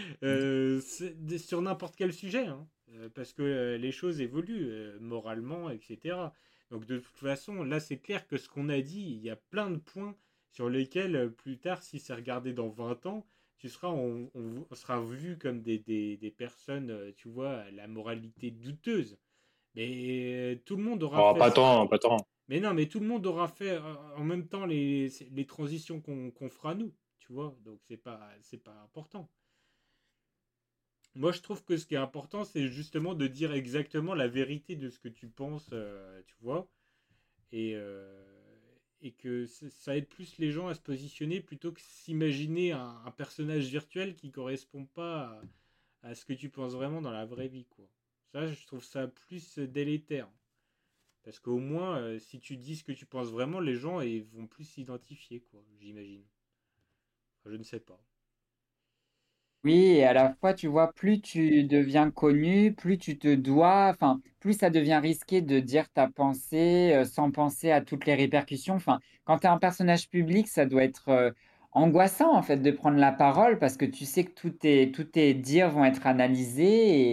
sur n'importe quel sujet, hein, parce que les choses évoluent moralement, etc. Donc, de toute façon, là, c'est clair que ce qu'on a dit, il y a plein de points sur lesquels, plus tard, si c'est regardé dans 20 ans, on sera vu comme des personnes, tu vois, à la moralité douteuse. Mais tout le monde aura Oh, fait. pas tant, pas tant. Mais non, mais tout le monde aura fait en même temps les transitions qu'on fera nous, tu vois. Donc c'est pas important. Moi, je trouve que ce qui est important, c'est justement de dire exactement la vérité de ce que tu penses, tu vois. Et, euh, et que ça aide plus les gens à se positionner plutôt que s'imaginer un personnage virtuel qui correspond pas à ce que tu penses vraiment dans la vraie vie, quoi. Ça, je trouve ça plus délétère. Parce qu'au moins, si tu dis ce que tu penses vraiment, les gens vont plus s'identifier, quoi, j'imagine. Enfin, je ne sais pas. Oui, et à la fois, tu vois, plus tu deviens connu, plus tu te dois, enfin, plus ça devient risqué de dire ta pensée sans penser à toutes les répercussions. Enfin, quand tu es un personnage public, ça doit être angoissant, en fait, de prendre la parole parce que tu sais que tous tes dires vont être analysés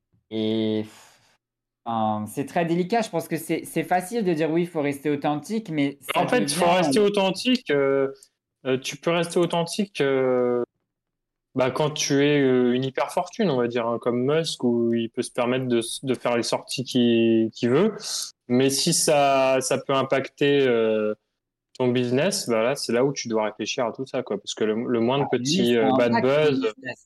enfin, c'est très délicat. Je pense que c'est facile de dire oui, il faut rester authentique, mais ça En fait, il faut devient. rester authentique. Tu peux rester authentique bah, quand tu es une hyper fortune, on va dire, hein, comme Musk, où il peut se permettre de faire les sorties qu'il veut. Mais si ça peut impacter ton business, bah là, c'est là où tu dois réfléchir à tout ça, quoi. Parce que le moindre Lui, petit ça bad impacte son buzz, business.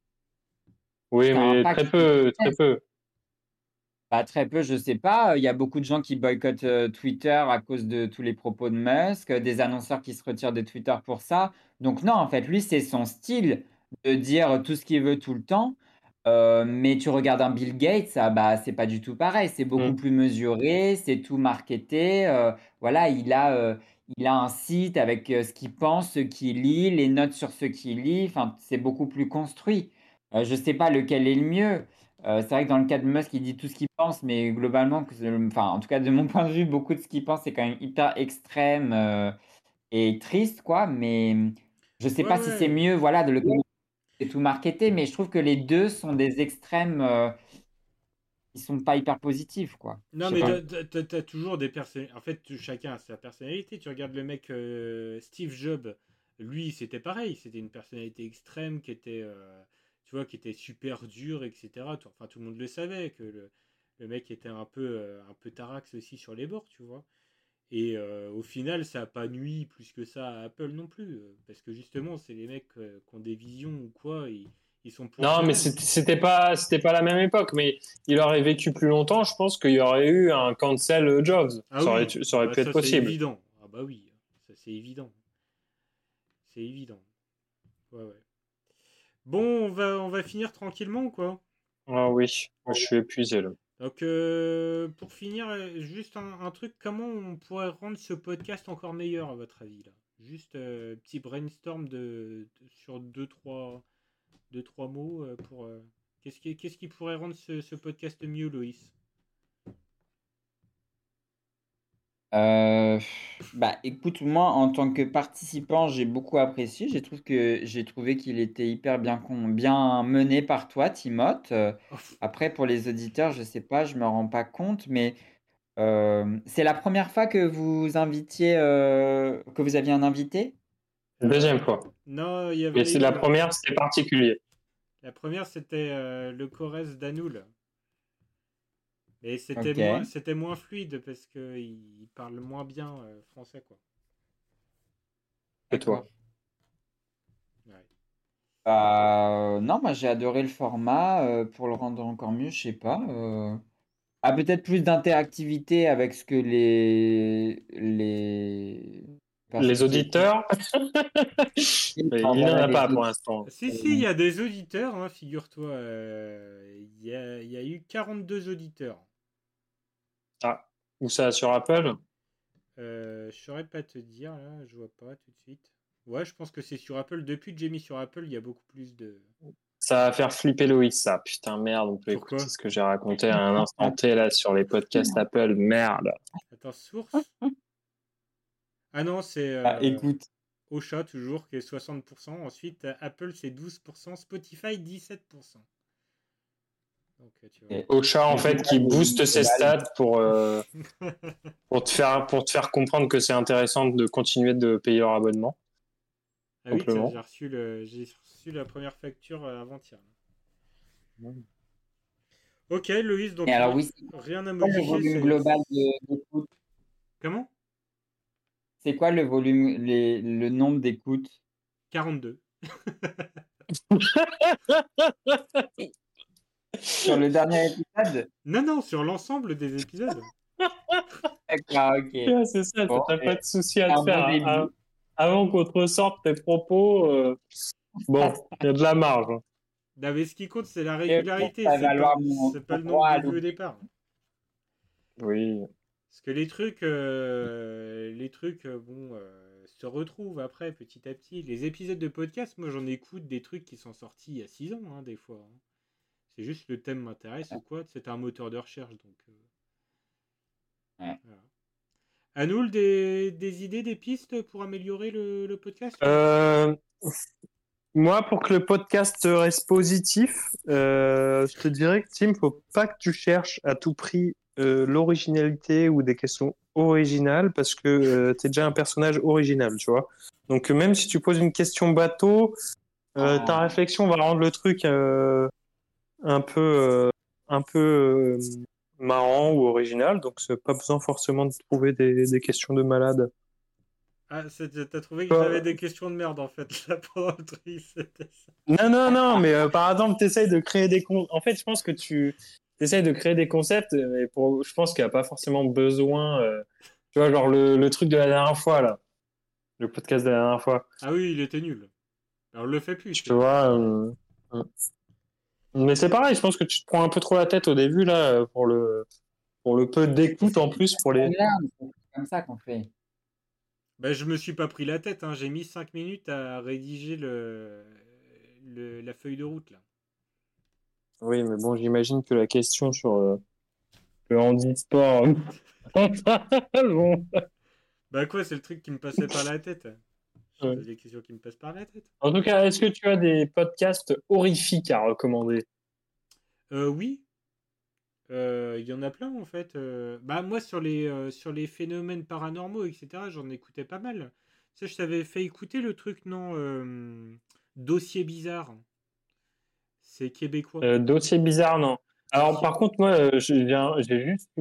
oui, Ça mais impacte très son peu, très business. peu. Bah, très peu, je sais pas. Il y a beaucoup de gens qui boycottent Twitter à cause de tous les propos de Musk, des annonceurs qui se retirent de Twitter pour ça. Donc non, en fait, lui, c'est son style de dire tout ce qu'il veut tout le temps. Mais tu regardes un Bill Gates, ça, bah, c'est pas du tout pareil. C'est beaucoup Mm. plus mesuré, c'est tout marketé. Voilà, il a un site avec ce qu'il pense, ce qu'il lit, les notes sur ce qu'il lit. Enfin, c'est beaucoup plus construit. Je sais pas lequel est le mieux. C'est vrai que dans le cas de Musk, il dit tout ce qu'il pense, mais globalement, enfin, en tout cas, de mon point de vue, beaucoup de ce qu'il pense, c'est quand même hyper extrême et triste, quoi. Mais je sais Ouais, pas si c'est ouais. mieux, voilà, de le c'est tout marketé, mais je trouve que les deux sont des extrêmes qui sont pas hyper positifs, quoi. Je Non, sais mais pas. t'as toujours des personnes. En fait, chacun a sa personnalité. Tu regardes le mec Steve Jobs, lui, c'était pareil. C'était une personnalité extrême qui était, tu vois, qui était super dur, etc. Enfin, tout le monde le savait que le mec était un peu tarax aussi sur les bords, tu vois. Et au final, ça n'a pas nui plus que ça à Apple non plus. Parce que justement, c'est les mecs qui ont des visions ou quoi, ils sont Non, mais ponctuels. c'était pas la même époque. Mais il aurait vécu plus longtemps. Je pense qu'il y aurait eu un cancel Jobs. Ah oui, Ça aurait bah pu être ça c'est possible. évident. Ah bah oui, ça c'est évident. C'est évident. Ouais, ouais. Bon, on va finir tranquillement, quoi. Ah oui, moi, je suis épuisé là. Donc, pour finir, juste un truc, comment on pourrait rendre ce podcast encore meilleur, à votre avis, là? Juste petit brainstorm sur deux, trois mots pour. Qu'est-ce qui pourrait rendre ce podcast mieux, Loïs? Euh, Bah, écoute, moi, en tant que participant, j'ai beaucoup apprécié. J'ai trouvé qu'il était hyper bien mené par toi, Timothée. Après, pour les auditeurs, je sais pas, je me rends pas compte, mais c'est la première fois que que vous aviez un invité? Deuxième fois. Non, il y Mais avait c'est la eu. première, c'était particulier. La première, c'était le Corrèze d'Anoul. Mais Ok. c'était moins fluide parce qu'il parle moins bien français, quoi. Que D'accord. toi. Ouais. Non, moi j'ai adoré le format. Pour le rendre encore mieux, je sais pas. Ah, peut-être plus d'interactivité avec ce que les Les personnes qui écoutent. auditeurs, mais Enfin, il n'en voilà, a les pas autres. pour l'instant. Si, il y a des auditeurs, hein, figure-toi. Il y a eu 42 auditeurs. Ah, ou ça sur Apple? Je saurais pas te dire, là, je vois pas tout de suite. Ouais, je pense que c'est sur Apple. Depuis que j'ai mis sur Apple, il y a beaucoup plus de. Ça va faire flipper Loïs, ça. Putain, merde, on peut écouter Pourquoi? ce que j'ai raconté à un instant T là sur les podcasts Apple. Merde. Attends, source? Ah non, c'est Ah, écoute, Ocha toujours, qui est 60%. Ensuite, Apple, c'est 12%. Spotify, 17%. Donc, tu vois. Ocha, en mais c'est fait, quoi qui le volume booste ses global? stats pour te faire comprendre que c'est intéressant de continuer de payer leur abonnement, Ah oui, tiens, simplement. j'ai reçu la première facture avant-hier. Ok, Loïs, Et donc alors oui, c'est rien à quoi le modifier. volume global d'écoute? Comment? C'est quoi le volume, le nombre d'écoutes 42. sur le dernier épisode? Non, non, sur l'ensemble des épisodes. D'accord, ok. Ouais, c'est ça, Bon, t'as pas de souci à te un faire, bon hein. début. Avant qu'on te ressorte tes propos, bon, il y a de la marge, hein. Non, mais ce qui compte, c'est la Et pour régularité, faire valoir c'est pas mon le nombre droit de à vues au l'oubli. départ. Oui. Parce que les trucs, bon, se retrouvent après, petit à petit. Les épisodes de podcast, moi, j'en écoute des trucs qui sont sortis il y a 6 ans, hein, des fois, hein. C'est juste le thème m'intéresse ou quoi. C'est un moteur de recherche, donc Ouais. voilà. À nous, des idées, des pistes pour améliorer le podcast? Euh, Moi, pour que le podcast reste positif, je te dirais que Tim, faut pas que tu cherches à tout prix l'originalité ou des questions originales parce que tu es déjà un personnage original, tu vois. Donc même si tu poses une question bateau, ta Ah, réflexion va rendre le truc un peu un peu marrant ou original. Donc c'est pas besoin forcément de trouver des questions de malade. Ah, t'as trouvé que j'avais des questions de merde, en fait, là, pendant le truc, c'était ça. Non, non, non, mais par exemple, tu essayes de créer des concepts. En fait, je pense que tu essayes de créer des concepts, mais je pense qu'il n'y a pas forcément besoin. Tu vois, genre le truc de la dernière fois, là, le podcast de la dernière fois. Ah oui, il était nul. Alors, on le fait plus, Tu celui-là. vois. Mais c'est pareil, je pense que tu te prends un peu trop la tête au début, là, pour le peu mais d'écoute c'est en plus pour on les. learn, c'est comme ça qu'on fait. Ben, je me suis pas pris la tête, hein. J'ai mis 5 minutes à rédiger la feuille de route, là. Oui, mais bon, j'imagine que la question sur le handisport. Bon. Bah quoi, c'est le truc qui me passait par la tête. Je Ouais. pose des questions qui me passent par la tête. En tout cas, est-ce que tu as des podcasts horrifiques à recommander? Oui, il y en a plein en fait. Bah moi sur les phénomènes paranormaux, etc., j'en écoutais pas mal. Ça, je t'avais fait écouter le truc, non? Dossier bizarre. C'est québécois. Dossier bizarre, non. Alors, Dossier. par contre, moi, j'ai juste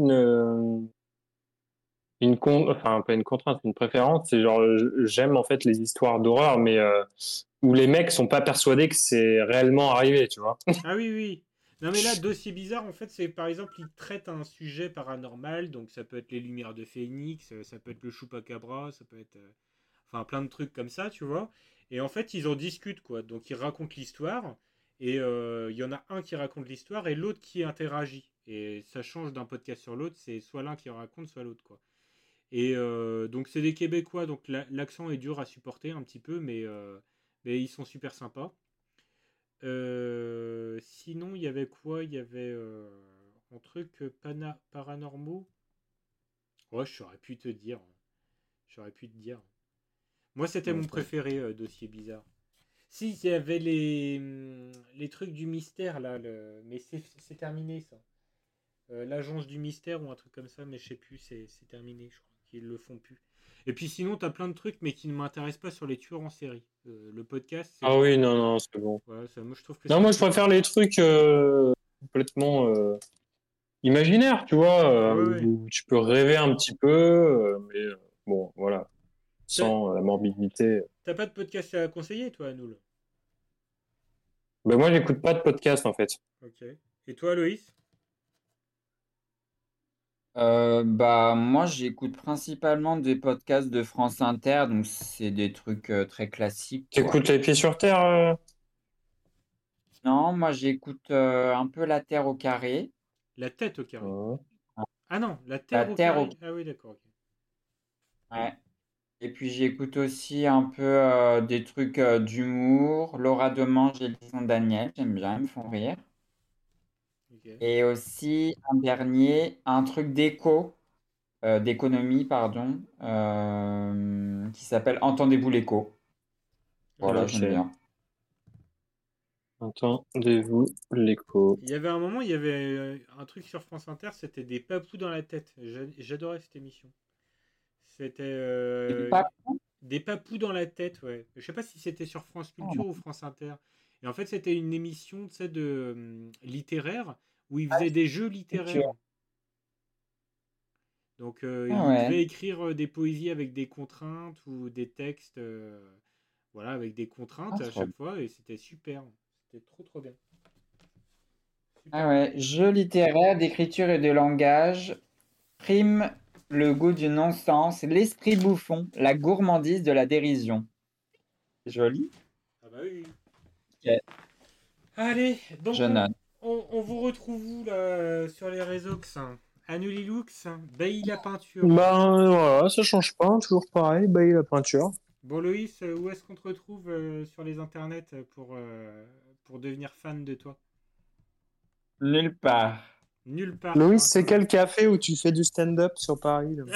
enfin, pas une contrainte, une préférence. C'est genre, j'aime en fait les histoires d'horreur, mais où les mecs sont pas persuadés que c'est réellement arrivé, tu vois. Ah oui, oui. Non mais là, dossier bizarre, en fait, c'est par exemple, il traite un sujet paranormal, donc ça peut être les lumières de Phénix, ça peut être le chupacabra, ça peut être, enfin, plein de trucs comme ça, tu vois. Et en fait, ils en discutent, quoi. Donc ils racontent l'histoire, et il y en a un qui raconte l'histoire et l'autre qui interagit. Et ça change d'un podcast sur l'autre, c'est soit l'un qui raconte, soit l'autre, quoi. Et donc c'est des Québécois, donc l'accent est dur à supporter un petit peu, mais ils sont super sympas. Sinon, il y avait quoi? Il y avait un truc paranormaux. Ouais, je saurais pu te dire. J'aurais pu te dire. Moi, c'était mon Ok. préféré, dossier bizarre. Si, il y avait les trucs du mystère, là. Mais c'est terminé, ça. L'agence du mystère ou un truc comme ça, mais je sais plus, c'est terminé, je crois qu'ils le font plus. Et puis sinon, t'as plein de trucs, mais qui ne m'intéressent pas sur les tueurs en série. Le podcast, c'est Ah oui, non, non, c'est bon. ouais, ça, moi je trouve que Non, c'est moi, je plus préfère les trucs complètement imaginaire, tu vois, Ouais. où tu peux rêver un petit peu, mais bon, voilà, T'as sans la morbidité. t'as pas de podcast à conseiller, toi, Anoul? Ben moi, j'écoute pas de podcast en fait. Ok. Et toi, Loïs? Bah moi j'écoute principalement des podcasts de France Inter, donc c'est des trucs très classiques quoi. T'écoutes les pieds sur terre Non, moi j'écoute un peu La Terre au carré. La tête au carré. Ouais. Ah non, la La terre au Terre au carré. Ah oui, d'accord. Ok. ouais. Et puis j'écoute aussi un peu des trucs d'humour. Laura Demange et Lison Daniel, j'aime bien, ils me font rire. Ok. Et aussi un dernier, un truc d'économie, pardon, qui s'appelle Entendez-vous l'écho. Voilà, Ok. j'aime Ok. bien. Entendez-vous l'écho? Il y avait un moment, il y avait un truc sur France Inter, c'était des papous dans la tête. J'adorais cette émission. C'était C'est pas des papous dans la tête, ouais. Je sais pas si c'était sur France Culture ou France Inter. Et en fait, c'était une émission, tu sais, de littéraire où ils faisaient des jeux littéraires. culture. Donc, Ah ils ouais. devaient écrire des poésies avec des contraintes ou des textes, voilà, avec des Ah, contraintes à trop chaque bien. fois, et c'était super. C'était trop, trop bien. Super Ah ouais. bien. Jeu littéraire d'écriture et de langage prime le goût du non-sens, l'esprit bouffon, la gourmandise de la dérision. C'est joli. Ah bah oui. Ok. Allez, donc Je note. on vous retrouve où là sur les réseaux, ça Anulilux, Bailly la peinture. Ben voilà, ça change pas, hein, toujours pareil, bailler la peinture. Bon Loïs, où est-ce qu'on te retrouve sur les internets pour devenir fan de toi? Nulle part. Nulle part Louis, sur c'est internet. quel café où tu fais du stand-up sur Paris là?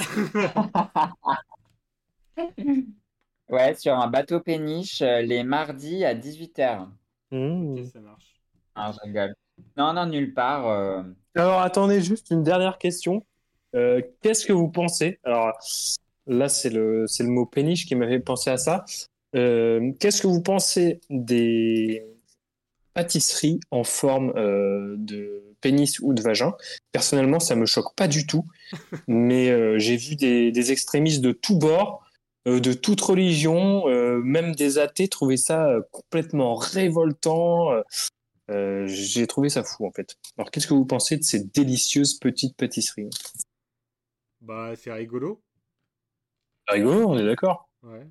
Ouais, sur un bateau péniche les mardis à 18h. Ok, Mmh. ça marche. Ah, je rigole. Non, non, nulle part. Alors attendez, juste une dernière question. Qu'est-ce que vous pensez? Alors là, c'est le mot péniche qui m'avait pensé à ça. Qu'est-ce que vous pensez des pâtisseries en forme de pénis ou de vagin? Personnellement, ça me choque pas du tout, mais j'ai vu des extrémistes de tous bords, de toute religion, même des athées trouver ça complètement révoltant. J'ai trouvé ça fou en fait. Alors qu'est-ce que vous pensez de ces délicieuses petites pâtisseries? Bah c'est rigolo. C'est rigolo, on est d'accord. Ouais.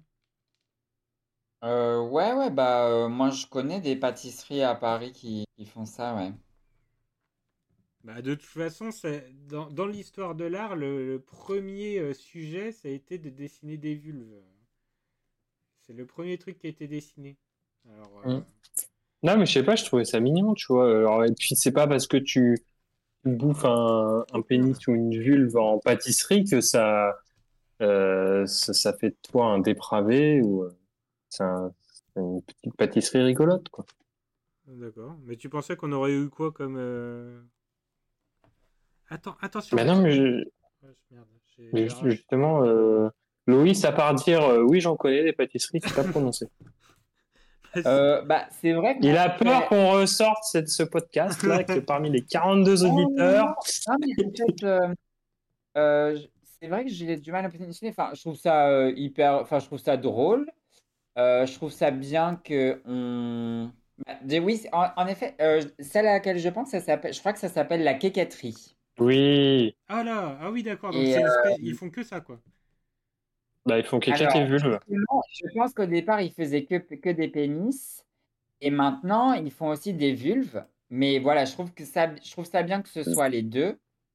Ouais, ouais, bah moi je connais des pâtisseries à Paris qui font ça, ouais. Bah, de toute façon, dans l'histoire de l'art, le premier sujet, ça a été de dessiner des vulves. C'est le premier truc qui a été dessiné. Alors, Mm. Non, mais je sais pas, je trouvais ça mignon, tu vois. Alors, et puis c'est pas parce que tu bouffes un pénis ou une vulve en pâtisserie que ça fait de toi un dépravé ou c'est une petite pâtisserie rigolote, quoi. d'accord. Mais tu pensais qu'on aurait eu quoi comme Attends, attention, Ben non, mais attention. Merde, justement, Loïs, à part dire oui, j'en connais des pâtisseries, c'est pas prononcé. Bah c'est vrai que Il moi, a peur qu'on ressorte ce podcast-là, que parmi les 42 non, non, auditeurs. non, non, mais en fait, c'est vrai que j'ai du mal à positionner. Enfin, je trouve ça enfin, je trouve ça drôle. Je trouve ça bien que on. Bah, oui, en effet, celle à laquelle je pense, je crois que ça s'appelle la quéquetterie. Oui, Ah là, ah oui, d'accord. Donc Et c'est une espèce, ils font que ça, quoi. bah, ils font qu'éclater les alors, vulves. justement, je pense qu'au départ, ils faisaient que des pénis, et maintenant, ils font aussi des vulves. Mais voilà, je trouve ça bien que ce soit les deux.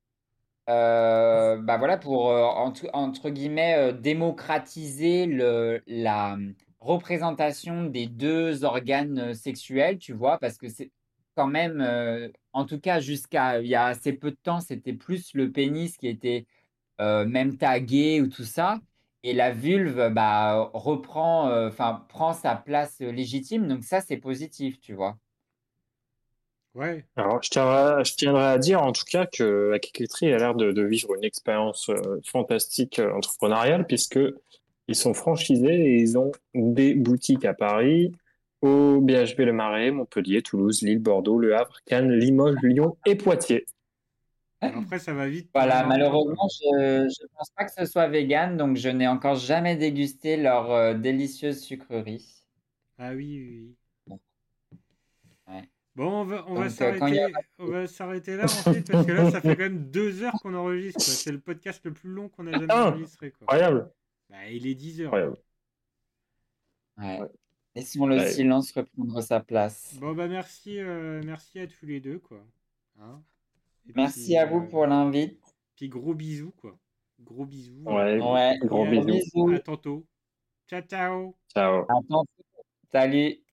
Bah voilà, pour entre guillemets démocratiser la représentation des deux organes sexuels, tu vois, parce que c'est quand même, en tout cas jusqu'à il y a assez peu de temps, c'était plus le pénis qui était même tagué ou tout ça, et la vulve bah reprend, enfin prend sa place légitime, donc ça c'est positif, tu vois. Ouais. Alors, je tiendrais à dire en tout cas que la Quéqueterie a l'air de vivre une expérience fantastique entrepreneuriale, puisque ils sont franchisés et ils ont des boutiques à Paris, au BHV Le Marais, Montpellier, Toulouse, Lille, Bordeaux, Le Havre, Cannes, Limoges, Lyon et Poitiers. Alors après, ça va vite. Voilà, par n'importe quoi. malheureusement, je pense pas que ce soit vegan, donc je n'ai encore jamais dégusté leur délicieuse sucrerie. Ah oui, oui, oui. Ouais. Bon, on va Donc, quand il y a... on va s'arrêter là ensuite, parce que là, ça fait quand même 2 heures qu'on enregistre, quoi. C'est le podcast le plus long qu'on a jamais Ah, enregistré, quoi. incroyable. Bah, il est 10 heures. Incroyable. Ouais. Ouais. Laissons le Ouais. silence reprendre sa place. Bon, bah, merci à tous les deux, quoi. Hein. Et Merci puis, à vous pour l'invite. puis gros bisous, quoi. Gros bisous. Ouais, Ouais, gros et bisous. bisous. à tantôt. Ciao, ciao. Ciao. À tantôt. Salut.